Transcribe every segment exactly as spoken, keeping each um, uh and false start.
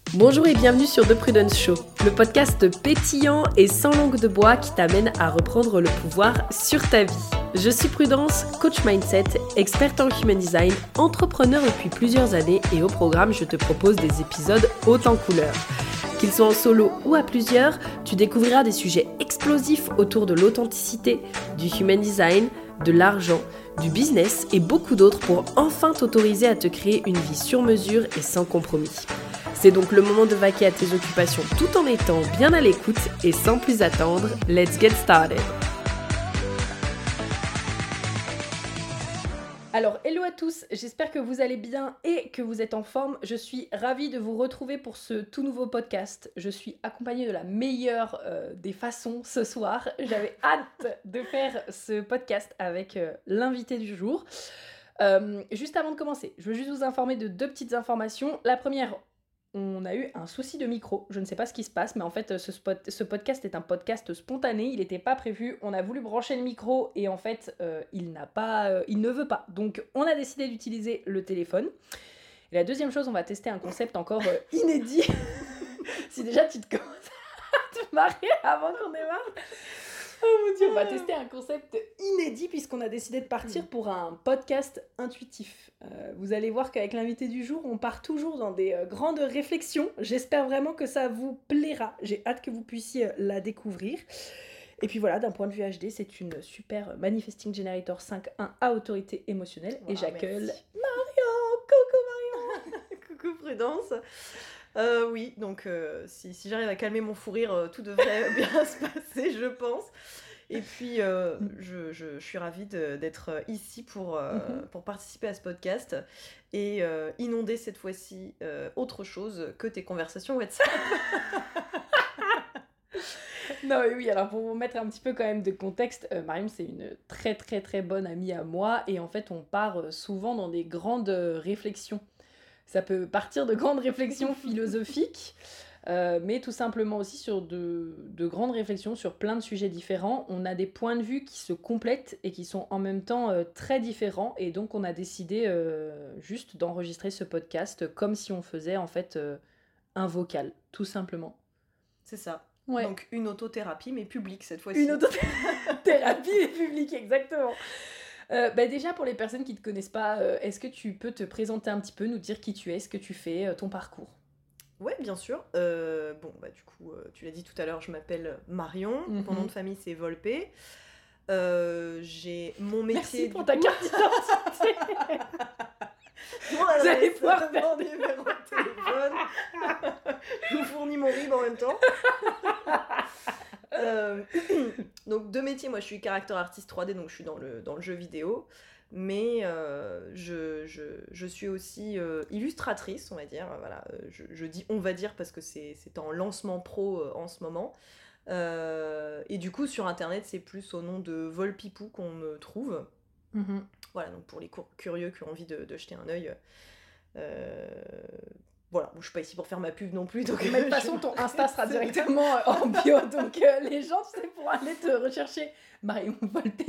Bonjour et bienvenue sur The Prudence Show, le podcast pétillant et sans langue de bois qui t'amène à reprendre le pouvoir sur ta vie. Je suis Prudence, coach mindset, experte en human design, entrepreneur depuis plusieurs années et au programme, je te propose des épisodes haut en couleurs. Qu'ils soient en solo ou à plusieurs, tu découvriras des sujets explosifs autour de l'authenticité, du human design, de l'argent, du business et beaucoup d'autres pour enfin t'autoriser à te créer une vie sur mesure et sans compromis. C'est donc le moment de vaquer à tes occupations tout en étant bien à l'écoute et sans plus attendre, let's get started. Alors, hello à tous, j'espère que vous allez bien et que vous êtes en forme. Je suis ravie de vous retrouver pour ce tout nouveau podcast. Je suis accompagnée de la meilleure euh, des façons ce soir. J'avais hâte de faire ce podcast avec euh, l'invité du jour. Euh, juste avant de commencer, je veux juste vous informer de deux petites informations. La première, on a eu un souci de micro, je ne sais pas ce qui se passe, mais en fait ce, spot, ce podcast est un podcast spontané, il n'était pas prévu, on a voulu brancher le micro et en fait euh, il n'a pas, euh, il ne veut pas, donc on a décidé d'utiliser le téléphone. Et la deuxième chose, on va tester un concept encore euh, inédit. Si déjà tu te commences à te marrer avant qu'on démarre. Oh mon Dieu, on va tester un concept inédit puisqu'on a décidé de partir pour un podcast intuitif. Euh, vous allez voir qu'avec l'invité du jour, on part toujours dans des euh, grandes réflexions. J'espère vraiment que ça vous plaira. J'ai hâte que vous puissiez euh, la découvrir. Et puis voilà, d'un point de vue H D, c'est une super Manifesting Generator cinq un à autorité émotionnelle. Wow, et j'accueille Marion. Coucou Marion. Coucou Prudence. Euh, oui, donc euh, si, si j'arrive à calmer mon fou rire, euh, tout devrait bien se passer, je pense. Et puis, euh, je, je, je suis ravie de, d'être ici pour, euh, mm-hmm. pour participer à ce podcast et euh, inonder cette fois-ci euh, autre chose que tes conversations WhatsApp. Non mais oui, alors pour vous mettre un petit peu quand même de contexte, euh, Mariam c'est une très très très bonne amie à moi et en fait on part souvent dans des grandes réflexions. Ça peut partir de grandes réflexions philosophiques, euh, mais tout simplement aussi sur de, de grandes réflexions sur plein de sujets différents. On a des points de vue qui se complètent et qui sont en même temps euh, très différents. Et donc, on a décidé euh, juste d'enregistrer ce podcast comme si on faisait en fait euh, un vocal, tout simplement. C'est ça. Ouais. Donc, une autothérapie, mais publique cette fois-ci. Une autothérapie, mais publique, exactement. Euh, bah déjà, pour les personnes qui ne te connaissent pas, euh, est-ce que tu peux te présenter un petit peu, nous dire qui tu es, ce que tu fais, euh, ton parcours ? Ouais, bien sûr. Euh, bon, bah du coup, euh, tu l'as dit tout à l'heure, je m'appelle Marion. Mm-hmm. Mon nom de famille, c'est Volpe. Euh, j'ai mon métier... Merci pour ta carte d'identité. Bon, vous allez pouvoir faire mon numéro de téléphone. Je vous fournis mon R I B en même temps. Euh, donc deux métiers, moi je suis character artist trois D, donc je suis dans le, dans le jeu vidéo, mais euh, je, je, je suis aussi euh, illustratrice, on va dire, voilà, je, je dis on va dire parce que c'est, c'est en lancement pro euh, en ce moment, euh, et du coup sur internet c'est plus au nom de Volpipou qu'on me trouve, mm-hmm. Voilà, donc pour les cour- curieux qui ont envie de, de jeter un œil. Euh, Voilà, bon, je suis pas ici pour faire ma pub non plus. Donc mais de toute façon, ton Insta sera directement en bio. Donc euh, les gens, tu sais, pourront aller te rechercher. Marion Volpe.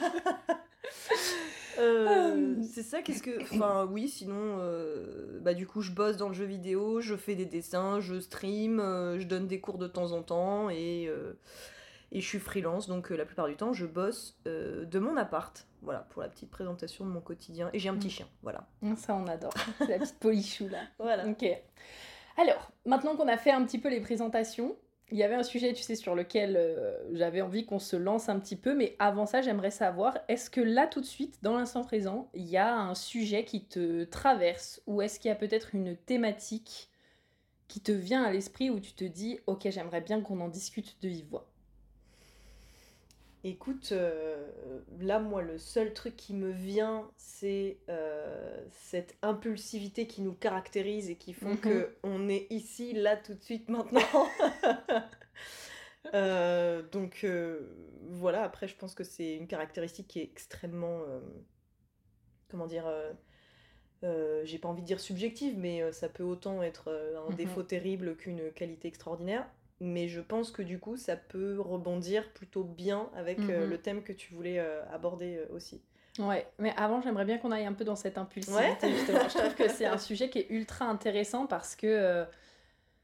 euh, c'est ça, qu'est-ce que... Enfin, oui, sinon, euh, bah, du coup, je bosse dans le jeu vidéo, je fais des dessins, je stream, euh, je donne des cours de temps en temps et, euh, et je suis freelance. Donc, euh, la plupart du temps, je bosse euh, de mon appart. Voilà, pour la petite présentation de mon quotidien. Et j'ai un petit chien, voilà. Ça, on adore. C'est la petite polichou, là. Voilà. Ok. Alors, maintenant qu'on a fait un petit peu les présentations, il y avait un sujet, tu sais, sur lequel euh, j'avais envie qu'on se lance un petit peu. Mais avant ça, j'aimerais savoir, est-ce que là, tout de suite, dans l'instant présent, il y a un sujet qui te traverse? Ou est-ce qu'il y a peut-être une thématique qui te vient à l'esprit où tu te dis, ok, j'aimerais bien qu'on en discute de vive voix? Écoute, euh, là, moi, le seul truc qui me vient, c'est euh, cette impulsivité qui nous caractérise et qui font mm-hmm. qu'on est ici, là, tout de suite, maintenant. euh, donc, euh, voilà, après, je pense que c'est une caractéristique qui est extrêmement, euh, comment dire, euh, euh, j'ai pas envie de dire subjective, mais euh, ça peut autant être euh, un mm-hmm. défaut terrible qu'une qualité extraordinaire. Mais je pense que du coup, ça peut rebondir plutôt bien avec mm-hmm. euh, le thème que tu voulais euh, aborder euh, aussi. Ouais, mais avant, j'aimerais bien qu'on aille un peu dans cette impulsivité, ouais. Justement. Je trouve que c'est un sujet qui est ultra intéressant parce que, euh,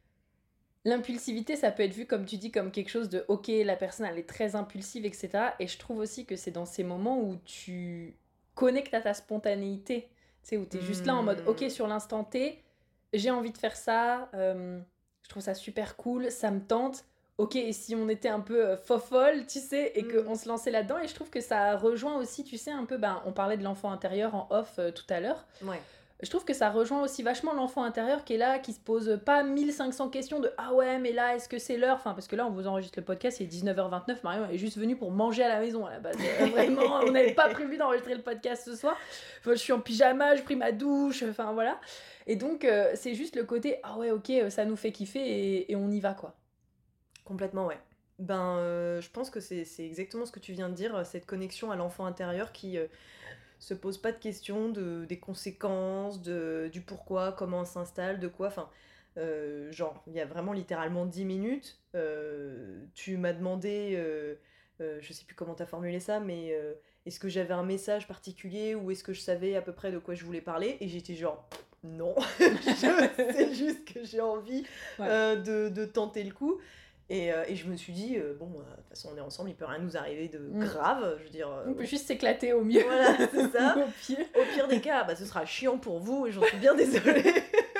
L'impulsivité, ça peut être vu, comme tu dis, comme quelque chose de ok, la personne elle est très impulsive, et cetera. Et je trouve aussi que c'est dans ces moments où tu connectes à ta spontanéité. Tu sais, où tu es juste là en mode ok, Hmm. sur l'instant T, j'ai envie de faire ça, euh, je trouve ça super cool, ça me tente. Ok, et si on était un peu euh, fofolle, tu sais, et Hmm. qu'on se lançait là-dedans, et je trouve que ça rejoint aussi, tu sais, un peu, ben, on parlait de l'enfant intérieur en off euh, tout à l'heure. Ouais. Je trouve que ça rejoint aussi vachement l'enfant intérieur qui est là, qui se pose pas mille cinq cents questions de ah ouais, mais là, est-ce que c'est l'heure? Enfin, parce que là, on vous enregistre le podcast, c'est dix-neuf heures vingt-neuf. Marion est juste venue pour manger à la maison à la base. Euh, vraiment, on n'avait pas prévu d'enregistrer le podcast ce soir. Enfin, je suis en pyjama, j'ai pris ma douche, enfin voilà. Et donc, euh, c'est juste le côté ah ouais, ok, euh, ça nous fait kiffer et, et on y va quoi. Complètement, ouais. Ben, euh, je pense que c'est c'est exactement ce que tu viens de dire, cette connexion à l'enfant intérieur qui euh, se pose pas de questions de, des conséquences, de, du pourquoi, comment on s'installe, de quoi. Enfin, euh, genre, il y a vraiment littéralement dix minutes, euh, tu m'as demandé, euh, euh, je sais plus comment t'as formulé ça, mais euh, est-ce que j'avais un message particulier ou est-ce que je savais à peu près de quoi je voulais parler? Et j'étais genre, non, c'est juste que j'ai envie Ouais. euh, de, de tenter le coup. Et, euh, et je me suis dit, euh, bon, euh, de toute façon, on est ensemble, il peut rien nous arriver de Mm. grave. Je veux dire, euh, On peut juste s'éclater au mieux. voilà, c'est ça. Au pire. Au pire des cas, bah, ce sera chiant pour vous et j'en suis bien désolée.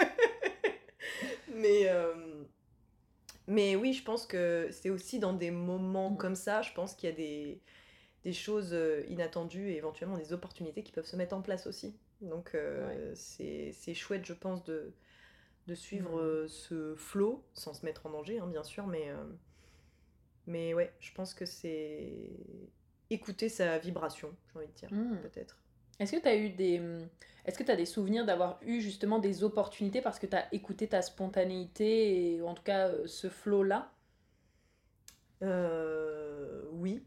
mais, euh, mais oui, je pense que c'est aussi dans des moments Mm. comme ça, je pense qu'il y a des, des choses euh, inattendues et éventuellement des opportunités qui peuvent se mettre en place aussi. Donc euh, Ouais. c'est, c'est chouette, je pense, de, de suivre Mm. euh, ce flow, sans se mettre en danger, hein, bien sûr, mais, euh, mais ouais, je pense que c'est écouter sa vibration, j'ai envie de dire, Mm. peut-être. Est-ce que tu as eu des est-ce que tu as des souvenirs d'avoir eu justement des opportunités parce que tu as écouté ta spontanéité et ou en tout cas euh, ce flow là? Euh, oui.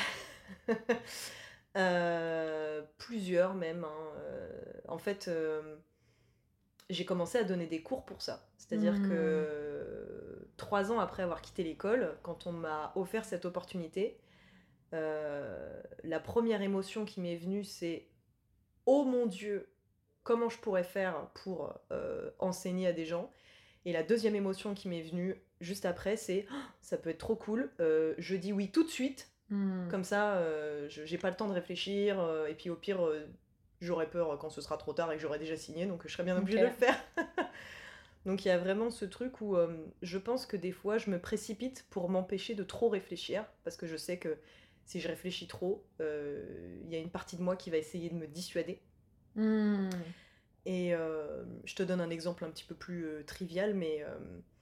Euh, plusieurs même, hein. Euh, en fait, euh, j'ai commencé à donner des cours pour ça. C'est-à-dire que Hmm. euh, trois ans après avoir quitté l'école, quand on m'a offert cette opportunité, euh, la première émotion qui m'est venue, c'est oh mon Dieu, comment je pourrais faire pour euh, enseigner à des gens. Et la deuxième émotion qui m'est venue juste après, c'est oh, ça peut être trop cool, euh, je dis oui tout de suite. Hmm. Comme ça, euh, je- j'ai pas le temps de réfléchir, euh, et puis au pire, euh, j'aurai peur quand ce sera trop tard et que j'aurai déjà signé, donc je serai bien obligée Ok. de le faire. Donc il y a vraiment ce truc où euh, je pense que des fois, je me précipite pour m'empêcher de trop réfléchir, parce que je sais que si je réfléchis trop, euh, il y a une partie de moi qui va essayer de me dissuader. Hmm. Et euh, je te donne un exemple un petit peu plus euh, trivial, mais euh,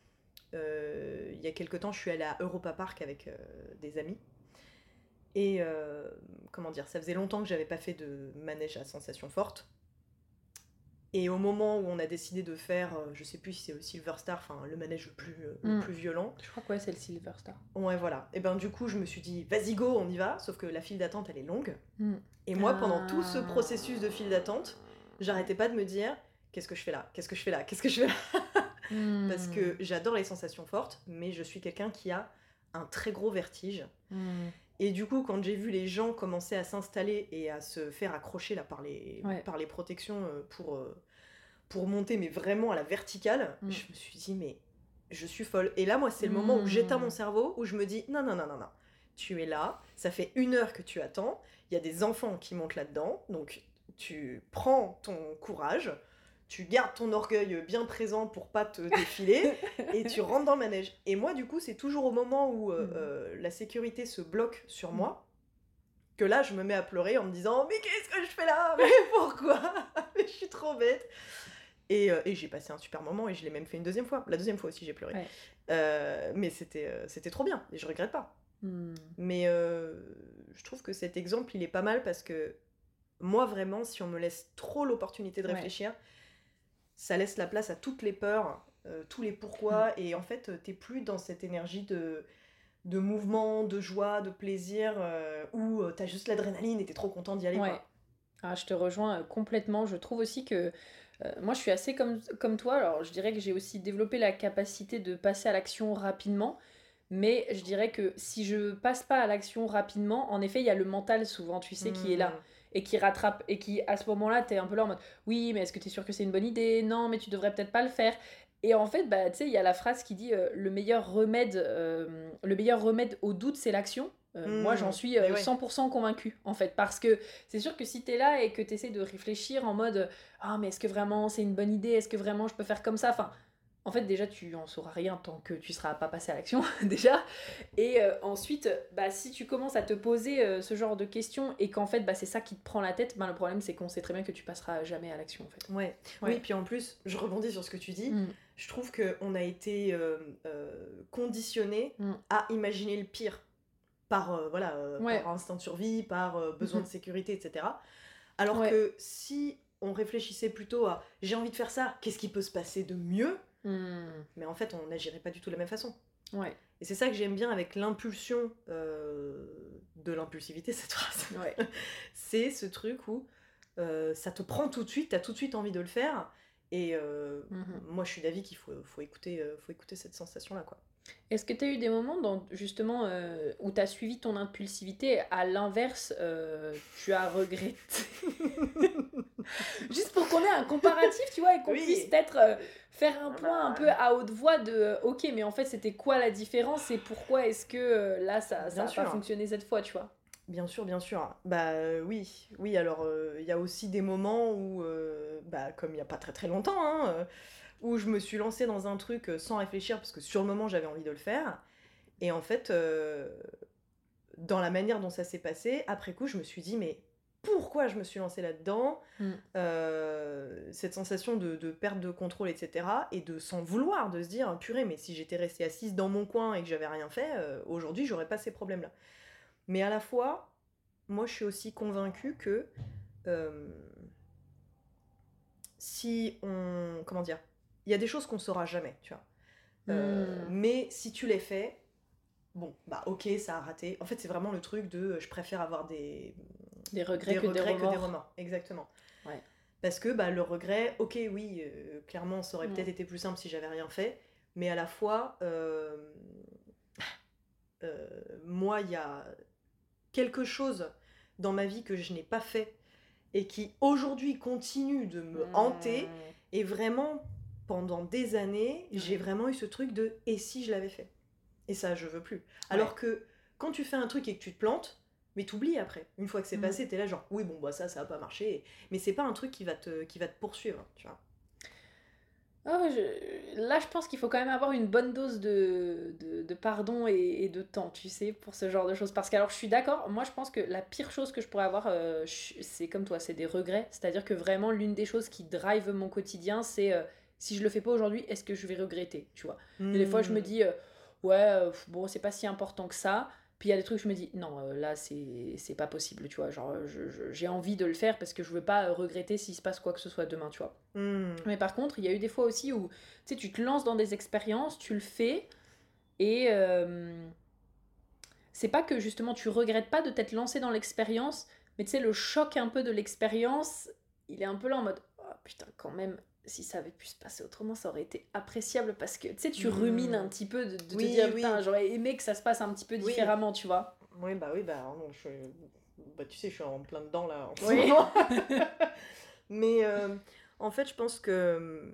euh, il y a quelque temps, je suis allée à Europa Park avec euh, des amis. Et euh, comment dire, ça faisait longtemps que j'avais pas fait de manège à sensation forte. Et au moment où on a décidé de faire, euh, je sais plus si c'est le Silver Star, enfin le manège le plus, euh, le Hmm. plus violent. Je crois que ouais, c'est le Silver Star. Ouais, voilà. Et ben du coup, je me suis dit, vas-y go, on y va. Sauf que la file d'attente, elle est longue. Hmm. Et moi, pendant tout ce Ah. processus de file d'attente, j'arrêtais pas de me dire, qu'est-ce que je fais là? Qu'est-ce que je fais là? Qu'est-ce que je fais là? Hmm. Parce que j'adore les sensations fortes, mais je suis quelqu'un qui a un très gros vertige. Hmm. Et du coup, quand j'ai vu les gens commencer à s'installer et à se faire accrocher là par les, Ouais. par les protections euh, pour, euh, pour monter, mais vraiment à la verticale, Mm. je me suis dit, mais je suis folle. Et là, moi, c'est le moment où j'éteins mon cerveau, où je me dis, non, non, non, non, non. Tu es là, ça fait une heure que tu attends, il y a des enfants qui montent là-dedans, donc tu prends ton courage, tu gardes ton orgueil bien présent pour pas te défiler, et tu rentres dans le manège. Et moi, du coup, c'est toujours au moment où euh, Mm. euh, la sécurité se bloque sur Mm. moi, que là, je me mets à pleurer en me disant, mais qu'est-ce que je fais là? Mais pourquoi? Mais je suis trop bête. Et, euh, et j'ai passé un super moment et je l'ai même fait une deuxième fois. La deuxième fois aussi, j'ai pleuré. Ouais. Euh, mais c'était, euh, c'était trop bien et je regrette pas. Hmm. Mais euh, je trouve que cet exemple, il est pas mal parce que moi, vraiment, si on me laisse trop l'opportunité de Ouais. réfléchir, ça laisse la place à toutes les peurs, euh, tous les pourquoi. Et en fait, t'es plus dans cette énergie de, de mouvement, de joie, de plaisir, euh, où euh, t'as juste l'adrénaline et t'es trop content d'y aller. Ouais. Quoi. Ah, je te rejoins euh, complètement. Je trouve aussi que euh, moi, je suis assez comme, comme toi. Alors, je dirais que j'ai aussi développé la capacité de passer à l'action rapidement. Mais je dirais que si je passe pas à l'action rapidement, en effet, il y a le mental souvent, tu sais, qui est là Hmm. et qui rattrape et qui, à ce moment-là, t'es un peu là en mode oui, mais est-ce que t'es sûr que c'est une bonne idée? Non, mais tu devrais peut-être pas le faire. Et en fait, bah, tu sais, il y a la phrase qui dit euh, le meilleur remède, euh, le meilleur remède au doute, c'est l'action. Euh, mmh. Moi, j'en suis euh, cent pour cent convaincue, en fait. Parce que c'est sûr que si t'es là et que t'essaies de réfléchir en mode « Ah, mais est-ce que vraiment c'est une bonne idée? Est-ce que vraiment je peux faire comme ça ?» Enfin, en fait, déjà, tu en sauras rien tant que tu seras pas passé à l'action, déjà. Et euh, ensuite, bah, si tu commences à te poser euh, ce genre de questions et qu'en fait, bah, c'est ça qui te prend la tête, bah, le problème, c'est qu'on sait très bien que tu passeras jamais à l'action, en fait. Ouais. ouais. Oui, puis en plus, je rebondis sur ce que tu dis. Mm. Je trouve qu'on a été euh, euh, conditionné mm. à imaginer le pire par, euh, voilà, euh, ouais. par instinct de survie, par euh, besoin mm-hmm. de sécurité, et cetera. Alors ouais. que si on réfléchissait plutôt à « j'ai envie de faire ça, qu'est-ce qui peut se passer de mieux ?» mm. Mais en fait, on n'agirait pas du tout de la même façon. Ouais. Et c'est ça que j'aime bien avec l'impulsion euh, de l'impulsivité, cette phrase. Ouais. C'est ce truc où euh, ça te prend tout de suite, t'as tout de suite envie de le faire. Et euh, mm-hmm. moi, je suis d'avis qu'il faut, faut, écouter, euh, faut écouter cette sensation-là, quoi. Est-ce que tu as eu des moments dans, justement euh, où tu as suivi ton impulsivité, à l'inverse, euh, tu as regretté Juste pour qu'on ait un comparatif, tu vois, et qu'on oui. puisse peut-être euh, faire un point un peu à haute voix de euh, ok, mais en fait, c'était quoi la différence et pourquoi est-ce que euh, là, ça n'a pas fonctionné cette fois, tu vois? Bien sûr, bien sûr. Bah euh, oui, oui. Alors il euh, y a aussi des moments où, euh, bah comme il y a pas très très longtemps, hein, euh, où je me suis lancée dans un truc sans réfléchir parce que sur le moment j'avais envie de le faire. Et en fait, euh, dans la manière dont ça s'est passé, après coup, je me suis dit mais pourquoi je me suis lancée là-dedans mm. euh, cette sensation de, de perte de contrôle, et cetera. Et de s'en vouloir, de se dire purée, mais si j'étais restée assise dans mon coin et que j'avais rien fait, euh, aujourd'hui j'aurais pas ces problèmes-là. Mais à la fois, moi je suis aussi convaincue que euh, si on... Comment dire ? Il y a des choses qu'on saura jamais, tu vois. Euh, mm. Mais si tu les fais, bon, bah ok, ça a raté. En fait, c'est vraiment le truc de je préfère avoir des... Des regrets, des que, regrets des que des remords. Exactement. Ouais. Parce que bah, le regret, ok, oui, euh, clairement, ça aurait mm. peut-être été plus simple si j'avais rien fait. Mais à la fois, euh, euh, moi, il y a... quelque chose dans ma vie que je n'ai pas fait et qui aujourd'hui continue de me hanter mmh. et vraiment pendant des années mmh. j'ai vraiment eu ce truc de et si je l'avais fait, et ça je veux plus. Alors ouais. que quand tu fais un truc et que tu te plantes, mais t'oublies après, une fois que c'est mmh. passé, t'es là genre oui bon bah ça ça a pas marché, mais c'est pas un truc qui va te, qui va te poursuivre, tu vois. Oh, je... Là, je pense qu'il faut quand même avoir une bonne dose de, de, de pardon et, et de temps, tu sais, pour ce genre de choses. Parce que, alors, je suis d'accord, moi, je pense que la pire chose que je pourrais avoir, euh, je... c'est comme toi, c'est des regrets. C'est-à-dire que vraiment, l'une des choses qui drive mon quotidien, c'est euh, si je le fais pas aujourd'hui, est-ce que je vais regretter, tu vois. Mmh. Et des fois, je me dis, euh, ouais, euh, bon, c'est pas si important que ça. Puis il y a des trucs, je me dis, non, euh, là, c'est, c'est pas possible, tu vois. Genre, je, je, j'ai envie de le faire parce que je veux pas regretter s'il se passe quoi que ce soit demain, tu vois. Mm. Mais par contre, il y a eu des fois aussi où, tu sais, tu te lances dans des expériences, tu le fais, et euh, c'est pas que, justement, tu regrettes pas de t'être lancé dans l'expérience, mais tu sais, le choc un peu de l'expérience, il est un peu là en mode, oh putain, quand même... si ça avait pu se passer autrement, ça aurait été appréciable parce que, tu sais, tu mmh. rumines un petit peu de, de oui, te dire, putain, oui. j'aurais aimé que ça se passe un petit peu différemment, oui. tu vois. Oui, bah oui, bah non, je suis... bah tu sais, je suis en plein dedans, là, en oui. ce moment. Mais, euh, en fait, je pense que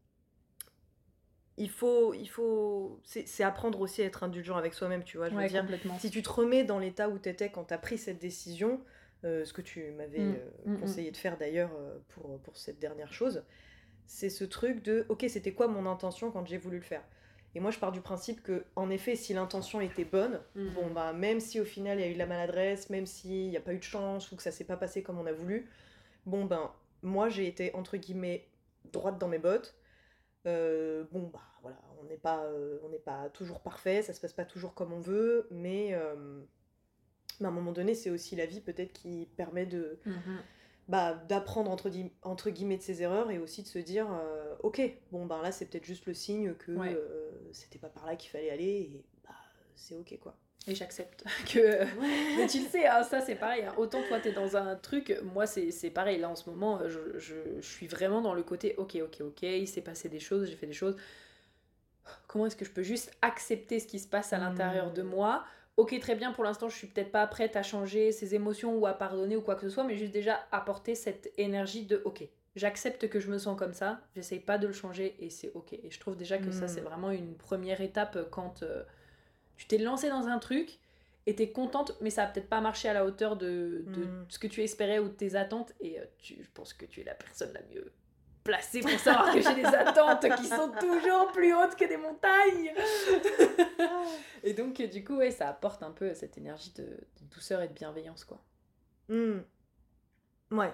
il faut... Il faut... C'est, c'est apprendre aussi à être indulgent avec soi-même, tu vois, je veux ouais, dire. Complètement. Si tu te remets dans l'état où t'étais quand t'as pris cette décision, euh, ce que tu m'avais mmh. euh, conseillé mmh. de faire, d'ailleurs, euh, pour, pour cette dernière chose... c'est ce truc de ok, c'était quoi mon intention quand j'ai voulu le faire. Et moi je pars du principe que en effet si l'intention était bonne, mmh. bon bah même si au final il y a eu de la maladresse, même s'il n'y a pas eu de chance ou que ça s'est pas passé comme on a voulu, bon ben moi j'ai été entre guillemets droite dans mes bottes. Euh, bon bah voilà, on n'est pas euh, on n'est pas toujours parfait, ça se passe pas toujours comme on veut, mais, euh, mais à un moment donné c'est aussi la vie peut-être qui permet de mmh. bah, d'apprendre entre, di- entre guillemets de ses erreurs et aussi de se dire euh, ok, bon ben là c'est peut-être juste le signe que ouais. euh, c'était pas par là qu'il fallait aller et bah c'est ok quoi. Et j'accepte que ouais. mais tu le sais hein, ça c'est pareil hein. Autant toi t'es dans un truc, moi c'est, c'est pareil là en ce moment je, je, je suis vraiment dans le côté ok ok ok il s'est passé des choses, j'ai fait des choses, comment est-ce que je peux juste accepter ce qui se passe à l'intérieur mmh. de moi. Ok, très bien, pour l'instant, je suis peut-être pas prête à changer ses émotions ou à pardonner ou quoi que ce soit, mais juste déjà apporter cette énergie de ok, j'accepte que je me sens comme ça, j'essaye pas de le changer et c'est ok. Et je trouve déjà que mmh. ça, c'est vraiment une première étape quand euh, tu t'es lancé dans un truc et t'es contente, mais ça a peut-être pas marché à la hauteur de, de mmh. ce que tu espérais ou de tes attentes. Et euh, tu, je pense que tu es la personne la mieux placée pour savoir que j'ai des attentes qui sont toujours plus hautes que des montagnes. Et donc, du coup, ouais, ça apporte un peu cette énergie de, de douceur et de bienveillance, quoi. Mmh. Ouais.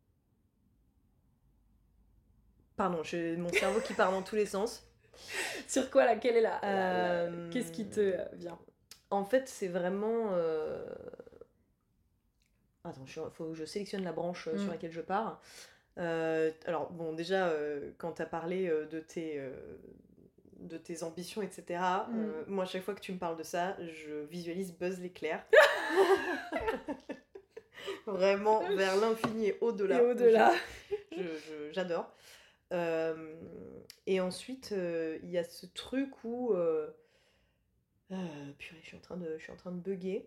Pardon, j'ai mon cerveau qui part dans tous les sens. Sur quoi, là, quelle est la... Euh... la, la... Qu'est-ce qui te vient ? En fait, c'est vraiment... Euh... Attends, il faut que je sélectionne la branche mmh. sur laquelle je pars. Euh, alors, bon, déjà, euh, quand tu as parlé euh, de, tes, euh, de tes ambitions, et cetera, mmh. euh, moi, à chaque fois que tu me parles de ça, je visualise Buzz l'éclair. Vraiment, vers l'infini et au-delà. Et au-delà. Je, je, je, j'adore. Euh, et ensuite, il euh, y a ce truc où... Euh, euh, purée, je suis en train de, je suis en train de bugger.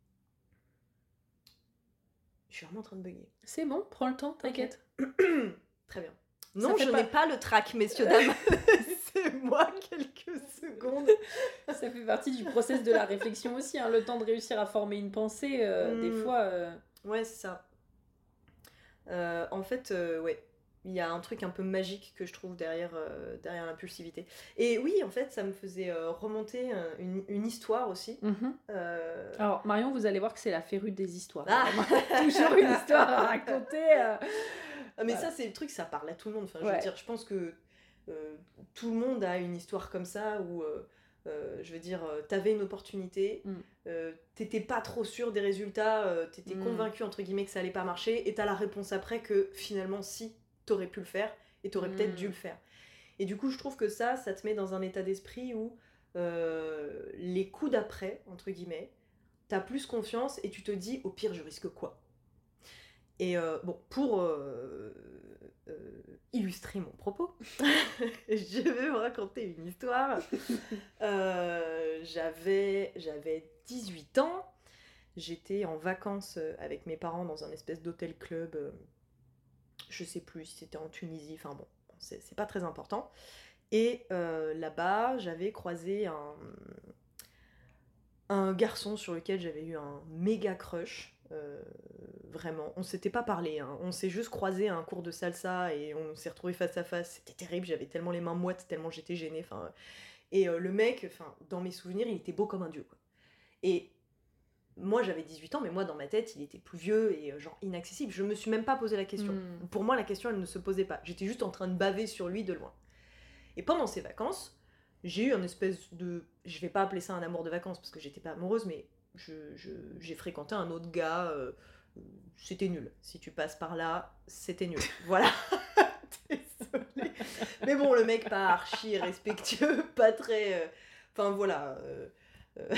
Je suis vraiment en train de bugger. C'est bon, prends le temps, t'inquiète. Okay. Très bien. Non, je pas... n'ai pas le trac, messieurs, dames. C'est moi, quelques secondes. Ça fait partie du process de la réflexion aussi, hein, le temps de réussir à former une pensée, euh, mmh. des fois... Euh... Ouais, c'est ça. Euh, en fait, euh, ouais, il y a un truc un peu magique que je trouve derrière, euh, derrière l'impulsivité. Et oui, en fait, ça me faisait euh, remonter euh, une, une histoire aussi. Mmh. Euh... Alors, Marion, vous allez voir que c'est la férue des histoires. Ah toujours une histoire à raconter. Euh... Ah, mais voilà. Ça, c'est le truc, ça parle à tout le monde. Enfin, je ouais. veux dire, je pense que euh, tout le monde a une histoire comme ça où... Euh, Euh, je veux dire, euh, t'avais une opportunité, mm. euh, t'étais pas trop sûr des résultats, euh, t'étais mm. convaincu entre guillemets que ça allait pas marcher, et t'as la réponse après que finalement si, t'aurais pu le faire, et t'aurais mm. peut-être dû le faire. Et du coup je trouve que ça, ça te met dans un état d'esprit où euh, les coups d'après, entre guillemets, t'as plus confiance et tu te dis au pire je risque quoi. Et euh, bon, pour euh, euh, illustrer mon propos, je vais vous raconter une histoire. Euh, j'avais, j'avais dix-huit ans, j'étais en vacances avec mes parents dans un espèce d'hôtel-club, euh, je sais plus si c'était en Tunisie, enfin bon, c'est, c'est pas très important. Et euh, là-bas, j'avais croisé un, un garçon sur lequel j'avais eu un méga crush. Euh, vraiment, on s'était pas parlé, hein. On s'est juste croisé à un cours de salsa et on s'est retrouvés face à face. C'était terrible, j'avais tellement les mains moites, tellement j'étais gênée. Enfin, et euh, le mec, enfin, dans mes souvenirs, il était beau comme un dieu, quoi. Et moi, j'avais dix-huit ans, mais moi, dans ma tête, il était plus vieux et euh, genre inaccessible. Je me suis même pas posé la question. Mm. Pour moi, la question, elle ne se posait pas. J'étais juste en train de baver sur lui de loin. Et pendant ces vacances, j'ai eu un espèce de... Je vais pas appeler ça un amour de vacances parce que j'étais pas amoureuse, mais je, je, j'ai fréquenté un autre gars. Euh, c'était nul. Si tu passes par là, c'était nul. Voilà. Désolée. Mais bon, le mec pas archi respectueux, pas très... Enfin, euh... voilà. Euh... Euh...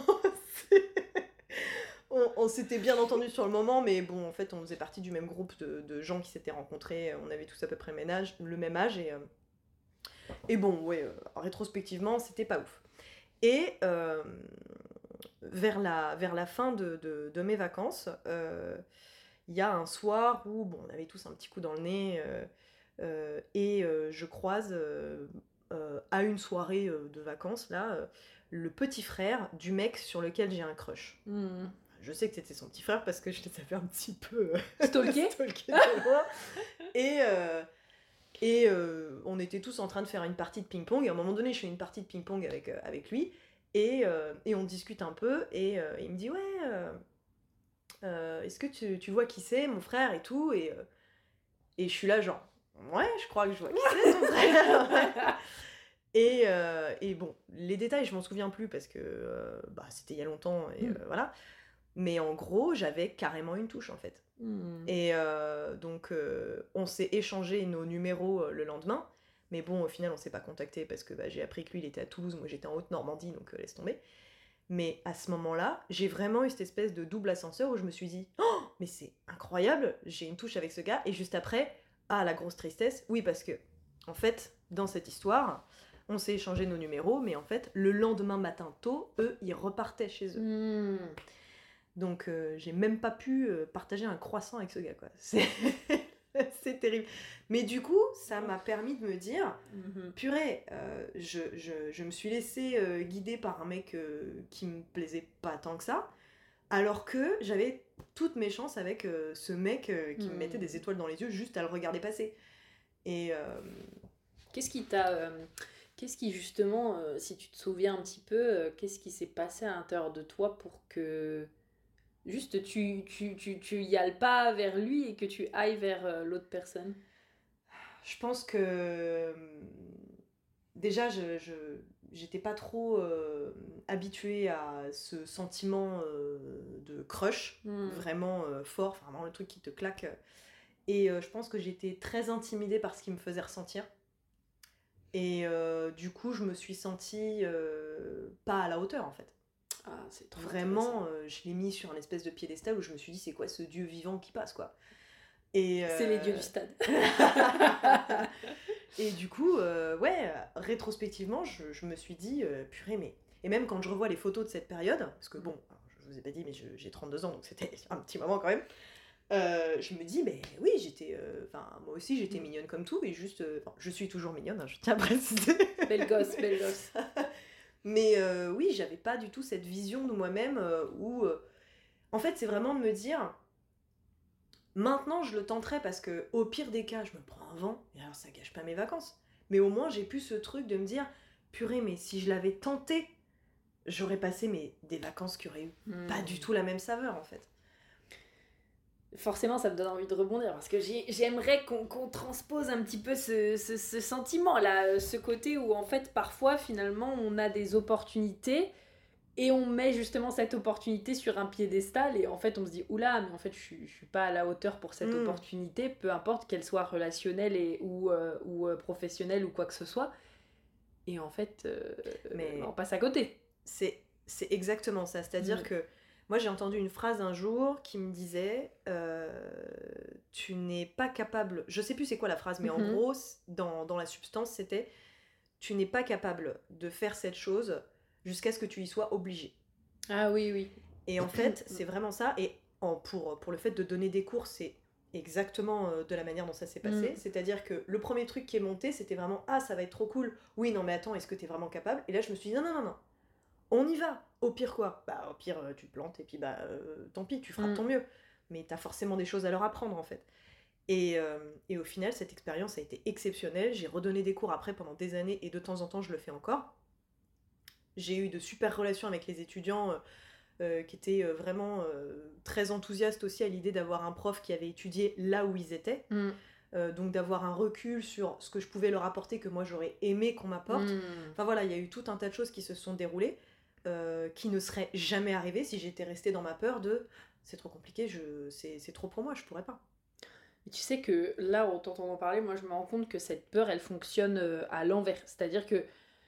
on, on s'était bien entendu sur le moment, mais bon, en fait, on faisait partie du même groupe de, de gens qui s'étaient rencontrés. On avait tous à peu près le même âge, le même âge et... Euh... Et bon, ouais, euh, rétrospectivement, c'était pas ouf. Et euh, vers, la, vers la fin de, de, de mes vacances, il euh, y a un soir où bon, on avait tous un petit coup dans le nez euh, euh, et euh, je croise euh, euh, à une soirée euh, de vacances, là, euh, le petit frère du mec sur lequel j'ai un crush. Mmh. Je sais que c'était son petit frère parce que je les avais un petit peu stalké. stalké de loin. Et... Euh, Et euh, on était tous en train de faire une partie de ping-pong. Et à un moment donné, je fais une partie de ping-pong avec, euh, avec lui. Et, euh, et on discute un peu. Et euh, il me dit, ouais, euh, euh, est-ce que tu, tu vois qui c'est, mon frère et tout et, euh, et je suis là genre, ouais, je crois que je vois qui c'est, ton frère. et, euh, et bon, les détails, je m'en souviens plus parce que euh, bah, c'était il y a longtemps. Et mm. euh, voilà. Mais en gros, j'avais carrément une touche, en fait. Mmh. Et euh, donc, euh, on s'est échangé nos numéros euh, le lendemain. Mais bon, au final, on s'est pas contacté parce que bah, j'ai appris que lui, il était à Toulouse. Moi, j'étais en Haute-Normandie, donc euh, laisse tomber. Mais à ce moment-là, j'ai vraiment eu cette espèce de double ascenseur où je me suis dit « Oh, mais c'est incroyable, j'ai une touche avec ce gars. » Et juste après, ah, la grosse tristesse. Oui, parce que, en fait, dans cette histoire... On s'est échangé nos numéros, mais en fait, le lendemain matin tôt, eux, ils repartaient chez eux. Mmh. Donc, euh, j'ai même pas pu euh, partager un croissant avec ce gars, quoi. C'est, c'est terrible. Mais du coup, ça m'a permis de me dire, Mhm. purée, euh, je, je, je me suis laissée euh, guider par un mec euh, qui me plaisait pas tant que ça, alors que j'avais toutes mes chances avec euh, ce mec euh, qui me mettait Mhm. des étoiles dans les yeux juste à le regarder passer. Et euh, Qu'est-ce qui t'a. euh, qu'est-ce qui, justement, euh, si tu te souviens un petit peu, euh, qu'est-ce qui s'est passé à l'intérieur de toi pour que. Juste, tu, tu, tu, tu y ailles pas vers lui et que tu ailles vers euh, l'autre personne? je pense que euh, déjà, je, je j'étais pas trop euh, habituée à ce sentiment euh, de crush, Hmm. vraiment euh, fort, enfin, vraiment le truc qui te claque. Et euh, je pense que j'étais très intimidée par ce qu'il me faisait ressentir. Et euh, du coup, je me suis sentie euh, pas à la hauteur en fait. Ah, c'est trop intéressant. Vraiment, euh, je l'ai mis sur un espèce de piédestal où je me suis dit, c'est quoi ce dieu vivant qui passe quoi. Et, C'est les dieux euh... du stade. et du coup, euh, ouais, rétrospectivement, je, je me suis dit, euh, purée, mais. Et même quand je revois les photos de cette période, parce que bon, alors, je vous ai pas dit, mais je- j'ai trente-deux ans, donc c'était un petit moment quand même. Euh, je me dis, mais oui, j'étais. Enfin, moi aussi, j'étais mignonne comme tout, et juste. euh, Enfin, je suis toujours mignonne, hein, je tiens à préciser. Belle gosse, belle gosse. Mais euh, oui, j'avais pas du tout cette vision de moi-même euh, où. euh, En fait, c'est vraiment de me dire. Maintenant, je le tenterai parce que, au pire des cas, je me prends un vent, et alors ça gâche pas mes vacances. Mais au moins, j'ai pu ce truc de me dire, purée, mais si je l'avais tenté, j'aurais passé mes... des vacances qui auraient eu Hmm. pas du tout la même saveur en fait. Forcément, ça me donne envie de rebondir parce que j'ai- j'aimerais qu'on qu'on transpose un petit peu ce, ce, ce sentiment-là, ce côté où en fait parfois finalement on a des opportunités et on met justement cette opportunité sur un piédestal et en fait on se dit oula mais en fait je suis, je suis pas à la hauteur pour cette Mm. opportunité, peu importe qu'elle soit relationnelle et, ou, euh, ou euh, professionnelle ou quoi que ce soit. Et en fait euh, Mais bah, on passe à côté. c'est c'est exactement ça. C'est-à-dire Mm. que moi, j'ai entendu une phrase un jour qui me disait euh, tu n'es pas capable. Je sais plus c'est quoi la phrase, mais en Mhm. gros, c- dans, dans la substance, c'était tu n'es pas capable de faire cette chose jusqu'à ce que tu y sois obligé. Ah oui, oui. Et en fait, c'est vraiment ça. Et en- pour, pour le fait de donner des cours, c'est exactement euh, de la manière dont ça s'est passé. Mm. C'est-à-dire que le premier truc qui est monté, c'était vraiment ah, ça va être trop cool. Oui, non, mais attends, est-ce que t'es vraiment capable? Et là, je me suis dit non, non, non, non. On y va. Au pire quoi? Bah au pire euh, tu te plantes et puis bah euh, tant pis, tu feras de Mm. ton mieux. Mais t'as forcément des choses à leur apprendre en fait. Et, euh, et au final, cette expérience a été exceptionnelle. J'ai redonné des cours après pendant des années et de temps en temps je le fais encore. J'ai eu de super relations avec les étudiants euh, euh, qui étaient euh, vraiment euh, très enthousiastes aussi à l'idée d'avoir un prof qui avait étudié là où ils étaient. Mm. Euh, donc d'avoir un recul sur ce que je pouvais leur apporter que moi j'aurais aimé qu'on m'apporte. Mm. Enfin voilà, il y a eu tout un tas de choses qui se sont déroulées euh, qui ne seraient jamais arrivées si j'étais restée dans ma peur de c'est trop compliqué, je... c'est, c'est trop pour moi, je pourrais pas. Et tu sais que là, en t'entendant parler, moi je me rends compte que cette peur, elle fonctionne euh, à l'envers. C'est-à-dire que,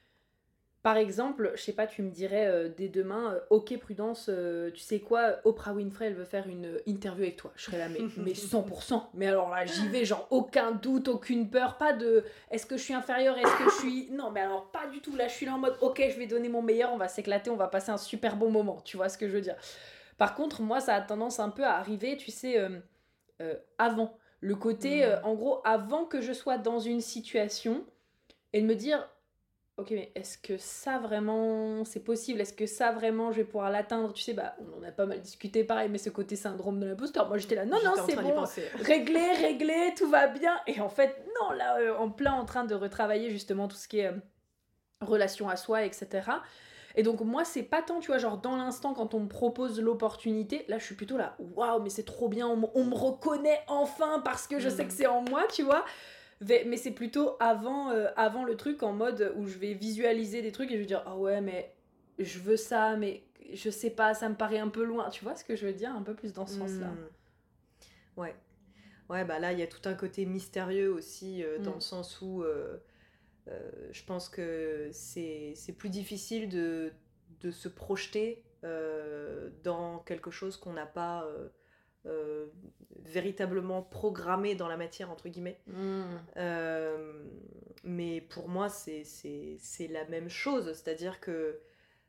par exemple, je sais pas, tu me dirais euh, dès demain, euh, ok Prudence, euh, tu sais quoi, Oprah Winfrey, elle veut faire une euh, interview avec toi. Je serais là, mais, mais cent pour cent. Mais alors là, j'y vais, genre aucun doute, aucune peur, pas de est-ce que je suis inférieure, est-ce que je suis... Non, mais alors pas du tout. Là, je suis là en mode, ok, je vais donner mon meilleur, on va s'éclater, on va passer un super bon moment. Tu vois ce que je veux dire? Par contre, moi, ça a tendance un peu à arriver, tu sais... euh, euh, avant. Le côté, euh, Mm. en gros, avant que je sois dans une situation et de me dire, ok, mais est-ce que ça vraiment c'est possible? Est-ce que ça vraiment je vais pouvoir l'atteindre? Tu sais, bah, on en a pas mal discuté pareil, mais ce côté syndrome de l'imposteur, moi j'étais là, non, non, J'étais en c'est train d'y bon, penser. réglé, réglé, tout va bien. Et en fait, non, là, euh, en plein en train de retravailler justement tout ce qui est euh, relation à soi, et cetera. Et donc moi c'est pas tant, tu vois, genre dans l'instant quand on me propose l'opportunité, là je suis plutôt là, waouh mais c'est trop bien, on, m- on me reconnaît enfin parce que je sais que Mm. c'est en moi, tu vois. Mais mais c'est plutôt avant, euh, avant le truc en mode où je vais visualiser des trucs et je vais dire, ah ouais mais je veux ça, mais je sais pas, ça me paraît un peu loin, tu vois ce que je veux dire, un peu plus dans ce sens-là. Mm. Ouais. Ouais, bah là, il y a tout un côté mystérieux aussi, euh, dans Mm. le sens où euh, euh, je pense que c'est, c'est plus difficile de, de se projeter euh, dans quelque chose qu'on n'a pas euh, euh, véritablement programmé dans la matière, entre guillemets. Mm. Euh, mais pour moi, c'est, c'est, c'est la même chose, c'est-à-dire que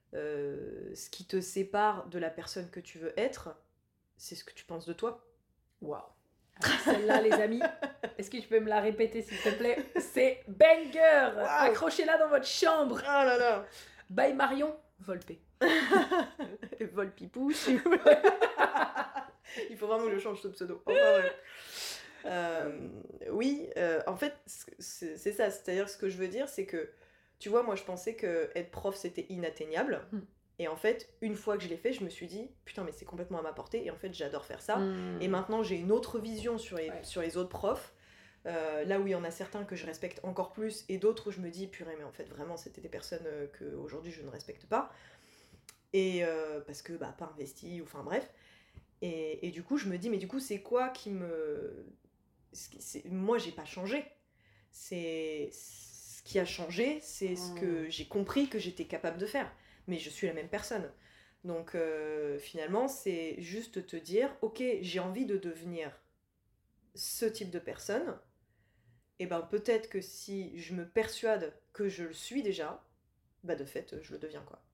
euh, ce qui te sépare de la personne que tu veux être, c'est ce que tu penses de toi. Waouh. Alors, celle-là, les amis, est-ce que tu peux me la répéter, s'il te plaît? C'est banger. Wow. Accrochez-la dans votre chambre. Oh là là. By Marion Volpe. Volpipou, s'il vous plaît. Il faut vraiment que je change ce pseudo. Enfin, ouais. euh, oui, euh, en fait, c'est, c'est ça. C'est-à-dire, ce que je veux dire, c'est que, tu vois, moi, je pensais que être prof, c'était inatteignable. Mm. Et en fait, une fois que je l'ai fait, je me suis dit, putain, mais c'est complètement à ma portée. Et en fait, j'adore faire ça. Mm. Et maintenant, j'ai une autre vision sur les, ouais. sur les autres profs. Euh, là où il y en a certains que je respecte encore plus, et d'autres où je me dis, purée, mais en fait, vraiment, c'était des personnes euh, qu'aujourd'hui, je ne respecte pas. Et euh, parce que, bah, pas investi, ou enfin, bref. Et, et du coup, je me dis, mais du coup, c'est quoi qui me... C'est... Moi, j'ai pas changé. C'est... Ce qui a changé, c'est ce que j'ai compris que j'étais capable de faire. Mais je suis la même personne. Donc, euh, finalement, c'est juste te dire, ok, j'ai envie de devenir ce type de personne. Et ben peut-être que si je me persuade que je le suis déjà, bah de fait, je le deviens, quoi.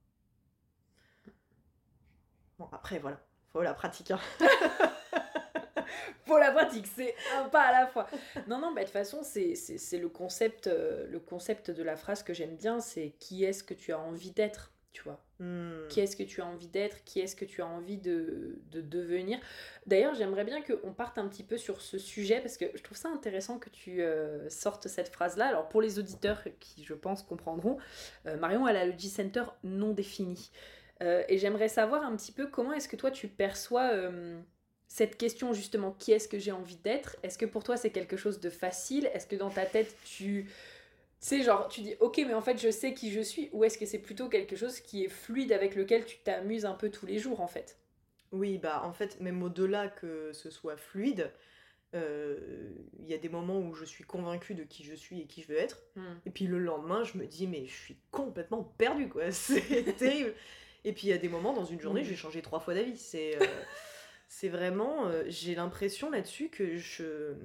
Bon, après, voilà. Faut la pratique, hein. Faut la pratique, c'est un pas à la fois. Non, non, bah, de toute façon, c'est, c'est, c'est le concept, euh, le concept de la phrase que j'aime bien, c'est qui est-ce que tu as envie d'être, tu vois. Mm. Qui est-ce que tu as envie d'être, qui est-ce que tu as envie de, de devenir. D'ailleurs, j'aimerais bien qu'on parte un petit peu sur ce sujet, parce que je trouve ça intéressant que tu euh, sortes cette phrase-là. Alors, pour les auditeurs qui, je pense, comprendront, euh, Marion, elle a le G-Center non défini. Euh, et j'aimerais savoir un petit peu comment est-ce que toi, tu perçois... Euh, cette question justement, qui est-ce que j'ai envie d'être? Est-ce que pour toi c'est quelque chose de facile? Est-ce que dans ta tête tu... Tu sais, genre, tu dis, ok, mais en fait je sais qui je suis, ou est-ce que c'est plutôt quelque chose qui est fluide avec lequel tu t'amuses un peu tous les jours en fait? Oui, bah en fait, même au-delà que ce soit fluide, il euh, y a des moments où je suis convaincue de qui je suis et qui je veux être, mm. et puis le lendemain je me dis, mais je suis complètement perdue, quoi, c'est terrible. Et puis il y a des moments dans une journée, mm. j'ai changé trois fois d'avis, c'est... Euh... C'est vraiment... Euh, j'ai l'impression là-dessus que je...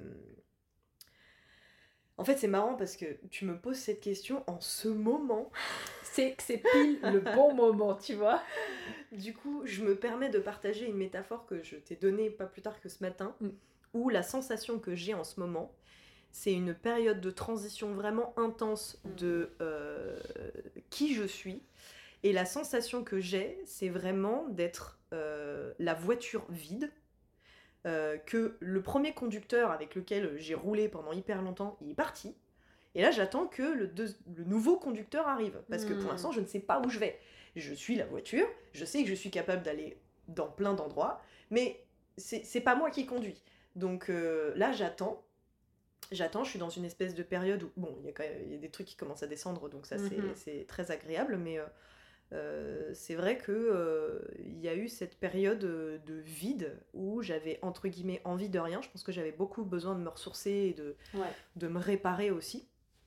En fait, c'est marrant parce que tu me poses cette question en ce moment. C'est que c'est pile le bon moment, tu vois. Du coup, je me permets de partager une métaphore que je t'ai donnée pas plus tard que ce matin, mm. où la sensation que j'ai en ce moment, c'est une période de transition vraiment intense de euh, qui je suis. Et la sensation que j'ai, c'est vraiment d'être euh, la voiture vide, euh, que le premier conducteur avec lequel j'ai roulé pendant hyper longtemps, il est parti. Et là, j'attends que le, deux, le nouveau conducteur arrive. Parce que pour l'instant, je ne sais pas où je vais. Je suis la voiture, je sais que je suis capable d'aller dans plein d'endroits, mais c'est, c'est pas moi qui conduis. Donc euh, là, j'attends. J'attends, je suis dans une espèce de période où... Bon, il y a quand même y a des trucs qui commencent à descendre, donc ça, mm-hmm. c'est, c'est très agréable, mais... Euh, Euh, c'est vrai qu'il euh, y a eu cette période de vide où j'avais entre guillemets envie de rien. Je pense que j'avais beaucoup besoin de me ressourcer et de, ouais. de me réparer aussi,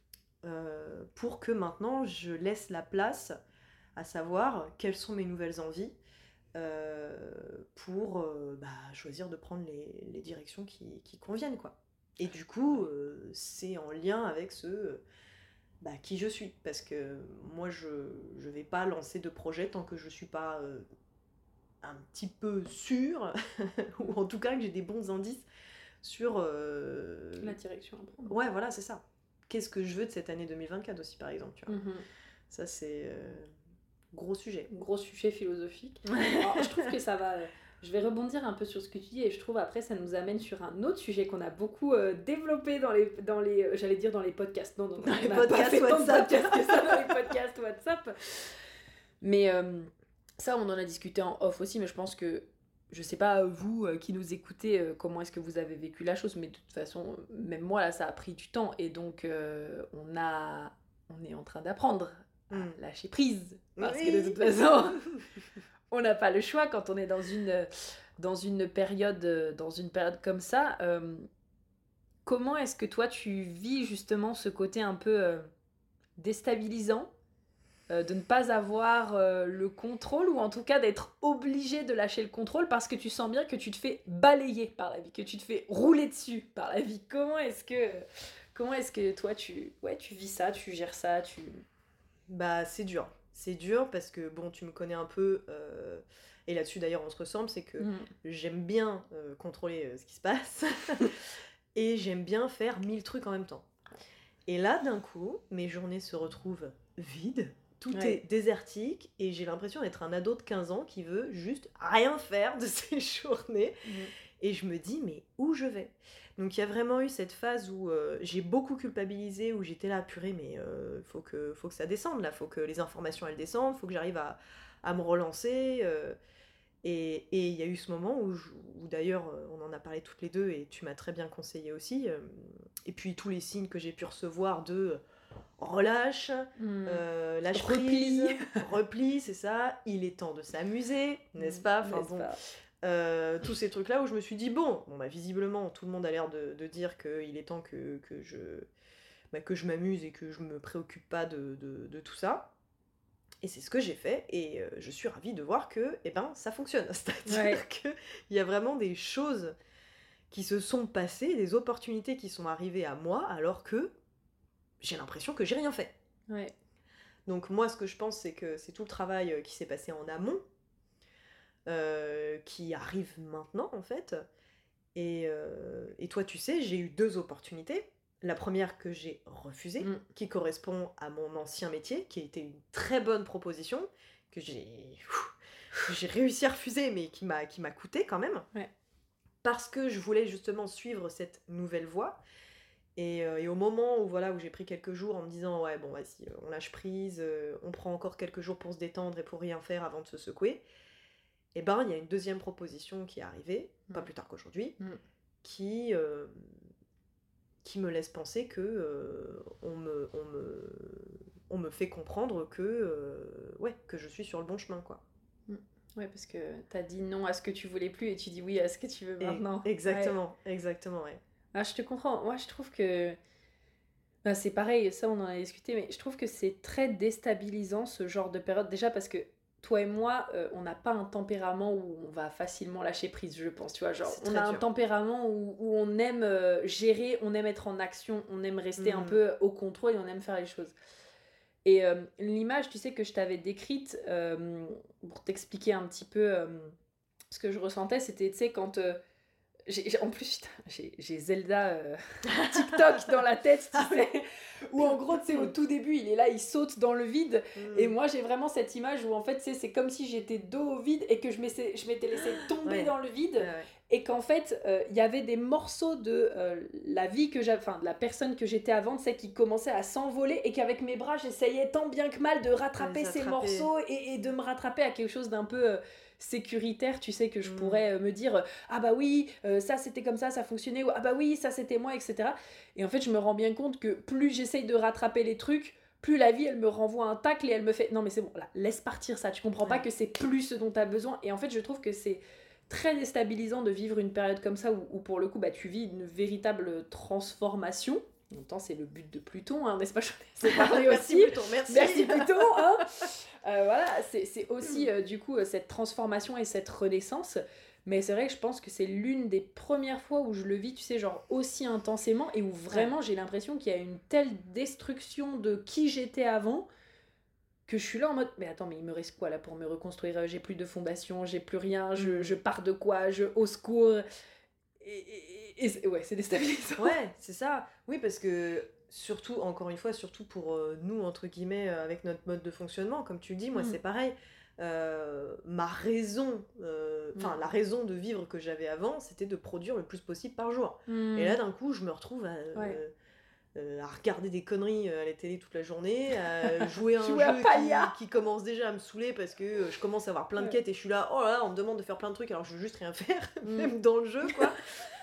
euh, pour que maintenant je laisse la place à savoir quelles sont mes nouvelles envies, euh, pour euh, bah, choisir de prendre les, les directions qui, qui conviennent, quoi. Et du coup, euh, c'est en lien avec ce... Bah, qui je suis, parce que moi je je vais pas lancer de projet tant que je suis pas euh, un petit peu sûre ou en tout cas que j'ai des bons indices sur euh... la direction à prendre. Ouais, voilà, c'est ça. Qu'est-ce que je veux de cette année deux mille vingt-quatre aussi, par exemple, tu vois. Mm-hmm. Ça c'est euh... gros sujet. Gros sujet philosophique. Alors, je trouve que ça va... Je vais rebondir un peu sur ce que tu dis, et je trouve après ça nous amène sur un autre sujet qu'on a beaucoup euh, développé dans les, dans les, euh, j'allais dire dans les podcasts, non, non, dans les podcasts WhatsApp, que ça, dans les podcasts WhatsApp. Mais euh, ça, on en a discuté en off aussi, mais je pense que, je sais pas vous euh, qui nous écoutez, euh, comment est-ce que vous avez vécu la chose, mais de toute façon, même moi là, ça a pris du temps, et donc euh, on a, on est en train d'apprendre à mm. lâcher prise, parce oui. que de toute façon. On n'a pas le choix quand on est dans une, dans une, période, dans une période comme ça. Euh, comment est-ce que toi, tu vis justement ce côté un peu euh, déstabilisant, euh, de ne pas avoir euh, le contrôle, ou en tout cas d'être obligé de lâcher le contrôle parce que tu sens bien que tu te fais balayer par la vie, que tu te fais rouler dessus par la vie. Comment est-ce que, comment est-ce que toi, tu, ouais, tu vis ça, tu gères ça, tu... Bah, c'est dur. c'est dur parce que, bon, tu me connais un peu, euh, et là-dessus d'ailleurs on se ressemble, c'est que Mm. j'aime bien euh, contrôler euh, ce qui se passe, et j'aime bien faire mille trucs en même temps. Et là, d'un coup, mes journées se retrouvent vides, tout Ouais. est désertique, et j'ai l'impression d'être un ado de quinze ans qui veut juste rien faire de ses journées. Mm. Et je me dis, mais où je vais ? Donc il y a vraiment eu cette phase où euh, j'ai beaucoup culpabilisé, où j'étais là, purée, mais euh, faut que, faut que ça descende, là, faut que les informations, elles descendent, faut que j'arrive à, à me relancer. euh, et et il y a eu ce moment où, je- où d'ailleurs, euh, on en a parlé toutes les deux, et tu m'as très bien conseillé aussi. euh, et puis tous les signes que j'ai pu recevoir de euh, relâche, Mm. euh, lâche Repli. prise, repli, c'est ça, il est temps de s'amuser, n'est-ce pas ? Enfin N'est-ce bon, pas ? euh, tous ces trucs-là où je me suis dit, bon, bon bah, visiblement, tout le monde a l'air de, de dire qu'il est temps que, que je, bah, que je m'amuse et que je me préoccupe pas de, de, de tout ça. Et c'est ce que j'ai fait, et euh, je suis ravie de voir que, eh ben, ça fonctionne. C'est-à-dire Ouais. qu'il y a vraiment des choses qui se sont passées, des opportunités qui sont arrivées à moi, alors que j'ai l'impression que j'ai rien fait. Ouais. Donc moi, ce que je pense, c'est que c'est tout le travail euh, qui s'est passé en amont, euh, qui arrive maintenant, en fait. Et, euh, et toi, tu sais, j'ai eu deux opportunités. La première que j'ai refusée, Mm. qui correspond à mon ancien métier, qui a été une très bonne proposition, que j'ai, que j'ai réussi à refuser, mais qui m'a, qui m'a coûté quand même. Ouais. Parce que je voulais justement suivre cette nouvelle voie. Et, euh, et au moment où, voilà, où j'ai pris quelques jours en me disant, ouais, bon, vas-y, euh, on lâche prise, euh, on prend encore quelques jours pour se détendre et pour rien faire avant de se secouer, et ben, il y a une deuxième proposition qui est arrivée, pas Mm. plus tard qu'aujourd'hui, Mm. qui, euh, qui me laisse penser que euh, on, me, on, me, on me fait comprendre que, euh, ouais, que je suis sur le bon chemin, quoi. Mm. Ouais, parce que t'as dit non à ce que tu voulais plus et tu dis oui à ce que tu veux Et, maintenant. Ouais. exactement, exactement, ouais. Ah, je te comprends. Moi, je trouve que bah, c'est pareil, ça on en a discuté, mais je trouve que c'est très déstabilisant ce genre de période. Déjà parce que toi et moi, euh, on n'a pas un tempérament où on va facilement lâcher prise, je pense. Tu vois, genre, C'est on très a un dur. tempérament où, où on aime euh, gérer, on aime être en action, on aime rester un Mm. peu au contrôle et on aime faire les choses. Et euh, l'image, tu sais, que je t'avais décrite euh, pour t'expliquer un petit peu euh, ce que je ressentais, c'était, tu sais, quand. euh, j'ai- j'ai- en plus, putain, j'ai j'ai Zelda euh, TikTok dans la tête, tu Ah ouais. sais, où en gros, tu sais, au tout début, il est là, il saute dans le vide. Et Mm. moi, j'ai vraiment cette image où, en fait, tu sais, c'est comme si j'étais dos au vide et que je m'étais je m'étais laissé tomber Ouais. dans le vide. Ouais, ouais. Et qu'en fait, euh, il y avait des morceaux de euh, la vie que j'avais, enfin, de la personne que j'étais avant, tu sais, qui commençait à s'envoler et qu'avec mes bras, j'essayais tant bien que mal de rattraper Les ces attraper. morceaux et, et de me rattraper à quelque chose d'un peu. euh, sécuritaire, tu sais, que je Mm. pourrais euh, me dire euh, ah bah oui, euh, ça c'était comme ça, ça fonctionnait, ou ah bah oui, ça c'était moi, et cetera. Et en fait, je me rends bien compte que plus j'essaye de rattraper les trucs, plus la vie elle me renvoie un tacle et elle me fait non mais c'est bon, là, laisse partir ça, tu comprends pas Ouais. que c'est plus ce dont tu as besoin. Et en fait, je trouve que c'est très déstabilisant de vivre une période comme ça où, où pour le coup, bah, tu vis une véritable transformation. En même temps, c'est le but de Pluton, hein, n'est-ce pas? C'est parlé Merci aussi. Pluton, merci. Merci Pluton, hein. Euh, voilà, c'est c'est aussi euh, du coup euh, cette transformation et cette renaissance. Mais c'est vrai que je pense que c'est l'une des premières fois où je le vis, tu sais, genre aussi intensément et où vraiment j'ai l'impression qu'il y a une telle destruction de qui j'étais avant que je suis là en mode mais attends, mais il me reste quoi là pour me reconstruire? Euh, J'ai plus de fondation, j'ai plus rien, je, Mm. je pars de quoi? Je au secours. Et, et- et c'est- ouais, c'est déstabilisant. Ouais, c'est ça. Oui, parce que surtout, encore une fois, surtout pour euh, nous, entre guillemets, euh, avec notre mode de fonctionnement, comme tu le dis, moi Mm. c'est pareil. Euh, ma raison, euh, enfin Mm. la raison de vivre que j'avais avant, c'était de produire le plus possible par jour. Mm. Et là, d'un coup, je me retrouve à, euh, Ouais. euh, à regarder des conneries euh, à la télé toute la journée, à jouer à un Jouer à jeu Palia. qui, qui commence déjà à me saouler parce que euh, je commence à avoir plein de Ouais. quêtes et je suis là, oh là là, on me demande de faire plein de trucs alors je veux juste rien faire, Mm. même dans le jeu, quoi.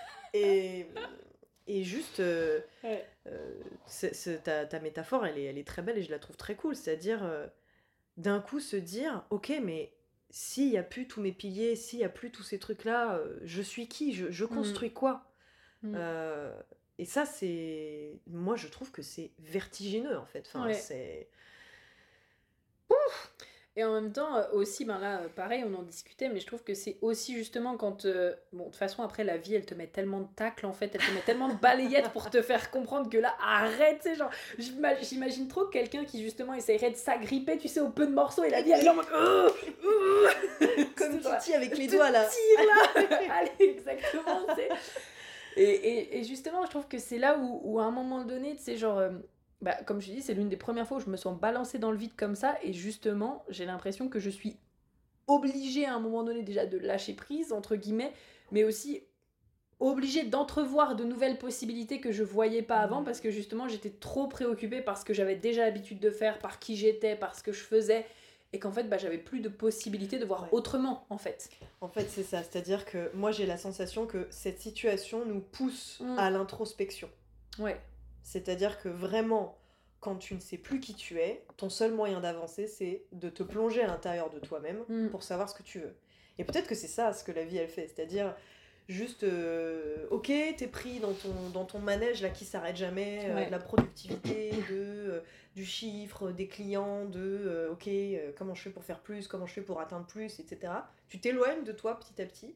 Et, et juste, euh, Ouais. euh, c'est- c'est- ta, ta métaphore, elle est, elle est très belle et je la trouve très cool. C'est-à-dire, euh, d'un coup, se dire, ok, mais s'il n'y a plus tous mes piliers, s'il n'y a plus tous ces trucs-là, euh, je suis qui? Je, je Mm. construis quoi? Mm. Euh, et ça, c'est... Moi, je trouve que c'est vertigineux, en fait. Enfin, Ouais. c'est... Et en même temps, euh, aussi, ben là, euh, pareil, on en discutait, mais je trouve que c'est aussi justement quand... euh, bon, de toute façon, après, la vie, elle te met tellement de tacles, en fait, elle te met tellement de balayettes pour te faire comprendre que là, arrête, tu sais, genre, j'ima- j'imagine trop quelqu'un qui, justement, essayerait de s'agripper, tu sais, au peu de morceaux, et la vie, elle est là en mode... Oh, oh. Comme C'est genre, Titi avec les je te doigts là. tire, là. Allez, exactement, tu sais. Et, et, et justement, je trouve que c'est là où, où à un moment donné, tu sais, genre... euh, bah, comme je dis, c'est l'une des premières fois où je me sens balancée dans le vide comme ça, et justement, j'ai l'impression que je suis obligée à un moment donné déjà de lâcher prise, entre guillemets, mais aussi obligée d'entrevoir de nouvelles possibilités que je voyais pas avant, Mmh. parce que justement, j'étais trop préoccupée par ce que j'avais déjà l'habitude de faire, par qui j'étais, par ce que je faisais, et qu'en fait, bah, j'avais plus de possibilités de voir Ouais. autrement, en fait. En fait, c'est ça. C'est-à-dire que moi, j'ai la sensation que cette situation nous pousse Mm. à l'introspection. Ouais. C'est-à-dire que vraiment, quand tu ne sais plus qui tu es, ton seul moyen d'avancer, c'est de te plonger à l'intérieur de toi-même Mm. pour savoir ce que tu veux. Et peut-être que c'est ça ce que la vie, elle fait. C'est-à-dire, juste, euh, ok, t'es pris dans ton, dans ton manège là qui s'arrête jamais, euh, Ouais. de la productivité, de, euh, du chiffre, des clients, de, euh, ok, euh, comment je fais pour faire plus, comment je fais pour atteindre plus, et cetera. Tu t'éloignes de toi petit à petit.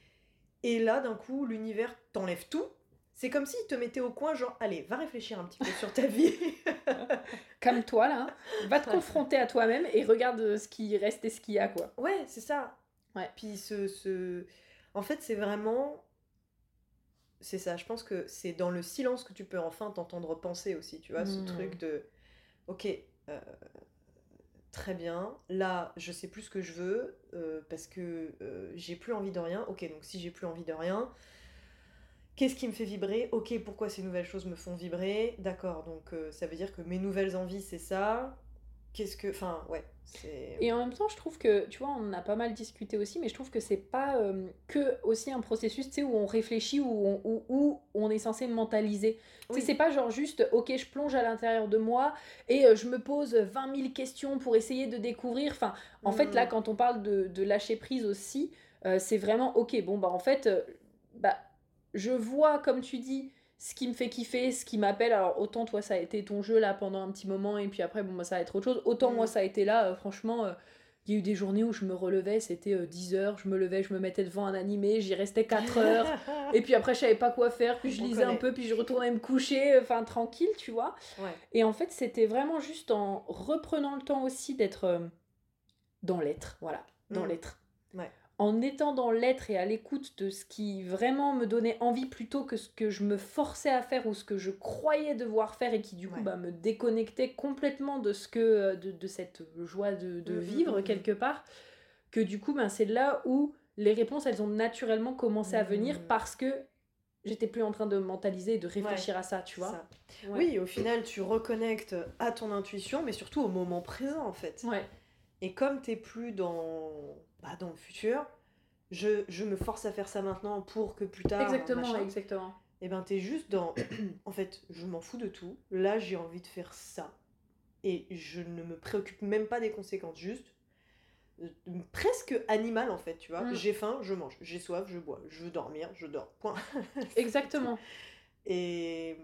Et là, d'un coup, l'univers t'enlève tout. C'est comme s'il te mettait au coin, genre, allez, va réfléchir un petit peu sur ta vie. Calme-toi, là. Va te confronter à toi-même et regarde euh, ce qui reste et ce qu'il y a, quoi. Ouais, c'est ça. Ouais. Puis ce, ce... En fait, c'est vraiment... C'est ça, je pense que c'est dans le silence que tu peux enfin t'entendre penser aussi, tu vois, ce Mm. truc de... Ok, euh, très bien, là, je sais plus ce que je veux, euh, parce que euh, j'ai plus envie de rien. Ok, donc si j'ai plus envie de rien... Qu'est-ce qui me fait vibrer? Ok, pourquoi ces nouvelles choses me font vibrer? D'accord, donc euh, ça veut dire que mes nouvelles envies, c'est ça. Qu'est-ce que... Enfin, ouais, c'est... Et en même temps, je trouve que, tu vois, on en a pas mal discuté aussi, mais je trouve que c'est pas euh, que aussi un processus, tu sais, où on réfléchit, où on, où, où on est censé mentaliser. Tu sais, Oui. c'est pas genre juste, ok, je plonge à l'intérieur de moi et euh, je me pose vingt mille questions pour essayer de découvrir. Enfin, en fait, là, Mm. quand on parle de, de lâcher prise aussi, euh, c'est vraiment, ok, bon, bah, en fait, euh, bah, je vois, comme tu dis, ce qui me fait kiffer, ce qui m'appelle. Alors, autant toi, ça a été ton jeu là pendant un petit moment, et puis après, bon, bah, ça va être autre chose. Autant Mm. moi, ça a été là, euh, franchement. euh, il y a eu des journées où je me relevais, c'était euh, dix heures, je me levais, je me mettais devant un animé, j'y restais quatre heures, et puis après je savais pas quoi faire, puis je On lisais un connaît. peu, puis je retournais me coucher, enfin tranquille, tu vois. Ouais. Et en fait, c'était vraiment juste en reprenant le temps aussi d'être euh, dans l'être, voilà, dans Mm. l'être. Ouais. En étant dans l'être et à l'écoute de ce qui vraiment me donnait envie plutôt que ce que je me forçais à faire ou ce que je croyais devoir faire et qui du coup Ouais. bah, me déconnectait complètement de ce que de, de cette joie de, de Mm, mm, vivre mm, mm. quelque part, que du coup ben, c'est là où les réponses elles ont naturellement commencé à venir Mm. parce que j'étais plus en train de mentaliser et de réfléchir à ça, tu vois. Ça. Ouais. Oui, au final, tu reconnectes à ton intuition, mais surtout au moment présent, en fait. Ouais. Et comme t'es plus dans, bah, dans le futur, je, je me force à faire ça maintenant pour que plus tard, Exactement, machin. exactement. Et ben t'es juste dans, en fait, je m'en fous de tout. Là, j'ai envie de faire ça. Et je ne me préoccupe même pas des conséquences, juste euh, presque animal en fait, tu vois. Mm. J'ai faim, je mange. J'ai soif, je bois. Je veux dormir, je dors. Point. Exactement. Et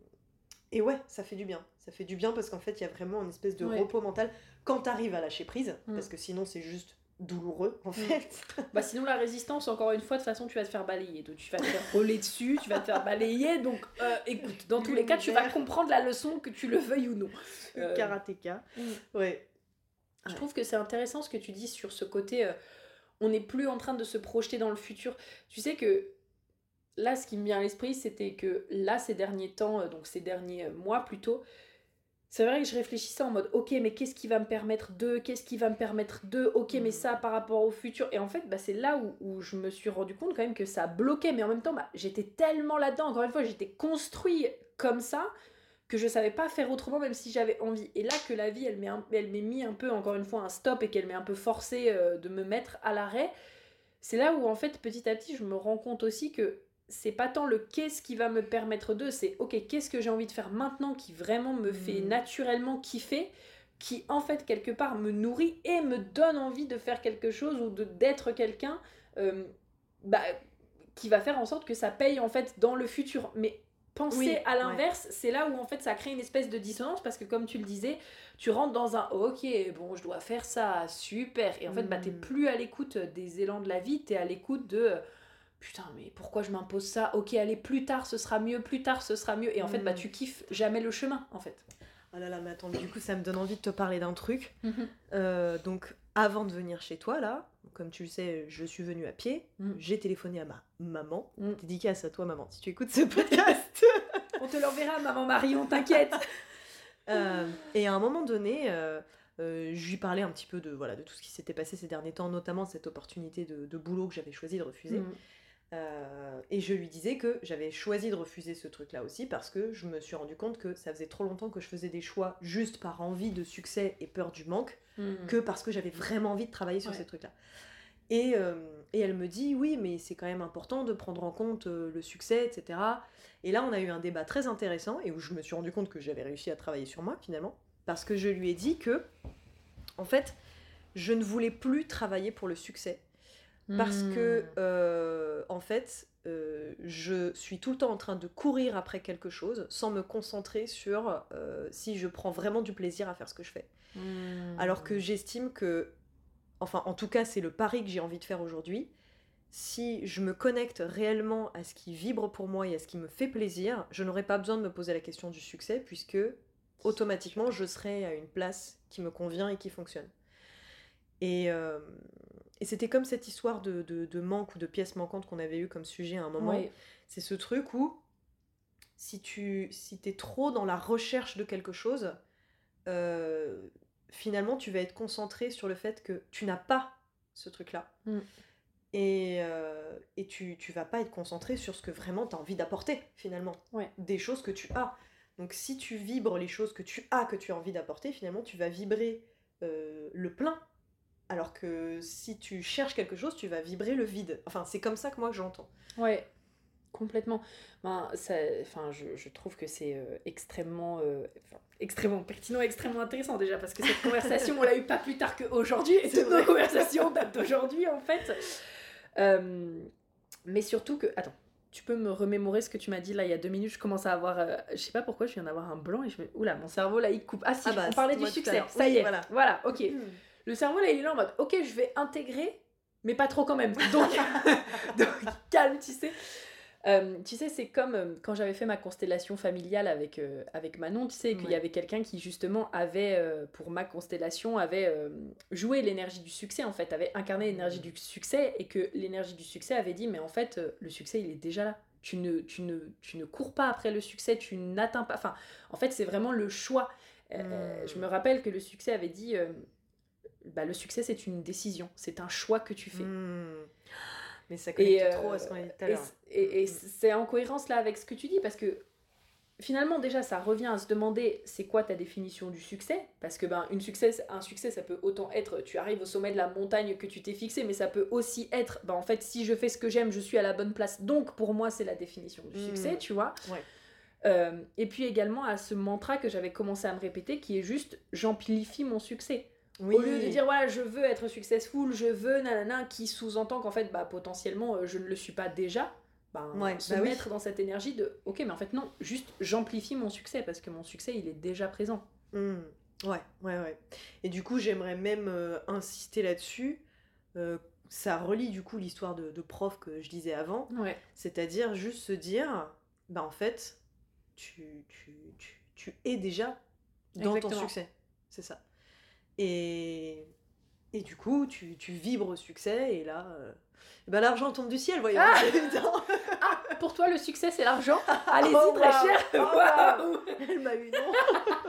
et ouais, ça fait du bien. Ça fait du bien parce qu'en fait, il y a vraiment une espèce de Ouais. repos mental quand t'arrives à lâcher prise, Mm. parce que sinon c'est juste douloureux en Mm. fait. Bah sinon la résistance, encore une fois, de toute façon tu vas te faire balayer, donc tu vas te faire rouler dessus, tu vas te faire balayer, donc euh, écoute, dans tous les cas tu vas L'univers. comprendre la leçon que tu le veuilles ou non. Le Euh, karatéka. mm. Ouais. Je Ouais. trouve que c'est intéressant ce que tu dis sur ce côté, euh, on n'est plus en train de se projeter dans le futur. Tu sais que là ce qui me vient à l'esprit c'était que là ces derniers temps, euh, donc ces derniers euh, mois plutôt, c'est vrai que je réfléchissais en mode ok mais qu'est-ce qui va me permettre de, qu'est-ce qui va me permettre de, ok mais Mm. ça par rapport au futur, et en fait bah, c'est là où, où je me suis rendu compte quand même que ça bloquait, mais en même temps bah, j'étais tellement là-dedans, encore une fois j'étais construit comme ça que je savais pas faire autrement même si j'avais envie, et là que la vie elle m'est un- elle m'est mis un peu encore une fois un stop et qu'elle m'est un peu forcé euh, de me mettre à l'arrêt, c'est là où en fait petit à petit je me rends compte aussi que c'est pas tant le qu'est-ce qui va me permettre de, c'est ok qu'est-ce que j'ai envie de faire maintenant qui vraiment me fait Mm. naturellement kiffer, qui en fait quelque part me nourrit et me donne envie de faire quelque chose ou de d'être quelqu'un euh, bah, qui va faire en sorte que ça paye en fait dans le futur. Mais penser Oui, à l'inverse, ouais. C'est là où en fait ça crée une espèce de dissonance parce que comme tu le disais, tu rentres dans un ok, bon je dois faire ça, super, et en fait mmh. bah, t'es plus à l'écoute des élans de la vie, t'es à l'écoute de putain mais pourquoi je m'impose ça, ok allez plus tard ce sera mieux, plus tard ce sera mieux, et en mmh. fait bah tu kiffes jamais le chemin en fait. Oh là là, mais attends, du coup ça me donne envie de te parler d'un truc. Mmh. Euh, donc avant de venir chez toi là, comme tu le sais, je suis venue à pied, mmh. j'ai téléphoné à ma maman, mmh. dédicace à toi maman si tu écoutes ce podcast. On te l'enverra maman Marion, t'inquiète. euh, et à un moment donné, euh, euh, je lui parlais un petit peu de, voilà, de tout ce qui s'était passé ces derniers temps, notamment cette opportunité de, de boulot que j'avais choisi de refuser. Mmh. Euh, et je lui disais que j'avais choisi de refuser ce truc-là aussi parce que je me suis rendu compte que ça faisait trop longtemps que je faisais des choix juste par envie de succès et peur du manque mmh. que parce que j'avais vraiment envie de travailler sur ouais. ces trucs-là. Et, euh, et elle me dit, oui, mais c'est quand même important de prendre en compte euh, le succès, et cetera. Et là, on a eu un débat très intéressant et où je me suis rendu compte que j'avais réussi à travailler sur moi, finalement, parce que je lui ai dit que, en fait, je ne voulais plus travailler pour le succès. Parce mmh. que, euh, en fait, euh, je suis tout le temps en train de courir après quelque chose sans me concentrer sur euh, si je prends vraiment du plaisir à faire ce que je fais. Mmh. Alors que j'estime que, enfin, en tout cas, c'est le pari que j'ai envie de faire aujourd'hui. Si je me connecte réellement à ce qui vibre pour moi et à ce qui me fait plaisir, je n'aurai pas besoin de me poser la question du succès puisque, automatiquement, je serai à une place qui me convient et qui fonctionne. Et... Euh, Et c'était comme cette histoire de, de, de manque ou de pièces manquantes qu'on avait eu comme sujet à un moment. Oui. C'est ce truc où, si tu si t'es trop dans la recherche de quelque chose, euh, finalement, tu vas être concentré sur le fait que tu n'as pas ce truc-là. Mm. Et, euh, et tu, tu vas pas être concentré sur ce que vraiment tu as envie d'apporter, finalement. Ouais. Des choses que tu as. Donc, si tu vibres les choses que tu as, que tu as envie d'apporter, finalement, tu vas vibrer euh, le plein. Alors que si tu cherches quelque chose, tu vas vibrer le vide. Enfin, c'est comme ça que moi, j'entends. Ouais, complètement. Ben, ça, enfin, je, je trouve que c'est euh, extrêmement, euh, extrêmement pertinent, extrêmement intéressant déjà, parce que cette conversation, on l'a eu pas plus tard qu'aujourd'hui, et toutes nos conversations datent d'aujourd'hui, en fait. Euh, mais surtout que... Attends, tu peux me remémorer ce que tu m'as dit, là, il y a deux minutes, je commence à avoir... Euh, je sais pas pourquoi, je viens d'avoir un blanc, et je me... Oula, mon cerveau, là, il coupe. Ah si, ah bah, on parlait du succès, ça oui, y est. Voilà, voilà ok. Mmh. Le cerveau, là, il est là en mode, ok, je vais intégrer, mais pas trop quand même. Donc, donc calme, tu sais. Euh, tu sais, c'est comme euh, quand j'avais fait ma constellation familiale avec, euh, avec Manon, tu sais, ouais. qu'il y avait quelqu'un qui, justement, avait, euh, pour ma constellation, avait euh, joué l'énergie du succès, en fait, avait incarné l'énergie du succès, et que l'énergie du succès avait dit, mais en fait, euh, le succès, il est déjà là. Tu ne, tu, ne, tu ne cours pas après le succès, tu n'atteins pas... Enfin, en fait, c'est vraiment le choix. Euh, mmh. Je me rappelle que le succès avait dit... Euh, Bah, le succès, c'est une décision, c'est un choix que tu fais. Mmh. Mais ça connecte euh, trop à ce qu'on a dit tout à l'heure. Et, et, et c'est en cohérence là avec ce que tu dis, parce que finalement, déjà, ça revient à se demander c'est quoi ta définition du succès, parce que ben, une succès, un succès, ça peut autant être tu arrives au sommet de la montagne que tu t'es fixé, mais ça peut aussi être ben, en fait, si je fais ce que j'aime, je suis à la bonne place, donc pour moi, c'est la définition du mmh. succès, tu vois. Ouais. Euh, et puis également à ce mantra que j'avais commencé à me répéter, qui est juste j'amplifie mon succès. Oui. Au lieu de dire voilà je veux être successful, je veux nanana, qui sous-entend qu'en fait bah potentiellement euh, je ne le suis pas déjà, bah, ouais, se bah mettre oui. dans cette énergie de ok mais en fait non, juste j'amplifie mon succès parce que mon succès il est déjà présent. Mmh. Ouais, ouais, ouais. Et du coup j'aimerais même euh, insister là-dessus, euh, ça relie du coup l'histoire de, de prof que je disais avant, ouais. C'est-à-dire juste se dire bah en fait tu, tu, tu, tu es déjà dans Exactement. Ton succès, c'est ça. Et, et du coup, tu, tu vibres au succès, et là, euh, ben l'argent tombe du ciel, voyons. Ah, ah pour toi, le succès, c'est l'argent. Allez-y, oh, très wow. cher. Oh, wow. Elle m'a eu, non.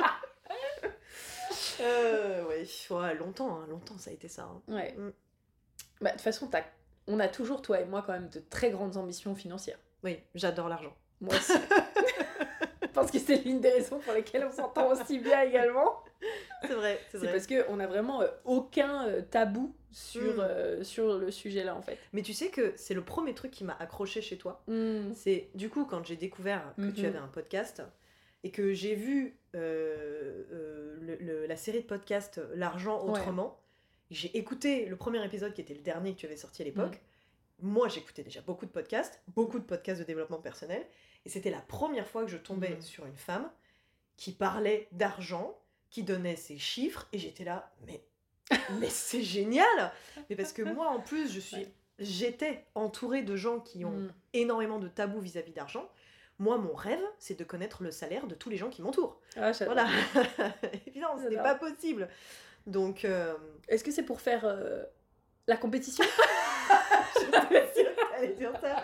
euh, ouais, ouais, longtemps, hein, longtemps, ça a été ça. Hein. Ouais. Mm. Bah, de toute façon, t'as, on a toujours, toi et moi, quand même, de très grandes ambitions financières. Oui, j'adore l'argent. Moi aussi. Je pense que c'est l'une des raisons pour lesquelles on s'entend aussi bien également. C'est vrai, c'est, c'est vrai. parce qu'on n'a vraiment euh, aucun euh, tabou sur, mmh. euh, sur le sujet là en fait. Mais tu sais que c'est le premier truc qui m'a accroché chez toi. Mmh. C'est du coup quand j'ai découvert que mmh. tu avais un podcast et que j'ai vu euh, euh, le, le, la série de podcasts L'argent autrement, ouais. J'ai écouté le premier épisode qui était le dernier que tu avais sorti à l'époque. Mmh. moi, j'écoutais déjà beaucoup de podcasts, beaucoup de podcasts de développement personnel, et c'était la première fois que je tombais mmh. sur une femme qui parlait d'argent, qui donnait ses chiffres, et j'étais là, mais, mais c'est génial. Mais parce que moi, en plus, je suis, ouais. j'étais entourée de gens qui ont mmh. énormément de tabous vis-à-vis d'argent. Moi, mon rêve, c'est de connaître le salaire de tous les gens qui m'entourent. Ah, voilà. Évidemment, ce n'est pas possible. Donc, euh... est-ce que c'est pour faire euh, la compétition? J'étais sûre que t'allais dire ça.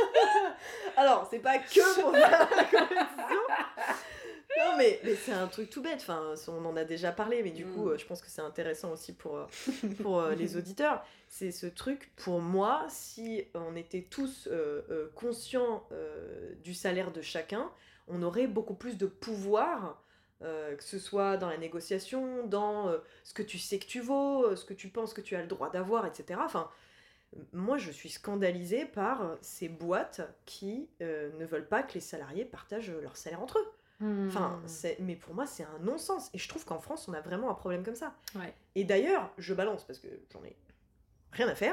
Alors, c'est pas que pour faire la compétition. Non, mais, mais c'est un truc tout bête. Enfin, on en a déjà parlé, mais du mm. coup, euh, je pense que c'est intéressant aussi pour, pour euh, les auditeurs. C'est ce truc, pour moi, si on était tous euh, euh, conscients euh, du salaire de chacun, on aurait beaucoup plus de pouvoir. Euh, que ce soit dans la négociation, dans euh, ce que tu sais que tu vaux, euh, ce que tu penses que tu as le droit d'avoir, et cetera. Enfin, moi, je suis scandalisée par ces boîtes qui euh, ne veulent pas que les salariés partagent leur salaire entre eux. Mmh. Enfin, c'est... mais pour moi, c'est un non-sens. Et je trouve qu'en France, on a vraiment un problème comme ça. Ouais. Et d'ailleurs, je balance parce que j'en ai rien à faire.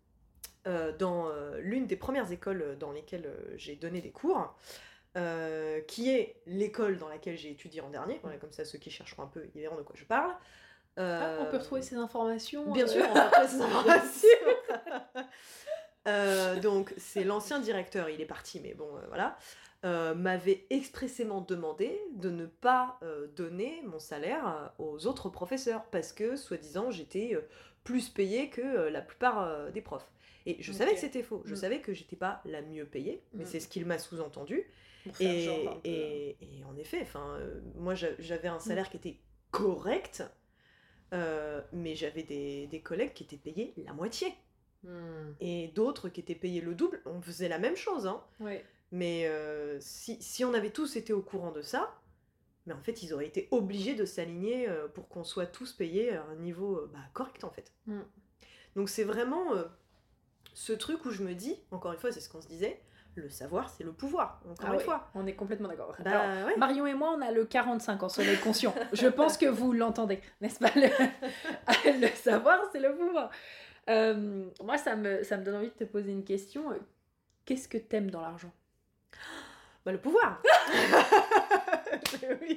Euh, dans euh, l'une des premières écoles dans lesquelles euh, j'ai donné des cours, Euh, qui est l'école dans laquelle j'ai étudié en dernier, voilà, comme ça ceux qui chercheront un peu ils verront de quoi je parle. Euh... Ah, on peut retrouver ces informations. Bien euh... sûr, on peut retrouver ces informations. euh, donc c'est l'ancien directeur, il est parti, mais bon, euh, voilà, euh, m'avait expressément demandé de ne pas euh, donner mon salaire aux autres professeurs, parce que, soi-disant, j'étais euh, plus payée que euh, la plupart euh, des profs. Et je okay. savais que c'était faux, je mmh. savais que j'étais pas la mieux payée, mais mmh. c'est ce qu'il m'a sous-entendu. Et, genre, et, et en effet, euh, moi j'avais un salaire mmh. qui était correct, euh, mais j'avais des, des collègues qui étaient payés la moitié. Mmh. Et d'autres qui étaient payés le double. On faisait la même chose, hein. Ouais. Mais euh, si, si on avait tous été au courant de ça, mais en fait ils auraient été obligés de s'aligner euh, pour qu'on soit tous payés à un niveau euh, bah, correct en fait. Mmh. Donc c'est vraiment euh, ce truc où je me dis, encore une fois c'est ce qu'on se disait, le savoir, c'est le pouvoir, encore ah une ouais, fois. On est complètement d'accord. Bah, Alors, ouais. Marion et moi, on a le quarante-cinq ans, soyez conscients. Je pense que vous l'entendez, n'est-ce pas? Le, le savoir, c'est le pouvoir. Euh, moi, ça me, ça me donne envie de te poser une question. Qu'est-ce que t'aimes dans l'argent? Bah, le pouvoir. Oui.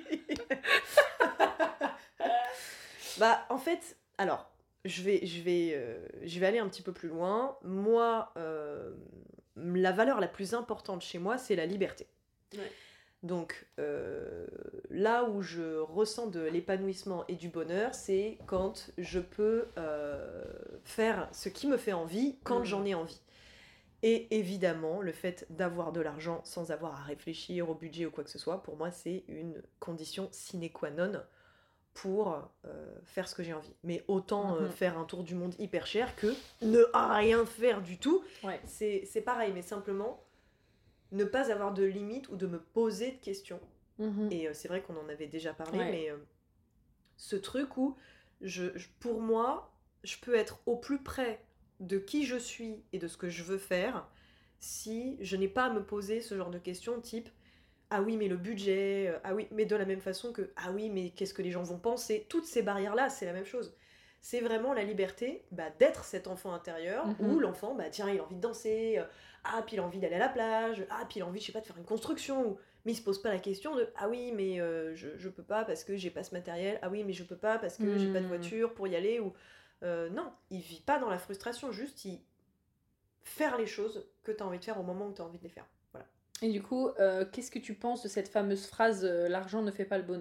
Bah, en fait, alors, je vais, je vais, euh, je vais aller un petit peu plus loin. Moi... Euh, la valeur la plus importante chez moi, c'est la liberté. Ouais. Donc, euh, là où je ressens de l'épanouissement et du bonheur, c'est quand je peux euh, faire ce qui me fait envie, quand mmh. j'en ai envie. Et évidemment, le fait d'avoir de l'argent sans avoir à réfléchir au budget ou quoi que ce soit, pour moi, c'est une condition sine qua non pour euh, faire ce que j'ai envie. Mais autant mmh. euh, faire un tour du monde hyper cher que ne rien faire du tout. Ouais. C'est, c'est pareil, mais simplement ne pas avoir de limites ou de me poser de questions. Mmh. Et euh, c'est vrai qu'on en avait déjà parlé, ouais. mais euh, ce truc où, je, je, pour moi, je peux être au plus près de qui je suis et de ce que je veux faire si je n'ai pas à me poser ce genre de questions type ah oui, mais le budget, euh, ah oui, mais de la même façon que, ah oui, mais qu'est-ce que les gens vont penser? Toutes ces barrières-là, c'est la même chose. C'est vraiment la liberté bah, d'être cet enfant intérieur, mm-hmm. où l'enfant, bah tiens, il a envie de danser, euh, ah, puis il a envie d'aller à la plage, ah, puis il a envie, je sais pas, de faire une construction, ou... mais il se pose pas la question de, ah oui, mais euh, je, je peux pas parce que j'ai pas ce matériel, ah oui, mais je peux pas parce que mm. j'ai pas de voiture pour y aller, ou... Euh, non, il vit pas dans la frustration, juste il... faire les choses que t'as envie de faire au moment où t'as envie de les faire. Voilà. Et du coup, euh, qu'est-ce que tu penses de cette fameuse phrase euh, « l'argent ne fait pas le bonheur » ?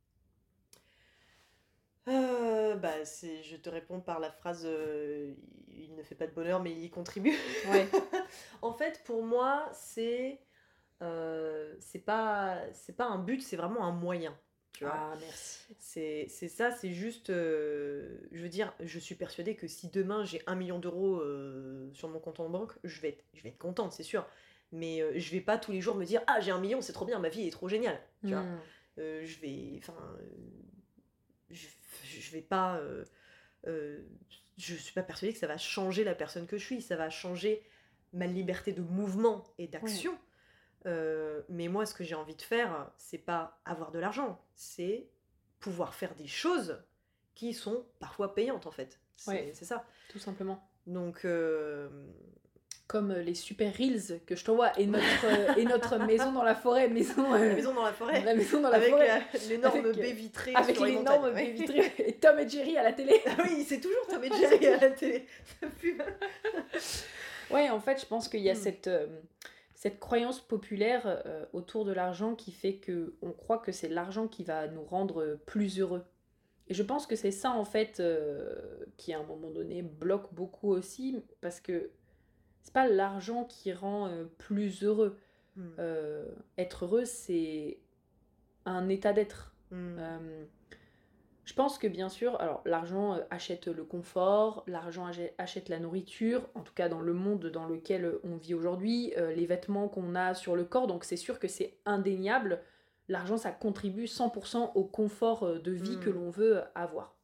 euh, bah, c'est, je te réponds par la phrase euh, « il ne fait pas de bonheur, mais il y contribue ouais. ». En fait, pour moi, c'est, euh, c'est, pas, c'est pas un but, c'est vraiment un moyen. Tu vois. Ah, merci. C'est, c'est ça, c'est juste... Euh, je veux dire, je suis persuadée que si demain j'ai un million d'euros euh, sur mon compte en banque, je vais être, je vais être contente, c'est sûr. Mais euh, je vais pas tous les jours me dire « Ah, j'ai un million, c'est trop bien, ma vie est trop géniale. » Tu mm. vois. Euh, je vais... Enfin... Je, je vais pas... Euh, euh, je suis pas persuadée que ça va changer la personne que je suis. Ça va changer ma liberté de mouvement et d'action. Ouais. Euh, mais moi, ce que j'ai envie de faire, c'est pas avoir de l'argent. C'est pouvoir faire des choses qui sont parfois payantes, en fait. C'est, ouais. c'est ça. Tout simplement. Donc... Euh, comme euh, les super reels que je t'envoie et notre, euh, et notre maison dans la forêt, maison, euh, La maison dans la forêt. la maison dans la avec forêt, la- l'énorme avec, euh, baie vitrée avec sur les l'énorme montagnes. baie Ouais. vitrée et Tom et Jerry à la télé. Ah oui, c'est toujours Tom et Jerry à la télé. Plus mal. Ouais, en fait, je pense qu'il y a Mm. cette, euh, cette croyance populaire euh, autour de l'argent qui fait que on croit que c'est l'argent qui va nous rendre euh, plus heureux. Et je pense que c'est ça, en fait, euh, qui à un moment donné bloque beaucoup aussi, parce que c'est pas l'argent qui rend euh, plus heureux. Mm. Euh, être heureux, c'est un état d'être. Mm. Euh, je pense que bien sûr, alors l'argent euh, achète le confort, l'argent ach- achète la nourriture, en tout cas dans le monde dans lequel euh, on vit aujourd'hui, euh, les vêtements qu'on a sur le corps, donc c'est sûr que c'est indéniable. L'argent, ça contribue cent pour cent au confort euh, de vie que Mm. l'on veut euh, avoir.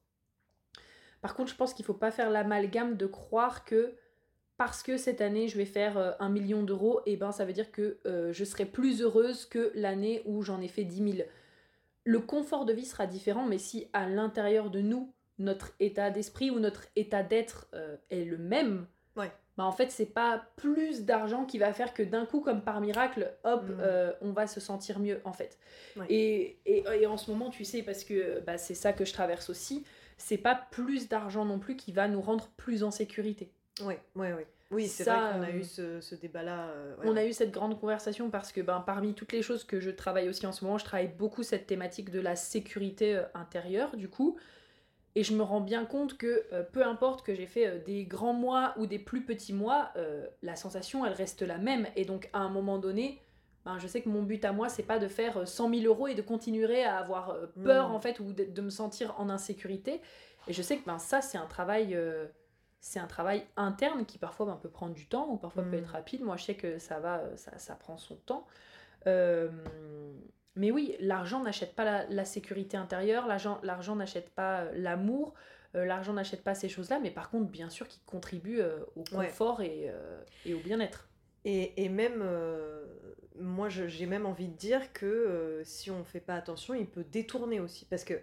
Par contre, je pense qu'il ne faut pas faire l'amalgame de croire que parce que cette année je vais faire euh, un million d'euros, et ben ça veut dire que euh, je serai plus heureuse que l'année où j'en ai fait dix mille. Le confort de vie sera différent, mais si à l'intérieur de nous, notre état d'esprit ou notre état d'être euh, est le même, Ouais. bah en fait, c'est pas plus d'argent qui va faire que d'un coup, comme par miracle, hop, Mm. euh, on va se sentir mieux, en fait. Ouais. Et, et, et en ce moment, tu sais, parce que bah, c'est ça que je traverse aussi, c'est pas plus d'argent non plus qui va nous rendre plus en sécurité. Ouais, ouais, ouais. Oui, c'est Ça, vrai qu'on a euh, eu ce, ce débat-là. euh, ouais, On a ouais. eu cette grande conversation parce que ben, parmi toutes les choses que je travaille aussi en ce moment, je travaille beaucoup cette thématique de la sécurité euh, intérieure, du coup. Et je me rends bien compte que euh, peu importe que j'ai fait euh, des grands mois ou des plus petits mois, euh, la sensation, elle reste la même. Et donc, à un moment donné, ben, je sais que mon but à moi, c'est pas de faire euh, cent mille euros et de continuer à avoir euh, peur, Mm. en fait, ou de, de me sentir en insécurité. Et je sais que ben, ça, c'est un travail... euh, c'est un travail interne qui parfois ben, peut prendre du temps ou parfois peut Mm. être rapide. Moi, je sais que ça va, euh, ça, ça prend son temps. Euh, mais oui, l'argent n'achète pas la, la sécurité intérieure, l'argent, l'argent n'achète pas euh, l'amour, euh, l'argent n'achète pas ces choses-là, mais par contre, bien sûr, qui contribue euh, au Ouais. confort et, euh, et au bien-être. Et, et même, euh, moi, je- j'ai même envie de dire que euh, si on fait pas attention, il peut détourner aussi. Parce que,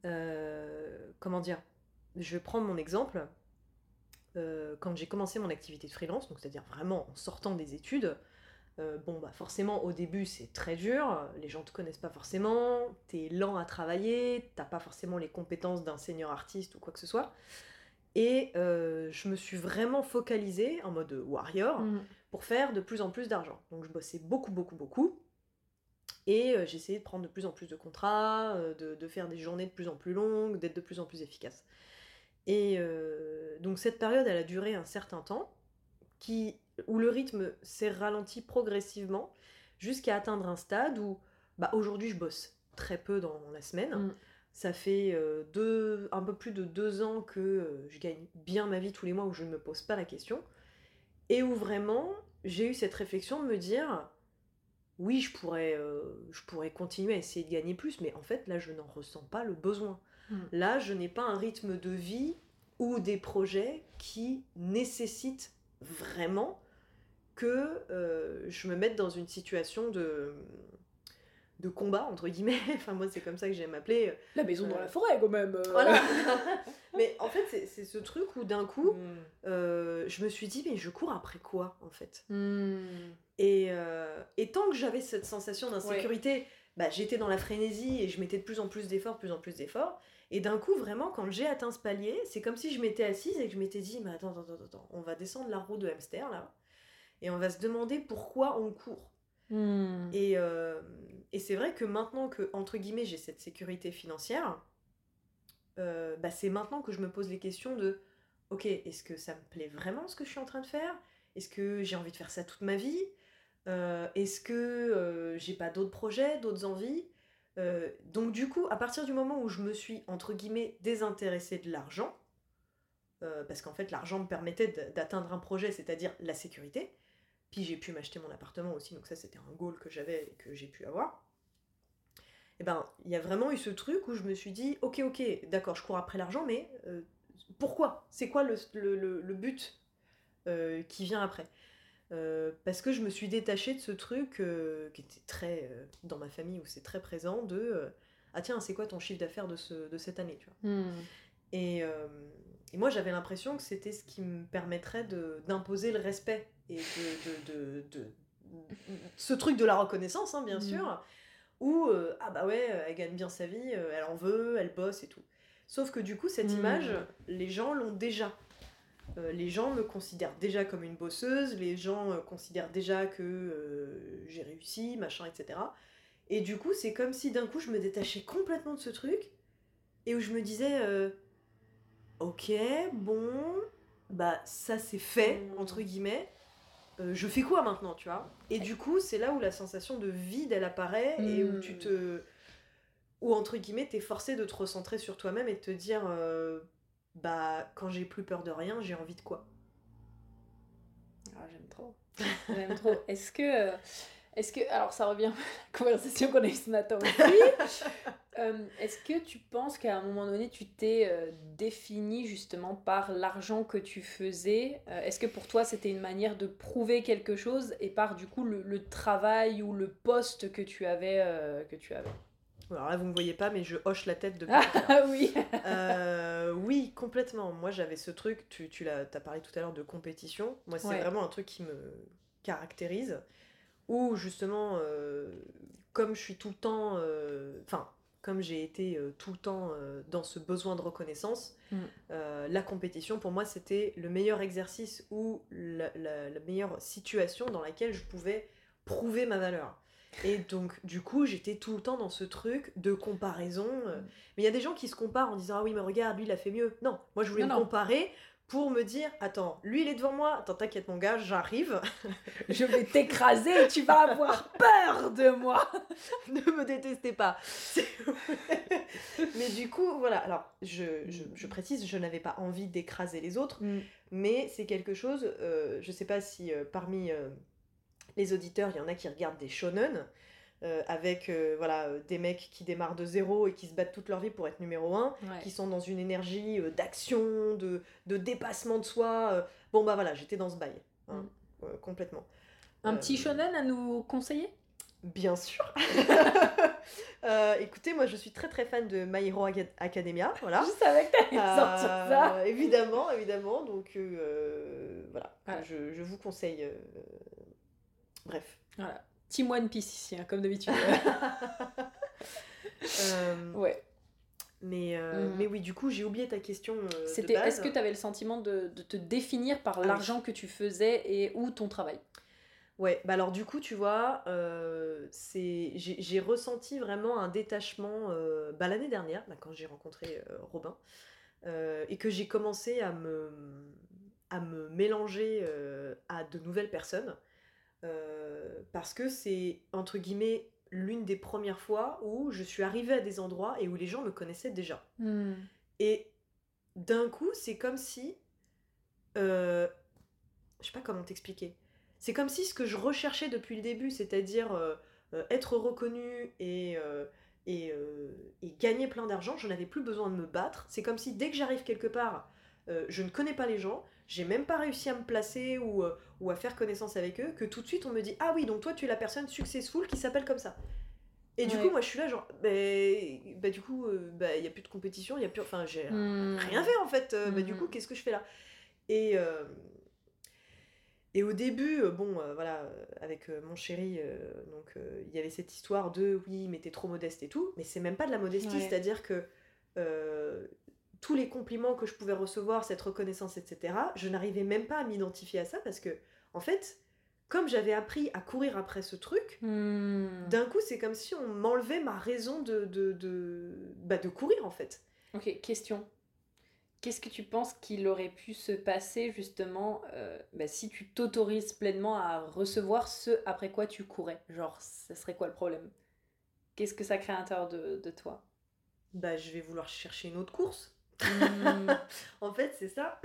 euh, comment dire, je vais prendre mon exemple. Euh, quand j'ai commencé mon activité de freelance, donc c'est-à-dire vraiment en sortant des études, euh, bon, bah forcément, au début, c'est très dur, les gens te connaissent pas forcément, t'es lent à travailler, t'as pas forcément les compétences d'un senior artiste ou quoi que ce soit. Et euh, je me suis vraiment focalisée en mode warrior Mm. pour faire de plus en plus d'argent. Donc je bossais beaucoup, beaucoup, beaucoup. Et euh, j'essayais de prendre de plus en plus de contrats, euh, de, de faire des journées de plus en plus longues, d'être de plus en plus efficace. Et euh, donc cette période, elle a duré un certain temps, qui, où le rythme s'est ralenti progressivement jusqu'à atteindre un stade où bah, aujourd'hui je bosse très peu dans la semaine. Mm. Ça fait euh, deux, un peu plus de deux ans que euh, je gagne bien ma vie tous les mois, où je ne me pose pas la question. Et où vraiment j'ai eu cette réflexion de me dire, oui, je pourrais, euh, je pourrais continuer à essayer de gagner plus, mais en fait là je n'en ressens pas le besoin. Mm. Là je n'ai pas un rythme de vie ou des projets qui nécessitent vraiment que euh, je me mette dans une situation de, de combat, entre guillemets. Enfin, moi, c'est comme ça que j'aime m'appeler. La maison Euh, dans la forêt, quand même. euh. Voilà. Mais en fait, c'est, c'est ce truc où d'un coup, Mm. euh, je me suis dit, mais je cours après quoi, en fait Mm. et, euh, et tant que j'avais cette sensation d'insécurité, bah, j'étais dans la frénésie et je mettais de plus en plus d'efforts, de plus en plus d'efforts. Et d'un coup, vraiment, quand j'ai atteint ce palier, c'est comme si je m'étais assise et que je m'étais dit, mais attends, attends, attends, attends, on va descendre la roue de hamster, là, et on va se demander pourquoi on court. Mm. Et, euh, et c'est vrai que maintenant que, entre guillemets, j'ai cette sécurité financière, euh, bah, c'est maintenant que je me pose les questions de, ok, est-ce que ça me plaît vraiment ce que je suis en train de faire ? Est-ce que j'ai envie de faire ça toute ma vie ? Euh, Est-ce que euh, j'ai pas d'autres projets, d'autres envies ? Euh, Donc du coup, à partir du moment où je me suis, entre guillemets, désintéressée de l'argent, euh, parce qu'en fait l'argent me permettait d- d'atteindre un projet, c'est-à-dire la sécurité, puis j'ai pu m'acheter mon appartement aussi, donc ça c'était un goal que j'avais et que j'ai pu avoir, et ben il y a vraiment eu ce truc où je me suis dit, ok ok, d'accord, je cours après l'argent, mais euh, pourquoi ? C'est quoi le, le, le, le but euh, qui vient après ? Euh, parce que je me suis détachée de ce truc euh, qui était très, euh, dans ma famille, où c'est très présent, de euh, ah tiens, c'est quoi ton chiffre d'affaires de, ce, de cette année, tu vois. Mm. Et, euh, et moi, j'avais l'impression que c'était ce qui me permettrait de, d'imposer le respect et de, de, de, de, de ce truc de la reconnaissance, hein, bien Mm. sûr, où, euh, ah bah ouais, elle gagne bien sa vie, euh, elle en veut, elle bosse et tout. Sauf que du coup, cette Mm. image, les gens l'ont déjà. Euh, les gens me considèrent déjà comme une bosseuse, les gens euh, considèrent déjà que euh, j'ai réussi, machin, et cetera. Et du coup, c'est comme si d'un coup, je me détachais complètement de ce truc, et où je me disais, euh, ok, bon, bah ça c'est fait, Mm. entre guillemets, euh, je fais quoi maintenant, tu vois? Et du coup, c'est là où la sensation de vide, elle apparaît, et où tu Mm. te... où, entre guillemets, t'es forcé de te recentrer sur toi-même et de te dire, euh, bah, quand j'ai plus peur de rien, j'ai envie de quoi? Ah, j'aime trop. J'aime trop. Est-ce que, euh, est-ce que, alors ça revient à la conversation qu'on a eue ce matin aussi. Euh, est-ce que tu penses qu'à un moment donné, tu t'es euh, défini justement par l'argent que tu faisais? Euh, Est-ce que pour toi, c'était une manière de prouver quelque chose et par du coup le, le travail ou le poste que tu avais, euh, que tu avais? Alors là, vous me voyez pas, mais je hoche la tête depuis tout à l'heure. Ah oui. Euh, oui, complètement. Moi, j'avais ce truc, tu, tu l'as, t'as parlé tout à l'heure de compétition. Moi, c'est Ouais. vraiment un truc qui me caractérise. Où, justement, euh, comme je suis tout le temps... euh, Enfin, comme j'ai été euh, tout le temps euh, dans ce besoin de reconnaissance, Mm. euh, la compétition, pour moi, c'était le meilleur exercice ou la, la- la meilleure situation dans laquelle je pouvais prouver ma valeur. Et donc, du coup, j'étais tout le temps dans ce truc de comparaison. euh. Mais il y a des gens qui se comparent en disant, ah oui, mais regarde, lui, il a fait mieux. Non, moi, je voulais Non, me non. comparer pour me dire, attends, lui, il est devant moi. Attends, t'inquiète, mon gars, j'arrive. Je vais t'écraser et tu vas avoir peur de moi. Ne me détestez pas. Mais du coup, voilà. Alors, je, je, je précise, je n'avais pas envie d'écraser les autres, Mm. mais c'est quelque chose, euh, je sais pas si euh, parmi euh, les auditeurs, il y en a qui regardent des shonen, euh, avec euh, voilà, euh, des mecs qui démarrent de zéro et qui se battent toute leur vie pour être numéro un, Ouais. qui sont dans une énergie euh, d'action, de, de dépassement de soi. euh. Bon, bah voilà, j'étais dans ce bail, hein, Mm. euh, complètement. Un Euh, petit shonen à nous conseiller? Bien sûr. Euh, écoutez, moi je suis très très fan de My Hero Aca- Academia, voilà. Je savais que t'allais me sortir ça. Euh, évidemment, évidemment. Donc euh, voilà, Voilà. je, je vous conseille. euh, Bref. Voilà. Team One Piece ici, hein, comme d'habitude. Euh, Ouais. mais, euh, Mm. mais oui, du coup, j'ai oublié ta question euh, de C'était, base. est-ce que tu avais le sentiment de, de te définir par Ah oui. l'argent que tu faisais et ou ton travail? Ouais, bah alors du coup, tu vois, euh, c'est, j'ai, j'ai ressenti vraiment un détachement euh, bah, l'année dernière, là, quand j'ai rencontré euh, Robin, euh, et que j'ai commencé à me, à me mélanger euh, à de nouvelles personnes, euh, parce que c'est, entre guillemets, l'une des premières fois où je suis arrivée à des endroits et où les gens me connaissaient déjà. Mm. Et d'un coup, c'est comme si... euh, je sais pas comment t'expliquer. C'est comme si ce que je recherchais depuis le début, c'est-à-dire euh, euh, être reconnu et, euh, et, euh, et gagner plein d'argent, je n'avais plus besoin de me battre. C'est comme si dès que j'arrive quelque part, euh, je ne connais pas les gens, j'ai même pas réussi à me placer ou, euh, ou à faire connaissance avec eux, que tout de suite on me dit ah oui, donc toi tu es la personne successful qui s'appelle comme ça. Et du Ouais. coup, moi je suis là, genre, bah, bah du coup, il bah, y a plus de compétition, il y a plus. Enfin, j'ai Mm. rien fait en fait. Euh, bah, du Mhm. coup, qu'est-ce que je fais là? Et. euh, et au début, euh, bon, euh, voilà, euh, avec euh, mon chéri, euh, donc euh, il y avait cette histoire de oui, mais t'es trop modeste et tout, mais c'est même pas de la modestie, Ouais. c'est-à-dire que euh, tous les compliments que je pouvais recevoir, cette reconnaissance, et cetera, je n'arrivais même pas à m'identifier à ça parce que, en fait, comme j'avais appris à courir après ce truc, Mm. d'un coup, c'est comme si on m'enlevait ma raison de, de, de, bah, de courir, en fait. Ok, question. Qu'est-ce que tu penses qu'il aurait pu se passer justement euh, bah, si tu t'autorises pleinement à recevoir ce après quoi tu courais? Genre, ça serait quoi le problème? Qu'est-ce que ça crée à l'intérieur de, de toi? Bah, je vais vouloir chercher une autre course. Mm. En fait, c'est ça.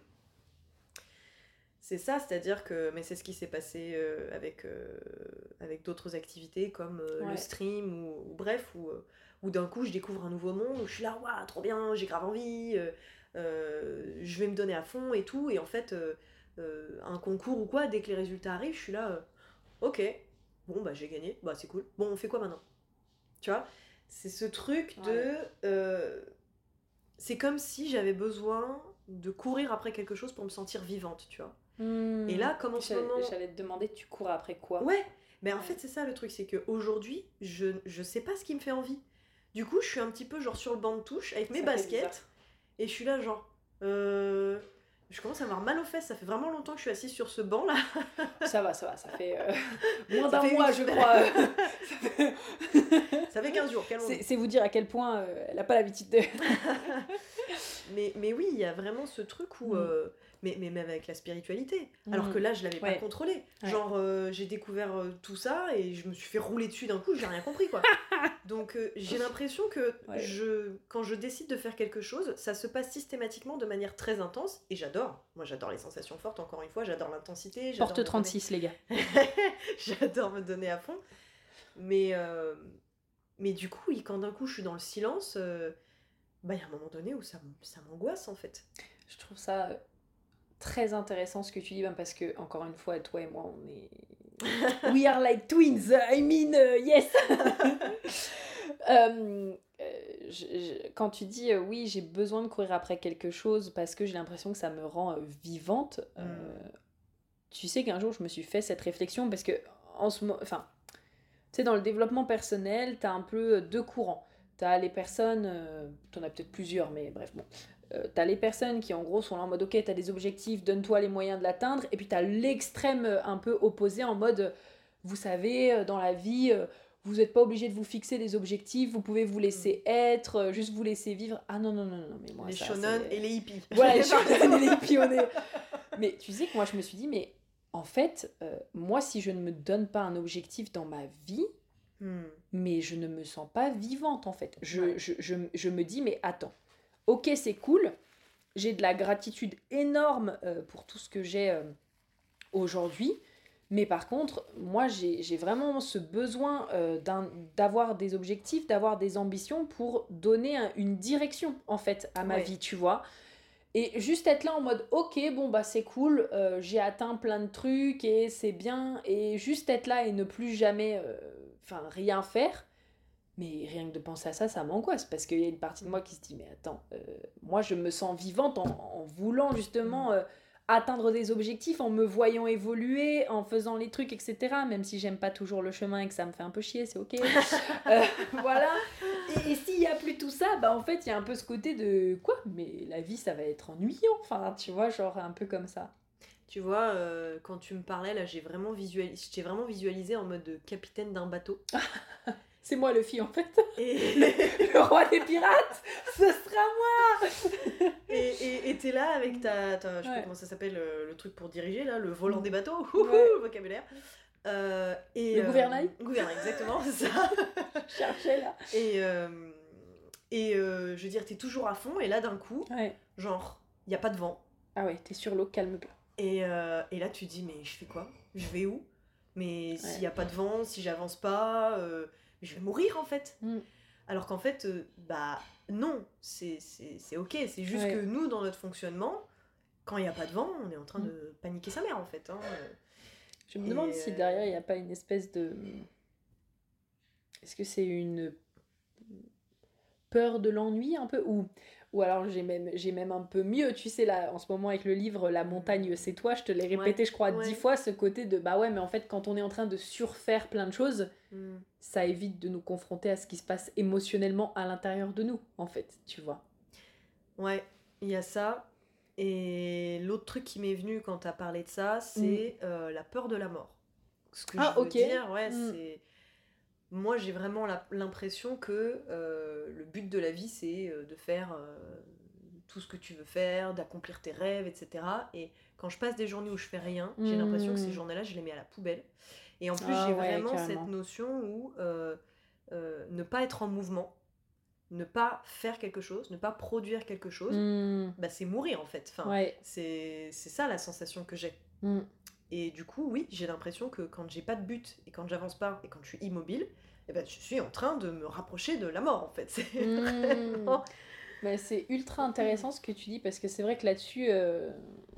C'est ça, c'est-à-dire que, mais c'est ce qui s'est passé euh, avec, euh, avec d'autres activités comme euh, le Ouais. stream ou, ou bref, où, euh, où d'un coup je découvre un nouveau monde, où je suis là, waouh, trop bien, j'ai grave envie, euh, euh, je vais me donner à fond et tout, et en fait, euh, euh, un concours ou quoi, dès que les résultats arrivent, je suis là, euh, ok, bon bah j'ai gagné, bah c'est cool, bon on fait quoi maintenant? Tu vois? C'est ce truc de. Ouais. euh, c'est comme si j'avais besoin de courir après quelque chose pour me sentir vivante, tu vois. Mmh. Et là, comme en ce moment... J'allais te demander, tu cours après quoi? Ouais, mais en Ouais. fait, c'est ça le truc, c'est qu'aujourd'hui, je, je sais pas ce qui me fait envie. Du coup, je suis un petit peu genre sur le banc de touche avec mes Ça fait bizarre. baskets, et je suis là genre... Euh... Je commence à avoir mal aux fesses, ça fait vraiment longtemps que je suis assise sur ce banc là. Ça va, ça va, ça fait euh, moins Ça d'un fait mois, une je semaine. crois. Ça fait- Ça fait quinze jours, C'est calmons-nous. c'est vous dire à quel point euh, elle a pas l'habitude de. mais, mais oui, il y a vraiment ce truc où... Mm. euh, mais, mais même avec la spiritualité. Alors Mm. que là, je l'avais pas Ouais. contrôlé. Ouais. Genre, euh, j'ai découvert euh, tout ça et je me suis fait rouler dessus d'un coup, j'ai rien compris quoi. Donc euh, j'ai l'impression que Ouais. je, quand je décide de faire quelque chose, ça se passe systématiquement de manière très intense et j'adore. Moi j'adore les sensations fortes, encore une fois, j'adore l'intensité. j'adore Porte me trente-six, les gars. donner- J'adore me donner à fond. Mais, euh, mais du coup, oui, quand d'un coup je suis dans le silence, euh, bah il y a un moment donné où ça, m- ça m'angoisse en fait. Je trouve ça euh, très intéressant ce que tu dis, ben, parce que, encore une fois, toi et moi, on est. We are like twins, I mean, uh, yes! Euh, euh, je- je- quand tu dis euh, oui, j'ai besoin de courir après quelque chose parce que j'ai l'impression que ça me rend euh, vivante, euh, Mm. tu sais qu'un jour je me suis fait cette réflexion parce que, en ce mo- enfin, tu sais, dans le développement personnel, t'as un peu deux courants. T'as les personnes, euh, t'en as peut-être plusieurs, mais bref, bon. Euh, t'as les personnes qui en gros sont là en mode ok, t'as des objectifs, donne-toi les moyens de l'atteindre, et puis t'as l'extrême euh, un peu opposé en mode, euh, vous savez, euh, dans la vie, euh, vous n'êtes pas obligé de vous fixer des objectifs, vous pouvez vous laisser être, euh, juste vous laisser vivre. Ah non, non, non, non, mais moi Les ça, shonen c'est- et les hippies. Voilà, les shonen et les hippies, on est- Mais tu sais que moi je me suis dit, mais en fait, euh, moi si je ne me donne pas un objectif dans ma vie, Hmm. mais je ne me sens pas vivante en fait. Je, Ouais. je, je, je me dis, mais attends, ok, c'est cool, j'ai de la gratitude énorme euh, pour tout ce que j'ai euh, aujourd'hui, mais par contre, moi j'ai j'ai vraiment ce besoin euh, d'un- d'avoir des objectifs, d'avoir des ambitions pour donner un- une direction en fait à ma Ouais. vie, tu vois. Et juste être là en mode, ok, bon bah c'est cool, euh, j'ai atteint plein de trucs et c'est bien, et juste être là et ne plus jamais, euh, enfin rien faire, mais rien que de penser à ça, ça m'angoisse, parce qu'il y a une partie de moi qui se dit, mais attends, euh, moi je me sens vivante en, en voulant justement euh, atteindre des objectifs, en me voyant évoluer, en faisant les trucs, et cetera. Même si j'aime pas toujours le chemin et que ça me fait un peu chier, c'est ok. Euh, voilà. Et, et s'il y a plus tout ça, bah en fait il y a un peu ce côté de quoi, mais la vie ça va être ennuyant, enfin tu vois, genre un peu comme ça. Tu vois, euh, quand tu me parlais, là, j'ai vraiment, visualisé, j'ai vraiment visualisé en mode de capitaine d'un bateau. C'est moi le fille en fait. Et Le, le roi des pirates, ce sera moi. et et- et t'es là avec ta, ta- je sais Ouais. pas comment ça s'appelle, euh, le truc pour diriger, là, le volant des bateaux, Ouais. Ouhou, vocabulaire. Euh, et, Le euh, gouvernail. Gouvernail, exactement, c'est ça. Je cherchais là. Et, euh, et euh, je veux dire, t'es toujours à fond, et là, d'un coup, Ouais. genre, il y a pas de vent. Ah ouais, t'es sur l'eau, calme-toi. Et, euh, et là, tu te dis, mais je fais quoi? Je vais où? Mais s'il n'y a pas de vent, si j'avance pas, euh, je vais mourir en fait. Mm. Alors qu'en fait, euh, bah non, c'est c'est- c'est ok. C'est juste Ouais. que nous, dans notre fonctionnement, quand il n'y a pas de vent, on est en train Mm. de paniquer sa mère en fait. Hein. Je me Et demande si euh, derrière il n'y a pas une espèce de. Est-ce que c'est une peur de l'ennui un peu, ou ou alors j'ai même j'ai même un peu mieux, tu sais, là en ce moment avec le livre La montagne c'est toi, je te l'ai répété Ouais, je crois ouais. dix fois, ce côté de bah ouais, mais en fait quand on est en train de surfaire plein de choses, hmm. ça évite de nous confronter à ce qui se passe émotionnellement à l'intérieur de nous en fait, tu vois. Ouais, il y a ça. Et l'autre truc qui m'est venu quand t'as parlé de ça, c'est euh, la peur de la mort. Ce que Ah, je veux ok. dire, ouais, Mm. c'est... Moi, j'ai vraiment la- l'impression que euh, le but de la vie, c'est euh, de faire euh, tout ce que tu veux faire, d'accomplir tes rêves, et cetera. Et quand je passe des journées où je fais rien, j'ai Mm. l'impression que ces journées-là, je les mets à la poubelle. Et en plus, Ah j'ai ouais, vraiment carrément. cette notion où euh, euh, ne pas être en mouvement, ne pas faire quelque chose, ne pas produire quelque chose, Mm. bah, c'est mourir en fait. Enfin, Ouais. c'est c'est ça la sensation que j'ai. Mm. Et du coup, oui, j'ai l'impression que quand j'ai pas de but et quand j'avance pas et quand je suis immobile, eh ben, je suis en train de me rapprocher de la mort en fait. C'est Mm. vraiment... Bah, c'est ultra intéressant ce que tu dis parce que c'est vrai que là-dessus, euh,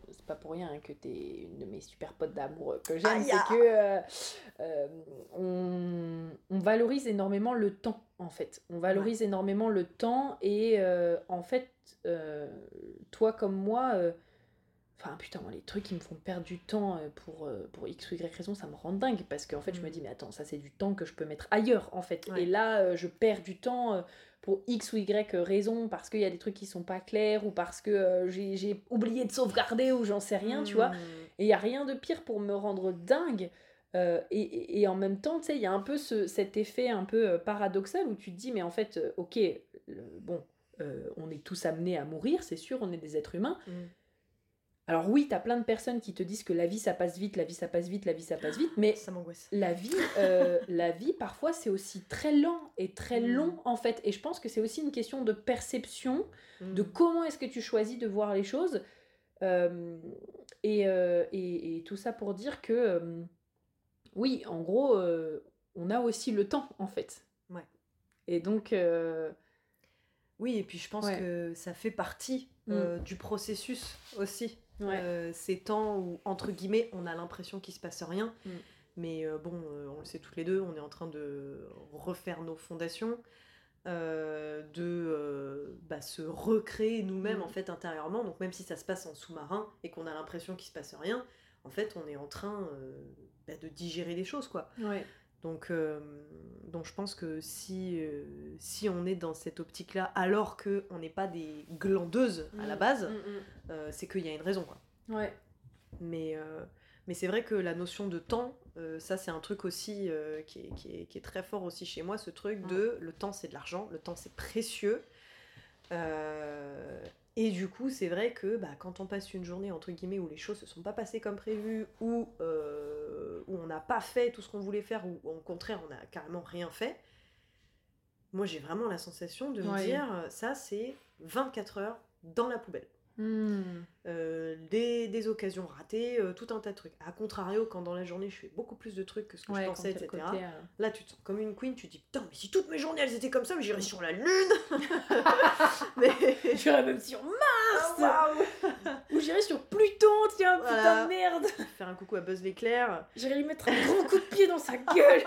c'est pas pour rien hein, que t'es une de mes super potes d'amour que j'aime, Aïe, c'est ah. que euh, euh, on, on valorise énormément le temps, en fait. On valorise énormément le temps et euh, en fait, euh, toi comme moi, euh, enfin putain, moi, les trucs qui me font perdre du temps euh, pour, euh, pour X ou Y raison, ça me rend dingue parce qu'en fait, je me Mm. dis, mais attends, ça c'est du temps que je peux mettre ailleurs, en fait. Ouais. Et là, euh, je perds du temps. euh, pour X ou Y raison, parce qu'il y a des trucs qui sont pas clairs, ou parce que euh, j'ai, j'ai oublié de sauvegarder, ou j'en sais rien, tu vois. Mm. Et il y a rien de pire pour me rendre dingue. Euh, et, et- et en même temps, tu sais, il y a un peu ce, cet effet un peu euh, paradoxal où tu te dis, mais en fait, euh, ok, le- bon, euh, on est tous amenés à mourir, c'est sûr, on est des êtres humains. Mm. Alors oui, t'as plein de personnes qui te disent que la vie, ça passe vite, la vie, ça passe vite, la vie, ça passe vite, mais Ça m'angoisse. la vie, euh, la vie, parfois, c'est aussi très lent et très Mm. long, en fait. Et je pense que c'est aussi une question de perception, Mm. de comment est-ce que tu choisis de voir les choses. Euh, et, euh, et, et tout ça pour dire que, euh, oui, en gros, euh, on a aussi le temps, en fait. Ouais. Et donc... euh, Oui, et puis je pense Ouais. que ça fait partie euh, du processus aussi. Ouais. Euh, ces temps où, entre guillemets, on a l'impression qu'il se passe rien. Mm. Mais euh, bon, euh, on le sait toutes les deux, on est en train de refaire nos fondations, euh, de euh, bah, se recréer nous-mêmes Mm. en fait intérieurement. Donc même si ça se passe en sous-marin et qu'on a l'impression qu'il se passe rien, en fait on est en train euh, bah, de digérer les choses quoi. Ouais. Donc, euh, donc je pense que si, euh, si on est dans cette optique-là alors qu'on n'est pas des glandeuses à la Mm. base, Mm, mm. euh, c'est qu'il y a une raison quoi. Ouais. Mais, euh, mais c'est vrai que la notion de temps, euh, ça c'est un truc aussi euh, qui, est, qui, est, qui est très fort aussi chez moi, ce truc de le temps c'est de l'argent, le temps c'est précieux. Euh, et du coup c'est vrai que bah, quand on passe une journée entre guillemets où les choses ne se sont pas passées comme prévu, ou euh, où on n'a pas fait tout ce qu'on voulait faire, ou au contraire on n'a carrément rien fait, moi j'ai vraiment la sensation de me Ouais. dire ça c'est vingt-quatre heures dans la poubelle. Mm. Euh, des, des occasions ratées, euh, tout un tas de trucs. A contrario, quand dans la journée je fais beaucoup plus de trucs que ce que Ouais, je quand pensais, t'as le et cetera. côté, euh, Là, tu te sens comme une queen, tu te dis putain, mais si toutes mes journées elles étaient comme ça, mais j'irais sur la lune. Mais J'irais même sur Mars. Ah, waouh. Ou j'irais sur Pluton, tiens, Voilà. putain de merde. Faire un coucou à Buzz l'éclair. J'irais lui mettre un grand coup de pied dans sa gueule.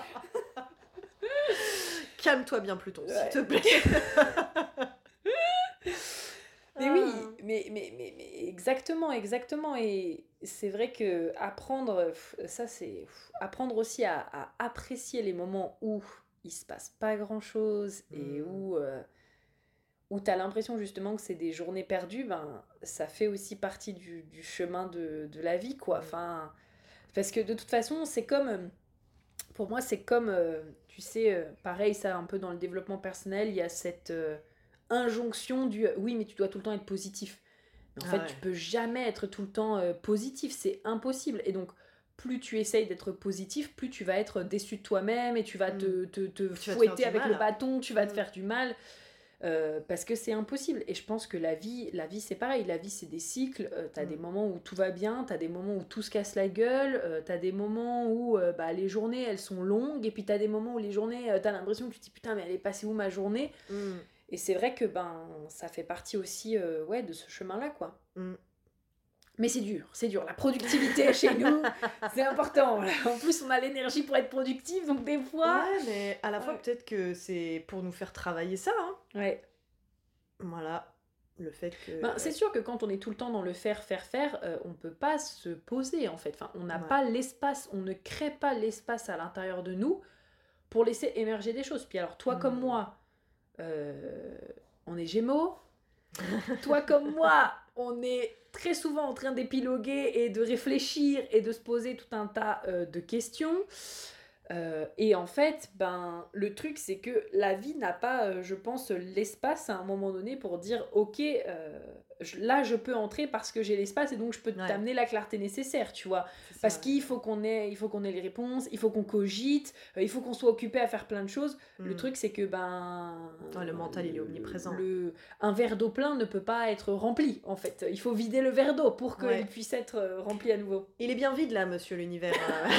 Calme-toi bien, Pluton, Ouais. s'il te plaît. Mais oui, mais, mais, mais, mais exactement, exactement. Et c'est vrai que apprendre, pff, ça c'est pff, apprendre aussi à, à apprécier les moments où il se passe pas grand chose et Mm. où, euh, où t'as l'impression justement que c'est des journées perdues, ben ça fait aussi partie du, du chemin de, de la vie, quoi. Mm. Enfin, parce que de toute façon, c'est comme, euh, pour moi, c'est comme, euh, tu sais, euh, pareil, ça un peu dans le développement personnel, il y a cette euh, injonction du euh, oui, mais tu dois tout le temps être positif. Mais en Ah fait, ouais. tu peux jamais être tout le temps euh, positif, c'est impossible. Et donc, plus tu essayes d'être positif, plus tu vas être déçu de toi-même et tu vas te, te, te Tu vas te faire fouetter du avec mal. le bâton, tu vas te Mm. faire du mal. euh, parce que c'est impossible. Et je pense que la vie, la vie c'est pareil. La vie, c'est des cycles. Euh, t'as Mm. des moments où tout va bien, t'as des moments où tout se casse la gueule, euh, t'as des moments où euh, bah, les journées, elles sont longues, et puis t'as des moments où les journées, euh, t'as l'impression que tu te dis putain, mais elle est passée où ma journée? Mm. Et c'est vrai que ben ça fait partie aussi euh, ouais, de ce chemin-là, quoi. Mm. Mais c'est dur, c'est dur. La productivité chez nous, c'est important. Voilà. En plus, on a l'énergie pour être productif, donc des fois... Ouais, mais à la fois Ouais. peut-être que c'est pour nous faire travailler ça. Hein. Ouais. Voilà, le fait que... Ben, c'est sûr que quand on est tout le temps dans le faire, faire, faire, euh, on peut pas se poser, en fait. Enfin, on n'a Ouais. pas l'espace, on ne crée pas l'espace à l'intérieur de nous pour laisser émerger des choses. Puis alors, toi Mm. comme moi, euh, on est Gémeaux. Toi comme moi, on est très souvent en train d'épiloguer et de réfléchir et de se poser tout un tas euh, de questions. Euh, et en fait, ben, le truc, c'est que la vie n'a pas, euh, je pense, l'espace à un moment donné pour dire ok, euh, je- là je peux entrer parce que j'ai l'espace et donc je peux Ouais. t'amener la clarté nécessaire, tu vois. C'est ça, Parce ouais. qu'il faut qu'on ait, il faut qu'on ait les réponses, il faut qu'on cogite, euh, il faut qu'on soit occupé à faire plein de choses. Le Mm. truc, c'est que ben. Ouais, le mental, il est omniprésent. Le, un verre d'eau plein ne peut pas être rempli, en fait. Il faut vider le verre d'eau pour qu'il Ouais. puisse être euh, rempli à nouveau. Il est bien vide là, monsieur l'univers.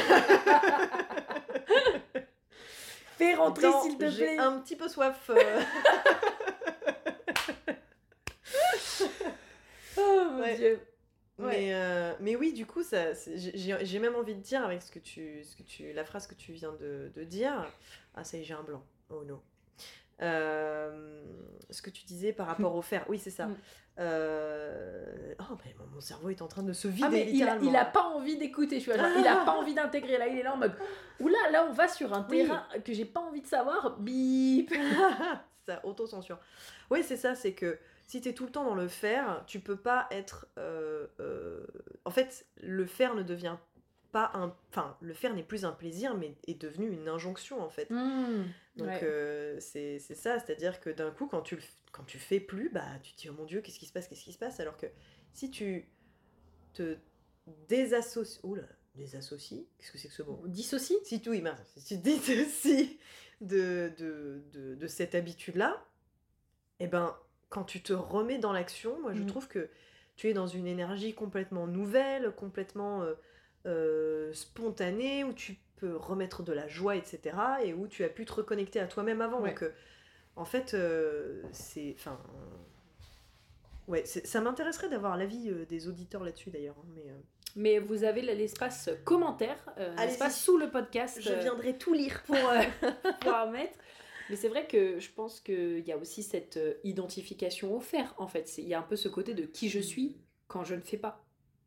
Fais rentrer, Attends, s'il te j'ai plaît. un petit peu soif. euh. Oh mon Ouais. dieu. Mais, Ouais. euh, mais oui, du coup, ça, c'est- j'ai j'ai- j'ai même envie de dire avec ce que tu, ce que tu, la phrase que tu viens de, de dire. Ah, ça y est, j'ai un blanc. Oh non. Euh, ce que tu disais par rapport au fer. Oui, c'est ça. Mm. Euh, Oh, mais mon, mon cerveau est en train de se Ah vider, mais il, a- littéralement. il a pas envie d'écouter, tu vois, genre, il a pas envie d'intégrer, là il est là en mode oula, là on va sur un Oui. terrain que j'ai pas envie de savoir, bip. Ça, autocensure. Oui, c'est ça, c'est que si t'es tout le temps dans le faire, tu peux pas être... euh, euh, En fait, le faire ne devient pas un... Enfin, le faire n'est plus un plaisir, mais est devenu une injonction, en fait. Mm. Donc, Ouais. euh, c'est c'est ça, c'est-à-dire que d'un coup, quand tu, le f- quand tu fais plus, bah, tu te dis, oh mon Dieu, qu'est-ce qui se passe, qu'est-ce qui se passe? Alors que si tu te désassocies... Oula, désassocies? Qu'est-ce que c'est que ce mot? On dissocie. Si tu, oui, mince, si tu te dissocies de, de, de, de cette habitude-là, eh ben, quand tu te remets dans l'action, moi je Mm. trouve que tu es dans une énergie complètement nouvelle, complètement euh, euh, spontanée, où tu peux remettre de la joie, et cetera. Et où tu as pu te reconnecter à toi-même avant. Ouais. Donc, euh, en fait, euh, c'est... Enfin... Ouais, c'est- ça m'intéresserait d'avoir l'avis euh, des auditeurs là-dessus d'ailleurs. hein, mais, euh, Mais vous avez l'espace commentaire, euh, Allez-y. l'espace sous le podcast je euh, viendrai tout lire. pour euh, pouvoir mettre. Mais c'est vrai que je pense qu'il y a aussi cette euh, identification au faire, en fait. C'est- Il y a un peu ce côté de qui je suis quand je ne fais pas.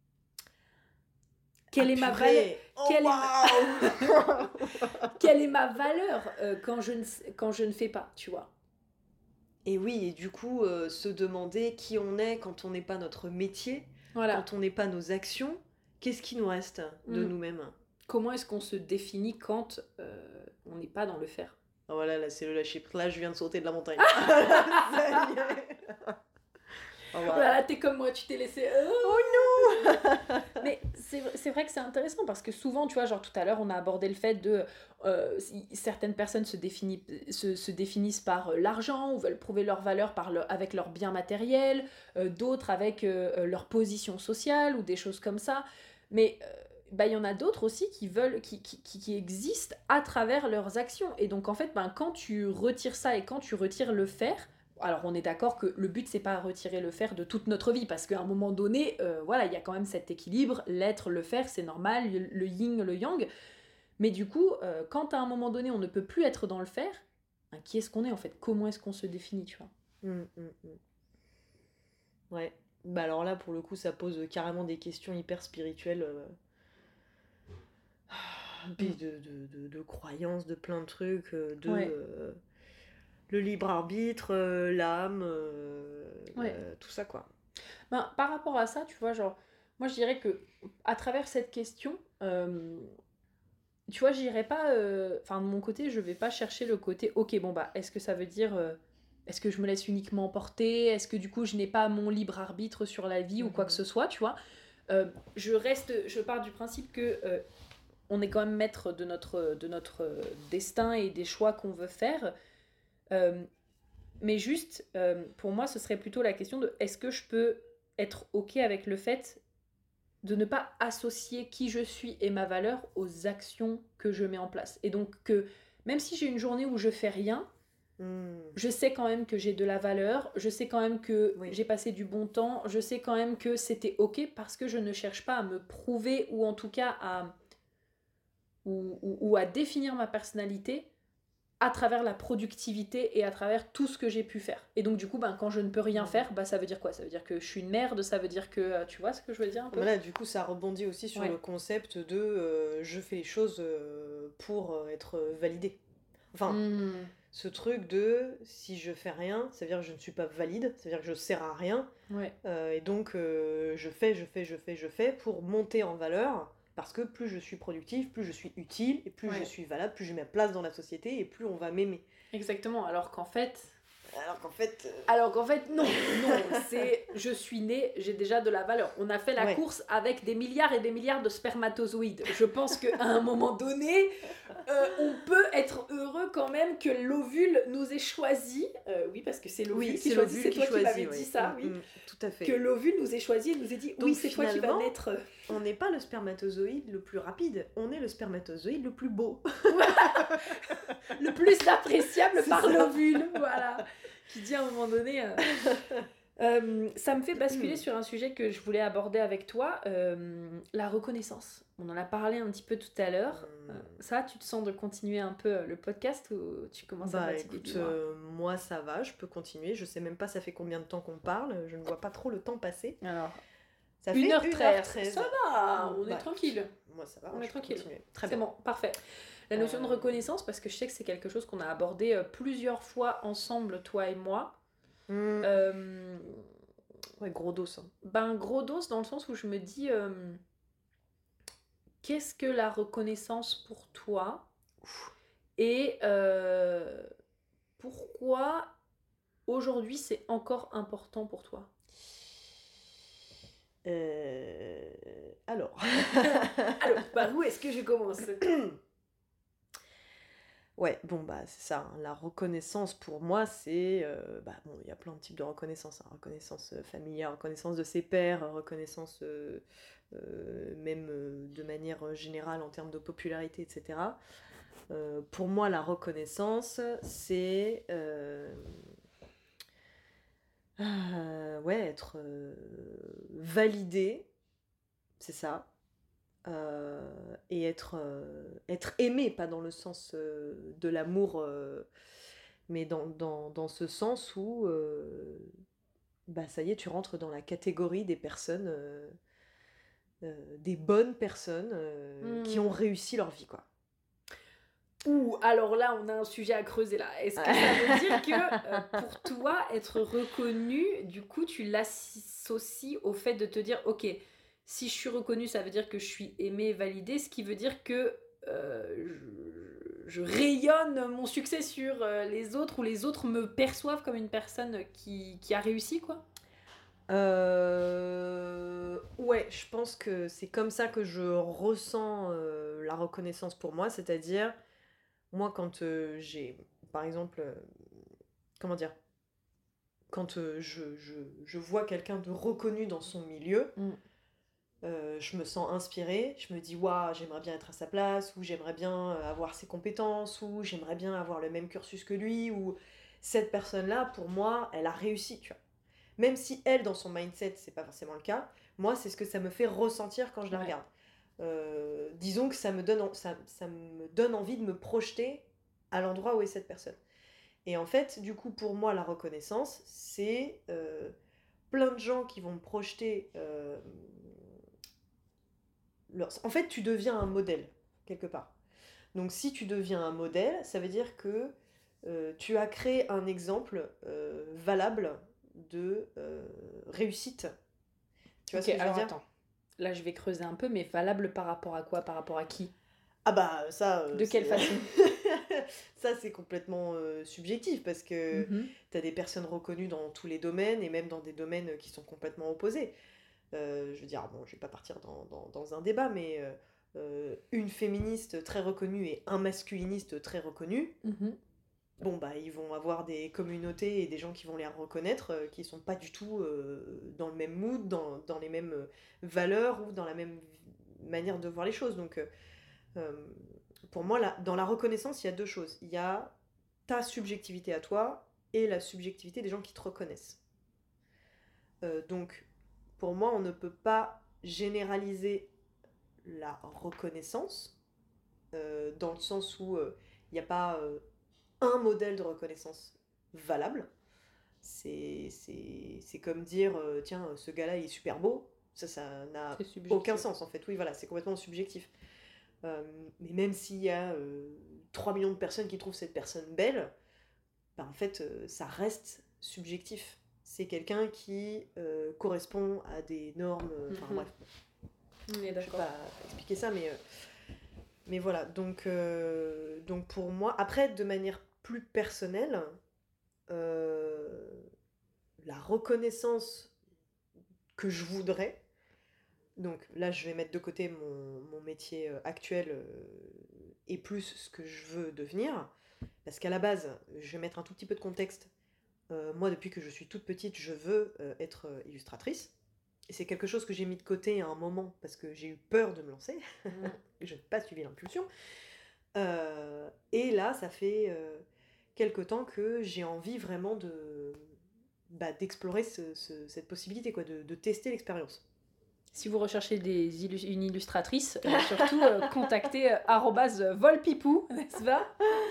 Quelle Ah, est ma purée. valeur Oh, Quelle est ma- waouh. Quelle est ma valeur euh, quand, je ne, quand je ne fais pas, tu vois? Et oui, et du coup, euh, se demander qui on est quand on n'est pas notre métier, Voilà. quand on n'est pas nos actions, qu'est-ce qui nous reste de Mm. nous-mêmes? Comment est-ce qu'on se définit quand euh, on n'est pas dans le faire? Ah, voilà, là c'est le lâcher prise. Là, je viens de sauter de la montagne. Ça y est. Oh, wow. Voilà, t'es comme moi, tu t'es laissé... euh, Oh non. Mais c'est v- c'est vrai que c'est intéressant parce que souvent, tu vois, genre tout à l'heure, on a abordé le fait de... euh, si certaines personnes se, définissent se, se définissent par euh, l'argent ou veulent prouver leur valeur par le- avec leurs biens matériels, euh, d'autres avec euh, euh, leur position sociale ou des choses comme ça. Mais euh, bah, il y en a d'autres aussi qui veulent, qui, qui, qui, qui existent à travers leurs actions. Et donc, en fait, ben, quand tu retires ça et quand tu retires le faire, alors on est d'accord que le but c'est pas retirer le faire de toute notre vie parce qu'à un moment donné, euh, voilà, il y a quand même cet équilibre, l'être, le faire, c'est normal, le, le yin, le yang. Mais du coup, euh, quand à un moment donné on ne peut plus être dans le faire, hein, qui est-ce qu'on est en fait? Comment est-ce qu'on se définit, tu vois? Hum, hum, hum. Ouais. Bah alors là, pour le coup, ça pose carrément des questions hyper spirituelles. euh, puis Mm. de, de, de, de croyances, de plein de trucs, euh, de... Ouais. euh, le libre arbitre, euh, l'âme, euh, Ouais. euh, tout ça quoi. Ben, par rapport à ça, tu vois, genre, moi je dirais que à travers cette question, euh, tu vois, j'irai pas. euh, Enfin, de mon côté, je vais pas chercher le côté, ok, bon, bah, est-ce que ça veut dire. euh, est-ce que je me laisse uniquement porter? Est-ce que du coup, je n'ai pas mon libre arbitre sur la vie ou quoi que ce soit, tu vois? Euh, je reste. Je pars du principe que. euh, on est quand même maître de notre, de notre euh, destin et des choix qu'on veut faire. Euh, mais juste, euh, pour moi, ce serait plutôt la question de est-ce que je peux être ok avec le fait de ne pas associer qui je suis et ma valeur aux actions que je mets en place. Et donc que même si j'ai une journée où je fais rien, Hmm. je sais quand même que j'ai de la valeur, je sais quand même que Oui. j'ai passé du bon temps, je sais quand même que c'était ok parce que je ne cherche pas à me prouver ou en tout cas à ou, ou- ou à définir ma personnalité à travers la productivité et à travers tout ce que j'ai pu faire. Et donc du coup, ben, quand je ne peux rien Mhm. faire, bah, ça veut dire quoi? Ça veut dire que je suis une merde, ça veut dire que... euh, Tu vois ce que je veux dire un peu? Voilà, du coup, ça rebondit aussi sur Ouais. le concept de euh, je fais les choses euh, pour euh, être validé. Enfin, Mmh. ce truc de si je fais rien, ça veut dire que je ne suis pas valide, ça veut dire que je sers à rien. Ouais. euh, et donc, euh, je fais, je fais, je fais, je fais pour monter en valeur. Parce que plus je suis productive, plus je suis utile, et plus Ouais. je suis valable, plus j'ai ma place dans la société, et plus on va m'aimer. Exactement, alors qu'en fait... Alors qu'en fait... euh, Alors qu'en fait, non, non, c'est je suis née, j'ai déjà de la valeur. On a fait la Ouais. course avec des milliards et des milliards de spermatozoïdes. Je pense qu'à un moment donné, euh, on peut être heureux quand même que l'ovule nous ait choisi. Euh, oui, parce que c'est l'ovule Oui, qui c'est choisit, l'ovule c'est qui toi qui choisit. m'avais ouais. dit ça, Mm, oui. mm, tout à fait. Que l'ovule nous ait choisi et nous ait dit, Donc, oui, c'est toi qui vas finalement, naître. On n'est pas le spermatozoïde le plus rapide, on est le spermatozoïde le plus beau. Le plus appréciable C'est par ça. l'ovule, voilà. Qui dit à un moment donné... euh, Euh, ça me fait basculer sur un sujet que je voulais aborder avec toi, euh, la reconnaissance. On en a parlé un petit peu tout à l'heure. Hmm. Euh, ça, tu te sens de continuer un peu euh, le podcast ou tu commences à Bah fatiguer écoute, du moi euh, moi ça va, je peux continuer. Je sais même pas ça fait combien de temps qu'on parle, je ne vois pas trop le temps passer. Alors, Ça une fait heure une heure treize. treize. Ça va, Bon, on est bah, tranquille. écoute, moi ça va, On hein, est je peux tranquille. continuer. Très C'est bien. bon, parfait. La notion de Euh, reconnaissance, parce que je sais que c'est quelque chose qu'on a abordé euh, plusieurs fois ensemble, toi et moi. hmm, Euh, Ouais, gros dos. Hein. ben, gros dose dans le sens où je me dis, euh, qu'est-ce que la reconnaissance pour toi? Et euh, pourquoi aujourd'hui c'est encore important pour toi? Euh, Alors. Alors, par où est-ce que je commence? Ouais, bon bah c'est ça, hein. La reconnaissance pour moi c'est, euh, bah bon il y a plein de types de reconnaissance, hein. Reconnaissance euh, familiale, reconnaissance de ses pairs, reconnaissance euh, euh, même euh, de manière générale en termes de popularité, et cetera. Euh, pour moi la reconnaissance c'est euh, euh, ouais être euh, validé, c'est ça. Euh, et être, euh, être aimé, pas dans le sens euh, de l'amour, euh, mais dans, dans, dans ce sens où, euh, bah ça y est, tu rentres dans la catégorie des personnes, euh, euh, des bonnes personnes euh, qui ont Hmm. réussi leur vie, quoi. Ouh, alors là, on a un sujet à creuser là. Est-ce que ça veut dire que euh, pour toi, être reconnu, du coup, tu l'associes au fait de te dire, ok, si je suis reconnu, ça veut dire que je suis aimé, validé, ce qui veut dire que euh, je, je rayonne mon succès sur euh, les autres ou les autres me perçoivent comme une personne qui, qui a réussi, quoi. Euh, Ouais, je pense que c'est comme ça que je ressens euh, la reconnaissance pour moi, c'est-à-dire, moi, quand euh, j'ai, par exemple, euh, comment dire, quand euh, je, je, je vois quelqu'un de reconnu dans son milieu, Mm. euh, je me sens inspirée, je me dis, waouh, j'aimerais bien être à sa place, ou j'aimerais bien euh, avoir ses compétences, ou j'aimerais bien avoir le même cursus que lui, ou cette personne-là, pour moi, elle a réussi, tu vois. Même si elle, dans son mindset, c'est pas forcément le cas, moi, c'est ce que ça me fait ressentir quand je la Ouais. regarde. Euh, disons que ça me, donne, en- ça, ça me donne envie de me projeter à l'endroit où est cette personne. Et en fait, du coup, pour moi, la reconnaissance, c'est euh, plein de gens qui vont me projeter. euh, leur- En fait, tu deviens un modèle, quelque part. Donc, si tu deviens un modèle, ça veut dire que euh, tu as créé un exemple euh, valable de euh, réussite. Tu vois Ok, ce que je veux alors dire? attends. Là, je vais creuser un peu, mais valable par rapport à quoi? Par rapport à qui? Ah bah ça, euh, De quelle c'est façon? ça c'est complètement euh, subjectif parce que Mhm. t'as des personnes reconnues dans tous les domaines et même dans des domaines qui sont complètement opposés. Euh, je veux dire, bon, je vais pas partir dans, dans, dans un débat, mais euh, euh, une féministe très reconnue et un masculiniste très reconnu, Mhm. bon bah ils vont avoir des communautés et des gens qui vont les reconnaître euh, qui sont pas du tout euh, dans le même mood, dans, dans les mêmes euh, valeurs ou dans la même manière de voir les choses. Donc euh, euh, pour moi, là, dans la reconnaissance, il y a deux choses. Il y a ta subjectivité à toi et la subjectivité des gens qui te reconnaissent. Euh, donc, pour moi, on ne peut pas généraliser la reconnaissance euh, dans le sens où euh, il n'y a pas euh, un modèle de reconnaissance valable. C'est, c'est, c'est comme dire, euh, tiens, ce gars-là, il est super beau. Ça, ça n'a C'est aucun subjectif. sens, en fait. Oui, voilà, c'est complètement subjectif. Euh, mais même s'il y a euh, trois millions de personnes qui trouvent cette personne belle, bah, en fait, euh, ça reste subjectif. C'est quelqu'un qui euh, correspond à des normes. euh, Enfin, Mhm. bref, On est je vais d'accord. pas expliquer ça, mais, euh, mais voilà. Donc, euh, donc, pour moi, après, de manière plus personnelle, euh, la reconnaissance que je voudrais, donc là, je vais mettre de côté mon, mon métier euh, actuel euh, et plus ce que je veux devenir. Parce qu'à la base, je vais mettre un tout petit peu de contexte. Euh, moi, depuis que je suis toute petite, je veux euh, être euh, illustratrice. Et c'est quelque chose que j'ai mis de côté à un moment parce que j'ai eu peur de me lancer. Mm. Je n'ai pas suivi l'impulsion. Euh, et là, ça fait euh, quelque temps que j'ai envie vraiment de bah, d'explorer ce, ce, cette possibilité, quoi, de, de tester l'expérience. Si vous recherchez des illu- une illustratrice, euh, surtout euh, contactez euh, arobase volpipou, n'est-ce pas?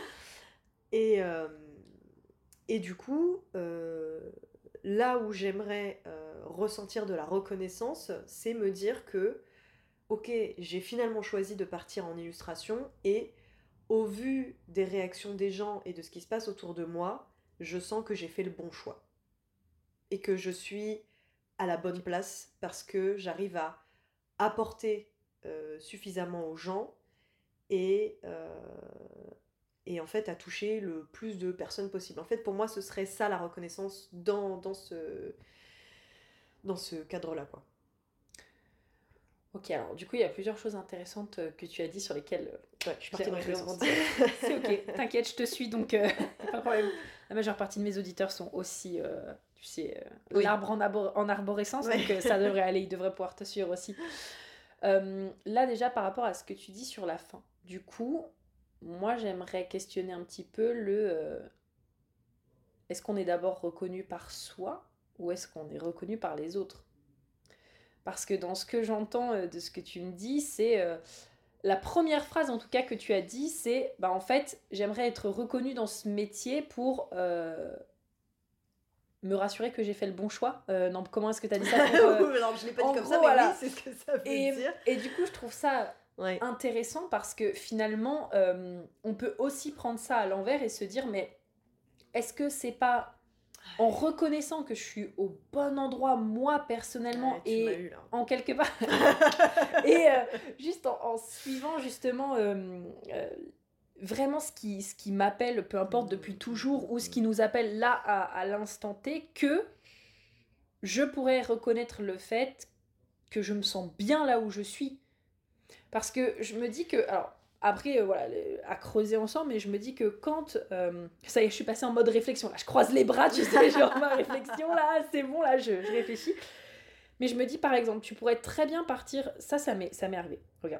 Et, euh, et du coup, euh, là où j'aimerais euh, ressentir de la reconnaissance, c'est me dire que, ok, j'ai finalement choisi de partir en illustration et au vu des réactions des gens et de ce qui se passe autour de moi, je sens que j'ai fait le bon choix. Et que je suis à la bonne place parce que j'arrive à apporter euh, suffisamment aux gens et, euh, et en fait à toucher le plus de personnes possible. En fait, pour moi, ce serait ça la reconnaissance dans, dans ce, dans ce cadre-là, quoi. Ok, alors du coup, il y a plusieurs choses intéressantes euh, que tu as dit sur lesquelles euh, Ouais, je suis partie dans tous les j'aimerais sens. rebondir. C'est ok, t'inquiète, je te suis, donc euh, pas de problème. La majeure partie de mes auditeurs sont aussi, euh, tu sais, euh, Oui. l'arbre en, arbor- en arborescence, Ouais. donc euh, ça devrait aller, ils devraient pouvoir te suivre aussi. Euh, là déjà, par rapport à ce que tu dis sur la fin, du coup, moi j'aimerais questionner un petit peu le... euh, est-ce qu'on est d'abord reconnu par soi ou est-ce qu'on est reconnu par les autres? Parce que dans ce que j'entends euh, de ce que tu me dis, c'est... euh, la première phrase en tout cas que tu as dit, c'est bah en fait j'aimerais être reconnue dans ce métier pour euh, me rassurer que j'ai fait le bon choix. Euh, non, comment est-ce que tu as dit ça pour, euh, Alors, je l'ai pas dit en comme gros, ça, mais voilà. oui, c'est ce que ça veut Et, dire. et du coup je trouve ça Ouais. intéressant parce que finalement euh, on peut aussi prendre ça à l'envers et se dire mais est-ce que c'est pas en reconnaissant que je suis au bon endroit moi personnellement Ouais, tu m'as et eu, là. en quelque part et euh, juste en, en suivant justement euh, euh, vraiment ce qui, ce qui m'appelle, peu importe depuis toujours, ou ce qui nous appelle là à, à l'instant T, que je pourrais reconnaître le fait que je me sens bien là où je suis. Parce que je me dis que, alors après, euh, voilà, le- à creuser ensemble, mais je me dis que quand, euh, ça y est, je suis passée en mode réflexion, là, je croise les bras, tu sais, genre ma réflexion, là, c'est bon, là, je, je réfléchis. Mais je me dis, par exemple, tu pourrais très bien partir, ça, ça m'est, ça m'est arrivé, regarde.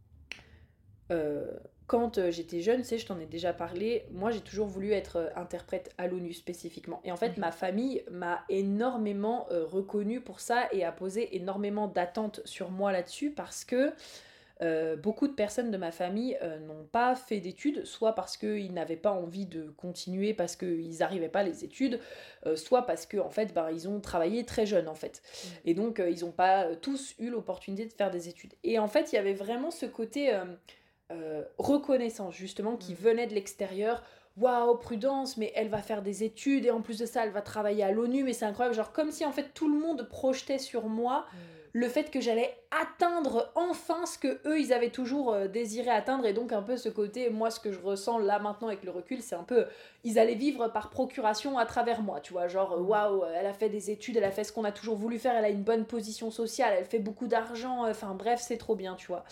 Euh, quand euh, j'étais jeune, tu sais, je t'en ai déjà parlé, moi j'ai toujours voulu être euh, interprète à l'ONU spécifiquement. Et en fait, Mhm. ma famille m'a énormément euh, reconnue pour ça et a posé énormément d'attentes sur moi là-dessus parce que euh, beaucoup de personnes de ma famille euh, n'ont pas fait d'études, soit parce qu'ils n'avaient pas envie de continuer parce qu'ils n'arrivaient pas à les études, euh, soit parce que en fait, ben, ils ont travaillé très jeunes en fait. Mhm. Et donc, euh, ils n'ont pas euh, tous eu l'opportunité de faire des études. Et en fait, il y avait vraiment ce côté euh, euh, reconnaissance, justement, qui Mhm. venait de l'extérieur. Waouh, Prudence, mais elle va faire des études et en plus de ça, elle va travailler à l'ONU, mais c'est incroyable. Genre, comme si en fait tout le monde projetait sur moi Mhm. le fait que j'allais atteindre enfin ce que eux ils avaient toujours euh, désiré atteindre. Et donc, un peu ce côté, moi, ce que je ressens là maintenant avec le recul, c'est un peu ils allaient vivre par procuration à travers moi, tu vois. Genre, Mhm. waouh, elle a fait des études, elle a fait ce qu'on a toujours voulu faire, elle a une bonne position sociale, elle fait beaucoup d'argent, enfin bref, c'est trop bien, tu vois.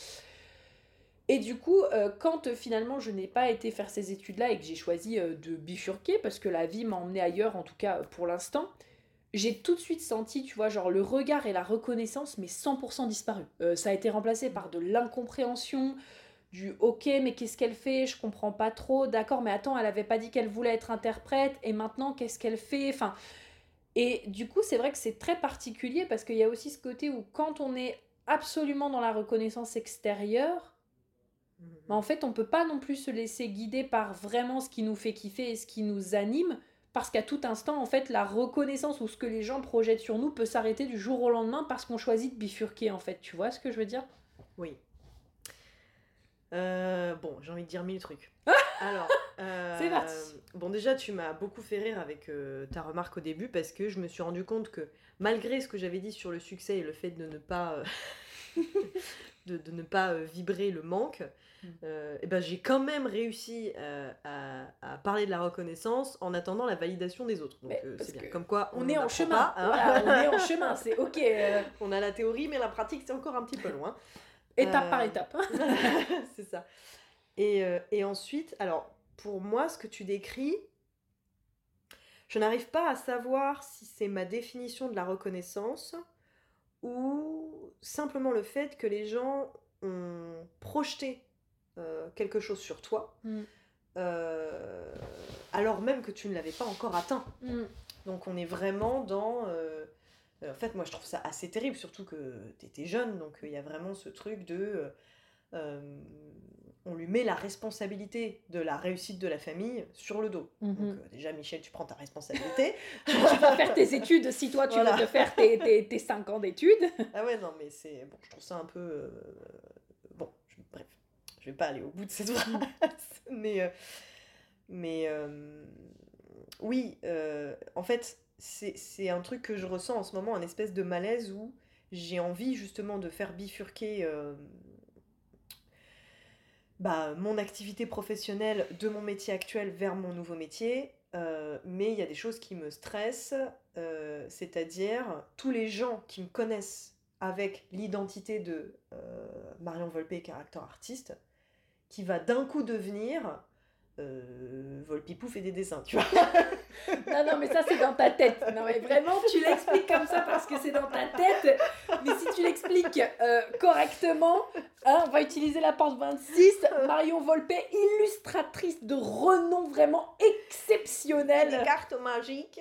Et du coup, euh, quand euh, finalement je n'ai pas été faire ces études-là et que j'ai choisi euh, de bifurquer, parce que la vie m'a emmené ailleurs, en tout cas euh, pour l'instant, j'ai tout de suite senti, tu vois, genre le regard et la reconnaissance, mais cent pour cent disparu. Euh, ça a été remplacé par de l'incompréhension, du ok, mais qu'est-ce qu'elle fait? Je comprends pas trop. D'accord, mais attends, elle avait pas dit qu'elle voulait être interprète, et maintenant qu'est-ce qu'elle fait? Enfin, et du coup, c'est vrai que c'est très particulier parce qu'il y a aussi ce côté où quand on est absolument dans la reconnaissance extérieure, mais en fait, on peut pas non plus se laisser guider par vraiment ce qui nous fait kiffer et ce qui nous anime, parce qu'à tout instant, en fait, la reconnaissance ou ce que les gens projettent sur nous peut s'arrêter du jour au lendemain parce qu'on choisit de bifurquer, en fait. Tu vois ce que je veux dire? Oui. Euh, bon, j'ai envie de dire mille trucs. Alors, euh, C'est parti. bon, déjà, tu m'as beaucoup fait rire avec euh, ta remarque au début parce que je me suis rendu compte que malgré ce que j'avais dit sur le succès et le fait de ne pas, euh, de, de ne pas euh, vibrer le manque, Mm. euh, eh ben, j'ai quand même réussi euh, à, à parler de la reconnaissance en attendant la validation des autres. Donc, Mais euh, parce c'est bien. que Comme quoi, on on est en n'apprend chemin. pas, hein. Voilà, on est en chemin. C'est ok. euh, On a la théorie, mais la pratique, c'est encore un petit peu loin. étape par Euh, étape. c'est ça. Et, euh, et ensuite, alors, pour moi, ce que tu décris, je n'arrive pas à savoir si c'est ma définition de la reconnaissance ou simplement le fait que les gens ont projeté euh, quelque chose sur toi, Mm. euh, alors même que tu ne l'avais pas encore atteint. Mm. Donc on est vraiment dans... Euh, en fait, moi je trouve ça assez terrible, surtout que t'étais jeune, donc il euh, y a vraiment ce truc de... Euh, euh, on lui met la responsabilité de la réussite de la famille sur le dos. Mm-hmm. Donc euh, déjà, Michel, tu prends ta responsabilité. tu, tu vas faire tes études si toi, tu voilà. veux te faire tes, tes, tes cinq ans d'études. Ah ouais, non, mais c'est... Bon, je trouve ça un peu... Euh, bon, je, bref, je vais pas aller au bout de cette phrase, mais... Euh, mais... Euh, oui, euh, en fait, c'est, c'est un truc que je ressens en ce moment, un espèce de malaise où j'ai envie justement de faire bifurquer... Euh, Bah, mon activité professionnelle de mon métier actuel vers mon nouveau métier, euh, mais il y a des choses qui me stressent, euh, c'est-à-dire tous les gens qui me connaissent avec l'identité de euh, Marion Volpe, character artiste, qui va d'un coup devenir euh, Volpipou fait des dessins, tu vois. Non, non, mais ça, c'est dans ta tête. Non, mais vraiment, tu l'expliques comme ça parce que c'est dans ta tête. Mais si tu l'expliques euh, correctement, hein, on va utiliser la porte vingt-six. Marion Volpe, illustratrice de renom vraiment exceptionnel. Des cartes magiques.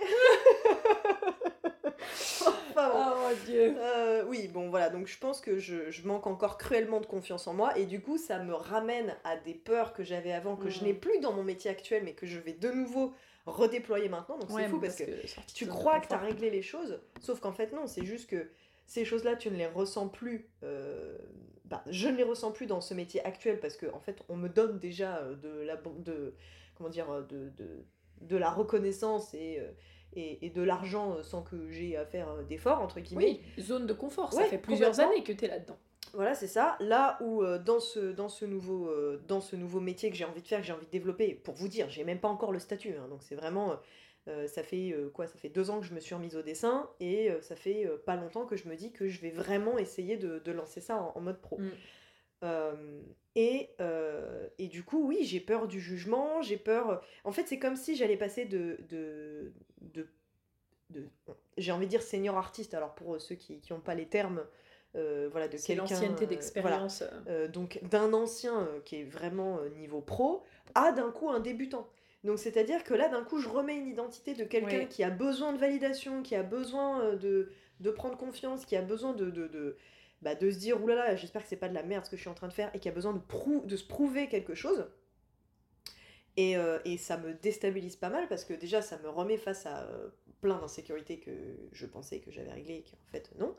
Enfin, bon. Oh mon Dieu. Euh, oui, bon, voilà. Donc, je pense que je, je manque encore cruellement de confiance en moi. Et du coup, ça me ramène à des peurs que j'avais avant, que mmh. je n'ai plus dans mon métier actuel, mais que je vais de nouveau redéployer maintenant. Donc, ouais, c'est fou parce, parce que, que tu crois que tu as réglé les choses, sauf qu'en fait, non. C'est juste que ces choses-là, tu ne les ressens plus. Euh, bah, je ne les ressens plus dans ce métier actuel parce qu'en en fait, on me donne déjà de la, de, comment dire, de, de, de la reconnaissance et... Euh, Et, et de l'argent sans que j'ai à faire d'efforts, entre guillemets. Oui, zone de confort, ouais, ça fait plusieurs années que tu es là-dedans. Voilà, c'est ça. Là où euh, dans, ce, dans, ce nouveau, euh, dans ce nouveau métier que j'ai envie de faire, que j'ai envie de développer, pour vous dire, j'ai même pas encore le statut, hein, donc c'est vraiment... Euh, ça fait euh, quoi Ça fait deux ans que je me suis remise au dessin, et euh, ça fait euh, pas longtemps que je me dis que je vais vraiment essayer de, de lancer ça en, en mode pro. Mm. Euh, et, euh, et du coup, oui, j'ai peur du jugement, j'ai peur... En fait, c'est comme si j'allais passer de... de, de, de j'ai envie de dire senior artiste, alors pour ceux qui n'ont pas les termes, euh, voilà, de c'est quelqu'un... l'ancienneté d'expérience. Euh, voilà, euh, donc d'un ancien euh, qui est vraiment euh, niveau pro, à d'un coup un débutant. Donc c'est-à-dire que là, d'un coup, je remets une identité de quelqu'un ouais. qui a besoin de validation, qui a besoin euh, de, de prendre confiance, qui a besoin de... de, de Bah de se dire oulala, j'espère que c'est pas de la merde ce que je suis en train de faire, et qui a besoin de, prou- de se prouver quelque chose. Et, euh, et ça me déstabilise pas mal parce que déjà ça me remet face à euh, plein d'insécurités que je pensais que j'avais réglées et qu'en fait non.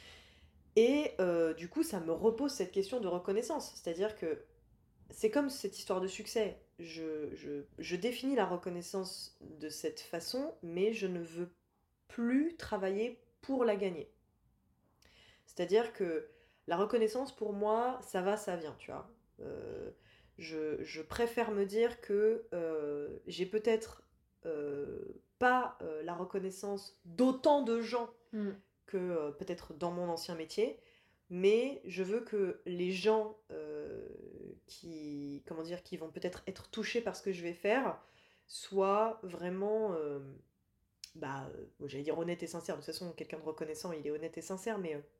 Et euh, du coup ça me repose cette question de reconnaissance, c'est-à-dire que c'est comme cette histoire de succès. Je, je, je définis la reconnaissance de cette façon, mais je ne veux plus travailler pour la gagner. C'est-à-dire que la reconnaissance, pour moi, ça va, ça vient, tu vois. Euh, je, je préfère me dire que euh, j'ai peut-être euh, pas euh, la reconnaissance d'autant de gens mm. que euh, peut-être dans mon ancien métier, mais je veux que les gens euh, qui, comment dire, qui vont peut-être être touchés par ce que je vais faire soient vraiment... Euh, bah, j'allais dire honnête et sincère. De toute façon, quelqu'un de reconnaissant, il est honnête et sincère, mais... Euh,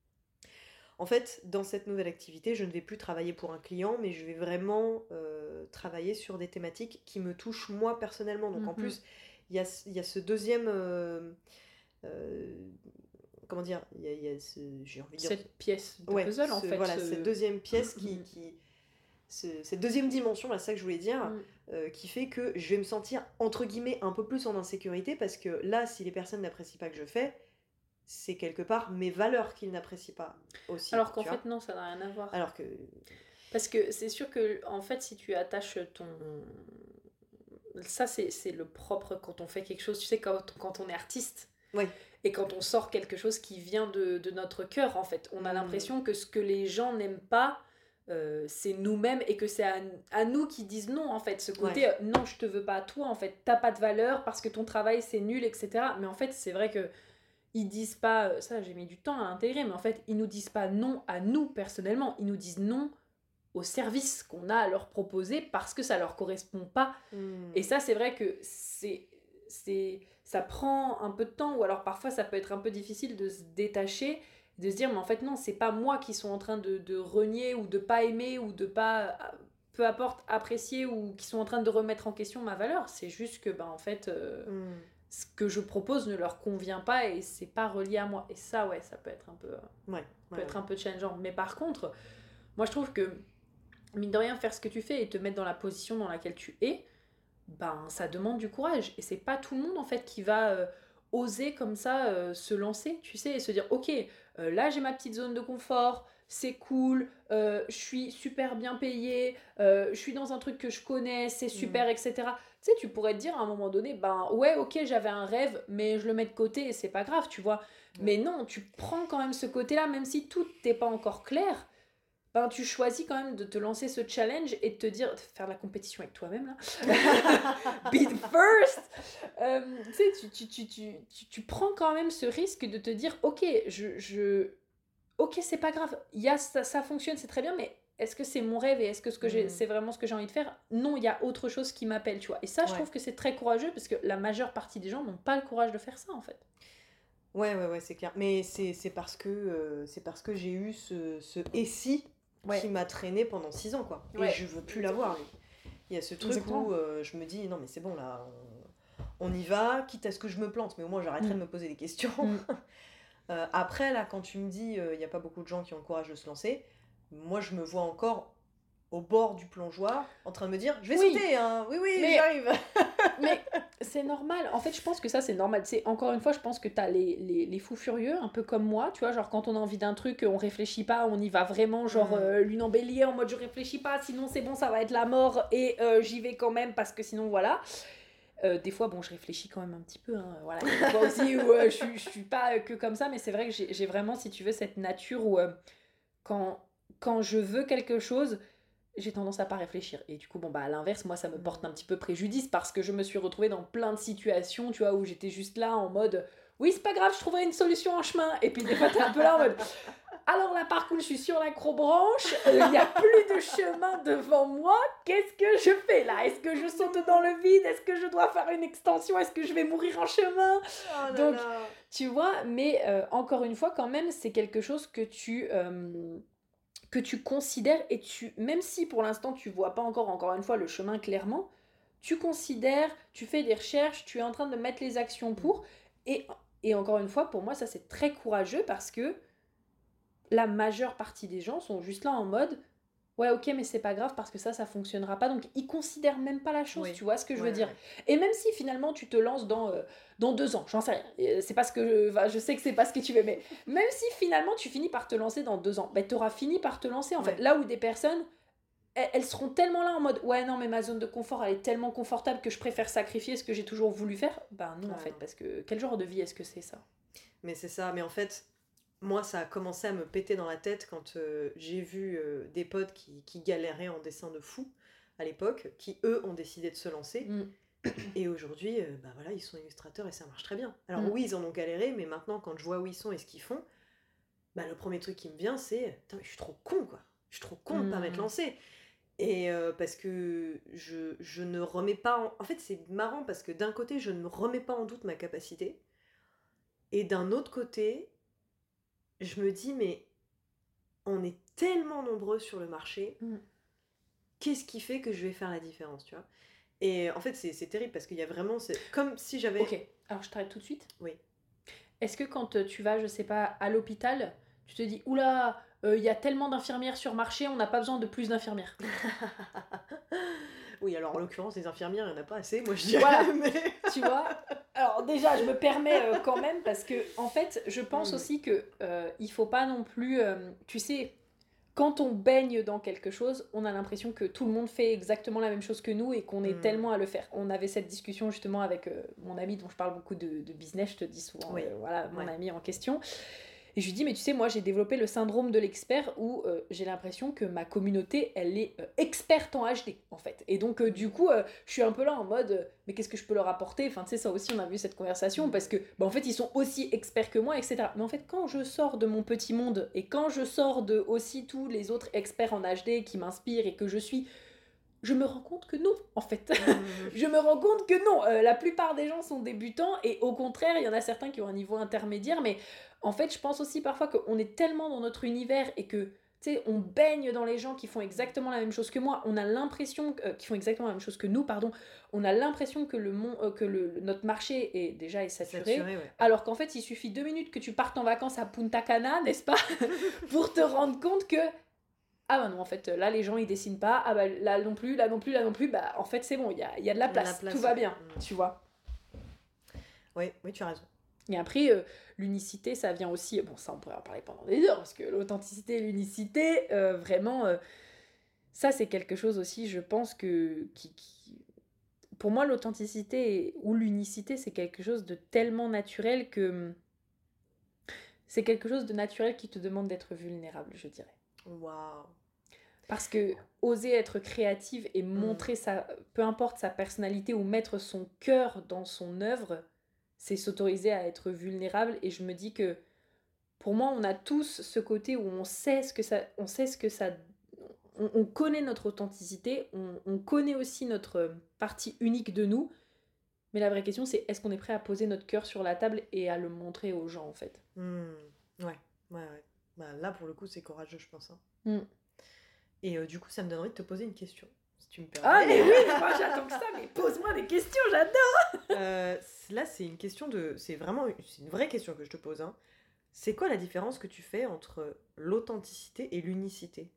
En fait, dans cette nouvelle activité, je ne vais plus travailler pour un client, mais je vais vraiment euh, travailler sur des thématiques qui me touchent moi personnellement. Donc mm-hmm. en plus, il y a, y a ce deuxième... Euh, euh, comment dire il y a, y a ce, j'ai envie de dire... Cette pièce de ouais, puzzle, ce, en fait. Voilà, ce... cette deuxième pièce qui... qui ce, cette deuxième dimension, là, c'est ça que je voulais dire, mm. euh, qui fait que je vais me sentir, entre guillemets, un peu plus en insécurité, parce que là, si les personnes n'apprécient pas que je fais... c'est quelque part mes valeurs qu'ils n'apprécient pas aussi. Alors qu'en fait, vois non, ça n'a rien à voir. Alors que... Parce que c'est sûr que, en fait, si tu attaches ton... Ça, c'est, c'est le propre quand on fait quelque chose. Tu sais, quand, quand on est artiste, oui. et quand on sort quelque chose qui vient de, de notre cœur, en fait, on a mmh. l'impression que ce que les gens n'aiment pas, euh, c'est nous-mêmes, et que c'est à, à nous qui disent non, en fait. Ce côté, ouais. euh, non, je te veux pas à toi, en fait. T'as pas de valeur parce que ton travail, c'est nul, et cetera. Mais en fait, c'est vrai que ils disent pas, ça j'ai mis du temps à intégrer, mais en fait ils nous disent pas non à nous personnellement, ils nous disent non au service qu'on a à leur proposer parce que ça leur correspond pas. Mmh. Et ça c'est vrai que c'est, c'est, ça prend un peu de temps, ou alors parfois ça peut être un peu difficile de se détacher, de se dire mais en fait non, c'est pas moi qui sont en train de, de renier ou de pas aimer ou de pas, peu importe, apprécier, ou qui sont en train de remettre en question ma valeur, c'est juste que ben en fait... Euh, mmh. ce que je propose ne leur convient pas et c'est pas relié à moi. Et ça, ouais, ça peut être un peu, euh, Ouais, peut ouais, être ouais. un peu challengeant. Mais par contre, moi je trouve que, mine de rien, faire ce que tu fais et te mettre dans la position dans laquelle tu es, ben ça demande du courage. Et c'est pas tout le monde en fait qui va euh, oser comme ça euh, se lancer, tu sais, et se dire ok, euh, là j'ai ma petite zone de confort, c'est cool, euh, je suis super bien payée, euh, je suis dans un truc que je connais, c'est super, Mm. et cetera. Tu sais, tu pourrais te dire à un moment donné, ben ouais, ok, j'avais un rêve, mais je le mets de côté et c'est pas grave, tu vois. Ouais. Mais non, tu prends quand même ce côté-là, même si tout n'est pas encore clair, ben, tu choisis quand même de te lancer ce challenge et de te dire, de faire de la compétition avec toi-même là. Be the first. Euh, tu sais, tu, tu, tu, tu, tu, tu prends quand même ce risque de te dire, ok, je, je... ok, c'est pas grave, il y a, ça, ça fonctionne, c'est très bien, mais est-ce que c'est mon rêve et est-ce que, ce que j'ai, Mm. c'est vraiment ce que j'ai envie de faire? Non, il y a autre chose qui m'appelle, tu vois. Et ça, je Ouais. trouve que c'est très courageux parce que la majeure partie des gens n'ont pas le courage de faire ça en fait. Ouais, ouais, ouais, c'est clair. Mais c'est c'est parce que, euh, c'est parce que j'ai eu ce, ce et si Ouais. qui m'a traîné pendant six ans, quoi. Et Ouais. je veux plus l'avoir, lui. Il y a ce truc Exactement. où euh, je me dis, non, mais c'est bon, là, on, on y va, quitte à ce que je me plante, mais au moins j'arrêterai Mm. de me poser des questions. Mm. Euh, après, là, quand tu me dis, il n'y a pas beaucoup de gens qui ont le courage de se lancer, moi, je me vois encore au bord du plongeoir, en train de me dire, je vais Oui. sauter, hein, oui, oui, Mais- j'arrive. Mais c'est normal. En fait, je pense que ça, c'est normal. C'est encore une fois, je pense que t'as les, les, les fous furieux, un peu comme moi, tu vois, genre quand on a envie d'un truc, on réfléchit pas, on y va vraiment, genre Mm. euh, lune embellie en mode je réfléchis pas, sinon c'est bon, ça va être la mort et euh, j'y vais quand même parce que sinon voilà. Euh, des fois, bon, je réfléchis quand même un petit peu, hein, voilà. Il y a des fois aussi où euh, je, suis- je suis pas euh, que comme ça, mais c'est vrai que j'ai j'ai vraiment, si tu veux, cette nature où euh, quand, quand je veux quelque chose, j'ai tendance à pas réfléchir. Et du coup, bon, bah, à l'inverse, moi, ça me porte un petit peu préjudice parce que je me suis retrouvée dans plein de situations, tu vois, où j'étais juste là en mode oui, c'est pas grave, je trouverai une solution en chemin. Et puis des fois, t'es un peu là en mode alors là, par contre, je suis sur l'acrobranche, il n'y a plus de chemin devant moi, qu'est-ce que je fais là? Est-ce que je saute dans le vide? Est-ce que je dois faire une extension? Est-ce que je vais mourir en chemin? Oh là Donc, là. tu vois, mais euh, encore une fois, quand même, c'est quelque chose que tu, euh, que tu considères et tu, même si pour l'instant tu vois pas encore, encore une fois, le chemin clairement, tu considères, tu fais des recherches, tu es en train de mettre les actions pour, et, et encore une fois, pour moi, ça c'est très courageux parce que la majeure partie des gens sont juste là en mode ouais, ok, mais c'est pas grave parce que ça, ça fonctionnera pas. Donc, ils considèrent même pas la chose, Oui. tu vois ce que je Ouais, veux dire. ouais. Et même si finalement tu te lances dans, euh, dans deux ans, j'en sais rien, euh, c'est pas ce que je, enfin, je sais que c'est pas ce que tu veux, mais même si finalement tu finis par te lancer dans deux ans, ben t'auras fini par te lancer en fait. Ouais. Là où des personnes, elles, elles seront tellement là en mode ouais, non, mais ma zone de confort elle est tellement confortable que je préfère sacrifier ce que j'ai toujours voulu faire. Ben non, en Ouais, fait, non. parce que quel genre de vie est-ce que c'est ça? Mais c'est ça, mais en fait, moi, ça a commencé à me péter dans la tête quand euh, j'ai vu euh, des potes qui, qui galéraient en dessin de fou à l'époque, qui eux ont décidé de se lancer. Mm. Et aujourd'hui, euh, bah voilà, ils sont illustrateurs et ça marche très bien. Alors Mm. oui, ils en ont galéré, mais maintenant, quand je vois où ils sont et ce qu'ils font, bah le premier truc qui me vient, c'est putain, mais je suis trop con, quoi. Je suis trop con de pas Mm. m'être lancé. Et euh, parce que je, je ne remets pas en... En fait, c'est marrant parce que d'un côté, je ne me remets pas en doute ma capacité. Et d'un autre côté, je me dis, mais on est tellement nombreux sur le marché, Mm. qu'est-ce qui fait que je vais faire la différence, tu vois? Et en fait, c'est c'est terrible parce qu'il y a vraiment... C'est comme si j'avais... Ok, alors je t'arrête tout de suite. Oui. Est-ce que quand euh, tu vas, je sais pas, à l'hôpital, tu te dis oula, il y a tellement d'infirmières sur marché, on n'a pas besoin de plus d'infirmières? Oui, alors en l'occurrence, les infirmières, il n'y en a pas assez, moi je dirais. Voilà. Mais... Tu vois? Alors déjà, je me permets euh, quand même parce que en fait, je pense Mm. aussi que euh, il faut pas non plus, euh, tu sais, quand on baigne dans quelque chose, on a l'impression que tout le monde fait exactement la même chose que nous et qu'on est Mm. tellement à le faire. On avait cette discussion justement avec euh, mon ami dont je parle beaucoup de, de business, je te dis souvent, Oui. euh, voilà, mon Ouais. ami en question. Et je lui dis, mais tu sais, moi j'ai développé le syndrome de l'expert où euh, j'ai l'impression que ma communauté, elle est euh, experte en H D, en fait. Et donc, euh, du coup, euh, je suis un peu là en mode, euh, mais qu'est-ce que je peux leur apporter? Enfin, tu sais, ça aussi, on a vu cette conversation, Mm. parce que, bah, en fait, ils sont aussi experts que moi, et cetera. Mais en fait, quand je sors de mon petit monde, et quand je sors de aussi tous les autres experts en H D qui m'inspirent et que je suis, je me rends compte que non, en fait. Mm. Je me rends compte que non, euh, la plupart des gens sont débutants et au contraire, il y en a certains qui ont un niveau intermédiaire, mais en fait, je pense aussi parfois qu'on est tellement dans notre univers et que tu sais, on baigne dans les gens qui font exactement la même chose que moi. On a l'impression que, euh, qui font exactement la même chose que nous, pardon. On a l'impression que le mon- euh, que le, le- notre marché est déjà est saturé, Saturé, ouais. alors qu'en fait, il suffit deux minutes que tu partes en vacances à Punta Cana, n'est-ce pas, pour te rendre compte que ah bah non, en fait, là, les gens, ils dessinent pas. Ah bah là non plus, là non plus, là non plus. Bah en fait, c'est bon, il y a, il y a de la Il y a de la place, place, tout va ouais. bien, Mm. tu vois. Oui, oui, tu as raison. Et après, euh, l'unicité, ça vient aussi... Bon, ça, on pourrait en parler pendant des heures, parce que l'authenticité et l'unicité, euh, vraiment, euh, ça, c'est quelque chose aussi, je pense, que... Qui, qui... Pour moi, l'authenticité ou l'unicité, c'est quelque chose de tellement naturel que... C'est quelque chose de naturel qui te demande d'être vulnérable, je dirais. Waouh. Parce que oser être créative et Mm. montrer sa... Peu importe sa personnalité ou mettre son cœur dans son œuvre, c'est s'autoriser à être vulnérable. Et je me dis que pour moi, on a tous ce côté où on sait ce que ça, on sait ce que ça, on, on connaît notre authenticité, on, on connaît aussi notre partie unique de nous. Mais la vraie question, c'est est-ce qu'on est prêt à poser notre cœur sur la table et à le montrer aux gens, en fait. Mm. Ouais, ouais, ouais. Bah, là, pour le coup, c'est courageux, je pense. Hein. Mm. Et euh, du coup, ça me donne envie de te poser une question, si tu me permets. Ah, mais oui, mais moi j'attends que ça, mais pose-moi des questions, j'adore. Euh, là, c'est une question de... C'est vraiment c'est une vraie question que je te pose. Hein. C'est quoi la différence que tu fais entre l'authenticité et l'unicité?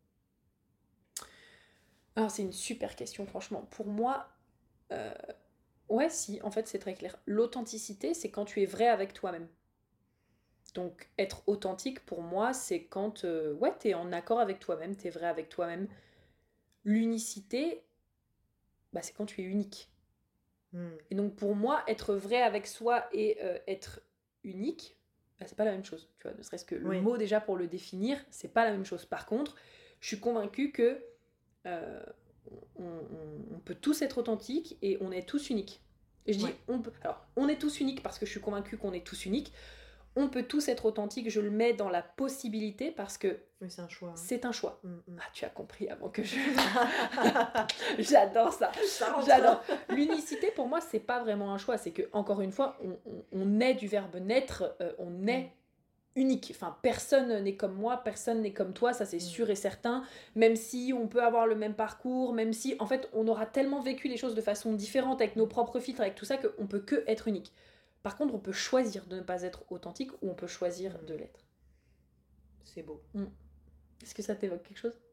Alors, c'est une super question, franchement. Pour moi, euh, ouais, si, en fait, c'est très clair. L'authenticité, c'est quand tu es vrai avec toi-même. Donc, être authentique, pour moi, c'est quand, euh, ouais, t'es en accord avec toi-même, t'es vrai avec toi-même. L'unicité, bah, c'est quand tu es unique. Mm. Et donc, pour moi, être vrai avec soi et euh, être unique, bah, c'est pas la même chose. Tu vois, ne serait-ce que le Oui. mot, déjà, pour le définir, c'est pas la même chose. Par contre, je suis convaincue que euh, on, on- on peut tous être authentiques et on est tous uniques. Et je dis, Ouais. on peut. Alors, on est tous uniques parce que je suis convaincue qu'on est tous uniques. On peut tous être authentiques, je le mets dans la possibilité parce que Oui, c'est un choix. Hein. c'est un choix. Mm, mm. Ah, tu as compris avant que je... J'adore ça. Ça rentre. J'adore. L'unicité, pour moi, c'est pas vraiment un choix. C'est que, encore une fois, on, on, on est du verbe naître, euh, on est Mm. unique. Enfin, personne n'est comme moi, personne n'est comme toi, ça c'est Mm. sûr et certain. Même si on peut avoir le même parcours, même si, en fait, on aura tellement vécu les choses de façon différente, avec nos propres filtres, avec tout ça, qu'on peut que être unique. Par contre, on peut choisir de ne pas être authentique ou on peut choisir Mm. de l'être. C'est beau. Mm. Est-ce que ça t'évoque quelque chose?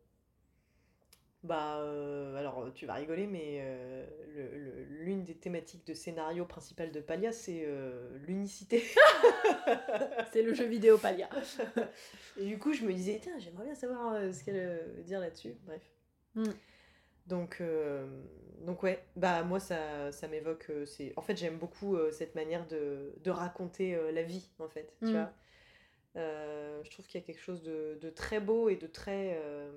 Bah, euh, alors tu vas rigoler, mais euh, le- le- l'une des thématiques de scénario principal de Palia, c'est euh, l'unicité. C'est le jeu vidéo Palia. Et du coup, je me disais, tiens, j'aimerais bien savoir euh, ce qu'elle euh, veut dire là-dessus. Bref. Mm. Donc, euh, donc ouais, bah moi ça, ça m'évoque. euh, c'est... En fait, j'aime beaucoup euh, cette manière de, de raconter euh, la vie, en fait. Tu Mm. vois. Euh, je trouve qu'il y a quelque chose de, de très beau et de très. euh,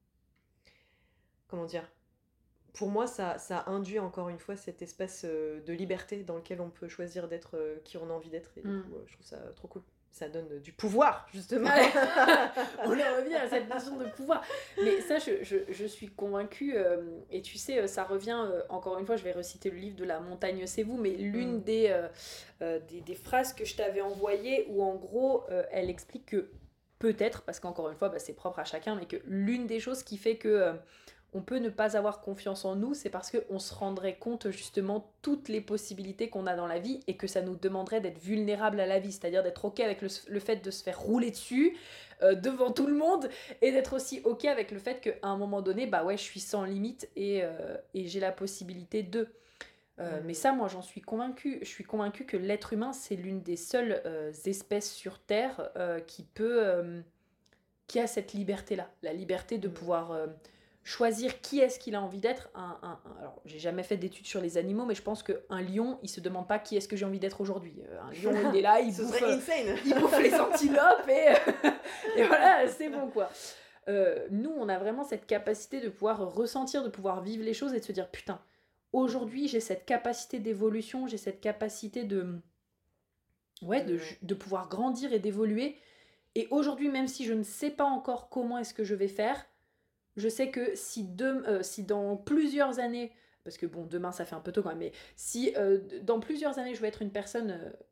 comment dire? Pour moi, ça, ça induit encore une fois cet espace euh, de liberté dans lequel on peut choisir d'être euh, qui on a envie d'être. Et du Mm. coup, euh, je trouve ça trop cool. Ça donne du pouvoir, justement. Ouais. On en revient à cette notion de pouvoir. Mais ça, je, je, je suis convaincue, euh, et tu sais, euh, ça revient, euh, encore une fois, je vais reciter le livre de La Montagne, c'est vous, mais l'une Mm. des, euh, euh, des, des phrases que je t'avais envoyées, où en gros, euh, elle explique que peut-être, parce qu'encore une fois, bah, c'est propre à chacun, mais que l'une des choses qui fait que... euh, on peut ne pas avoir confiance en nous, c'est parce qu'on se rendrait compte justement toutes les possibilités qu'on a dans la vie et que ça nous demanderait d'être vulnérable à la vie, c'est-à-dire d'être ok avec le, le fait de se faire rouler dessus euh, devant tout le monde et d'être aussi ok avec le fait qu'à un moment donné, bah ouais, je suis sans limite et, euh, et j'ai la possibilité de... Euh, Mm. Mais ça, moi, j'en suis convaincue. Je suis convaincue que l'être humain, c'est l'une des seules euh, espèces sur Terre euh, qui peut... euh, qui a cette liberté-là. La liberté de Mm. pouvoir... euh, choisir qui est-ce qu'il a envie d'être. Un, un, un- alors, j'ai jamais fait d'études sur les animaux, mais je pense qu'un lion, il se demande pas qui est-ce que j'ai envie d'être aujourd'hui. Euh, Un lion, il est là, il Ce bouffe, serait insane. il bouffe les antilopes et, et voilà, c'est bon quoi. Euh, nous, on a vraiment cette capacité de pouvoir ressentir, de pouvoir vivre les choses et de se dire putain, aujourd'hui j'ai cette capacité d'évolution, j'ai cette capacité de, ouais, de, Ouais. de pouvoir grandir et d'évoluer. Et aujourd'hui, même si je ne sais pas encore comment est-ce que je vais faire, je sais que si, de, euh, si dans plusieurs années, parce que bon, demain ça fait un peu tôt quand même, mais si euh, dans plusieurs années je veux être une personne euh,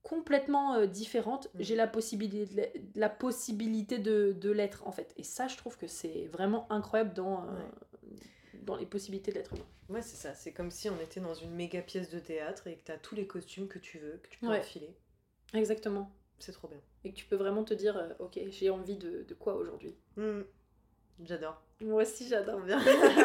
complètement euh, différente, Mm. j'ai la possibilité, de l'être- la possibilité de, de l'être en fait. Et ça, je trouve que c'est vraiment incroyable dans, euh, Ouais. dans les possibilités de l'être humain. Ouais, c'est ça. C'est comme si on était dans une méga pièce de théâtre et que t'as tous les costumes que tu veux, que tu peux Ouais. enfiler. Exactement. C'est trop bien. Et que tu peux vraiment te dire, euh, ok, j'ai envie de, de quoi aujourd'hui. Mm. J'adore. Moi aussi, j'adore. Trop bien.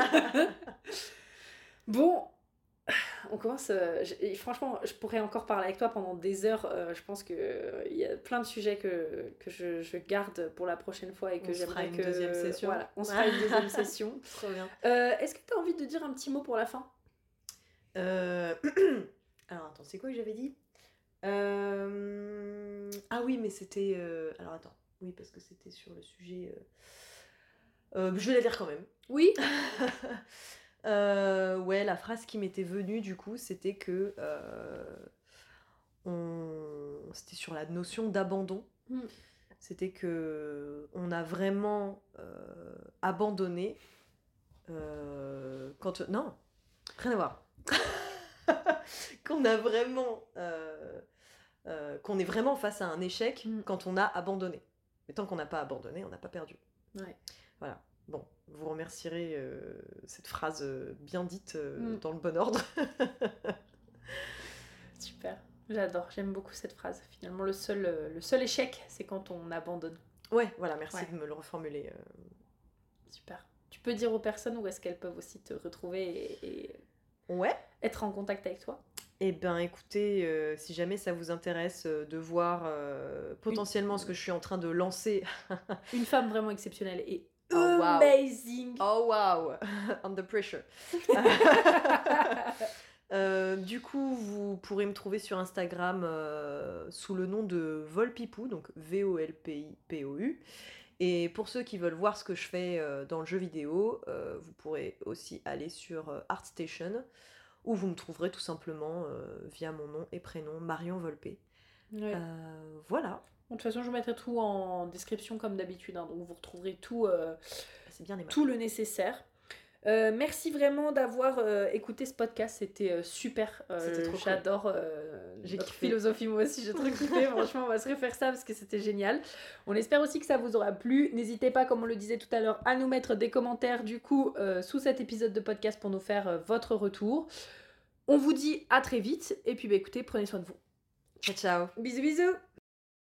Bon, on commence. euh, j- et franchement, je pourrais encore parler avec toi pendant des heures. euh, je pense qu'il il y a plein de sujets que, que je, je garde pour la prochaine fois et que On se fera j'aimerais une que. deuxième session. Voilà, on se fera une deuxième session. Trop bien. Euh, Est-ce que tu as envie de dire un petit mot pour la fin? Euh, Alors attends, c'est quoi que j'avais dit Euh, Ah oui, mais c'était... euh, Alors attends, oui, parce que c'était sur le sujet... euh, euh, Je vais la dire quand même. Oui. Euh, ouais, la phrase qui m'était venue du coup, c'était que... euh, on... C'était sur la notion d'abandon. Mm. C'était que on a vraiment euh, abandonné euh, quand... Non, rien à voir. Qu'on a vraiment... euh, euh, qu'on est vraiment face à un échec Mm. quand on a abandonné. Mais tant qu'on n'a pas abandonné, on n'a pas perdu. Ouais. Voilà. Bon, vous remercierez euh, cette phrase euh, bien dite euh, Mm. dans le bon ordre. Super. J'adore. J'aime beaucoup cette phrase. Finalement, le seul, euh, le seul échec, c'est quand on abandonne. Ouais, voilà, merci Ouais. de me le reformuler. euh. Super. Tu peux dire aux personnes où est-ce qu'elles peuvent aussi te retrouver et, et Ouais. être en contact avec toi. Eh ben écoutez, euh, si jamais ça vous intéresse euh, de voir euh, potentiellement ce que je suis en train de lancer. Une femme vraiment exceptionnelle et Oh, wow. amazing. Oh wow, under pressure. Euh, du coup, vous pourrez me trouver sur Instagram euh, sous le nom de Volpipou, donc V O L P I P O U. Et pour ceux qui veulent voir ce que je fais euh, dans le jeu vidéo, euh, vous pourrez aussi aller sur euh, ArtStation, où vous me trouverez tout simplement euh, via mon nom et prénom, Marion Volpé. Ouais. Euh, voilà. Bon, de toute façon, je mettrai tout en description comme d'habitude, hein, donc vous retrouverez tout, euh, C'est bien aimable. tout le nécessaire. Euh, merci vraiment d'avoir euh, écouté ce podcast, c'était euh, super. Euh, C'était trop cool. J'adore euh, J'ai notre kiffé. philosophie, moi aussi j'ai trop kiffé. Franchement, on va se refaire ça parce que c'était génial. On espère aussi que ça vous aura plu. N'hésitez pas, comme on le disait tout à l'heure, à nous mettre des commentaires du coup euh, sous cet épisode de podcast pour nous faire euh, votre retour. On vous dit à très vite et puis bah, écoutez, prenez soin de vous. Ciao, ciao. Bisous bisous.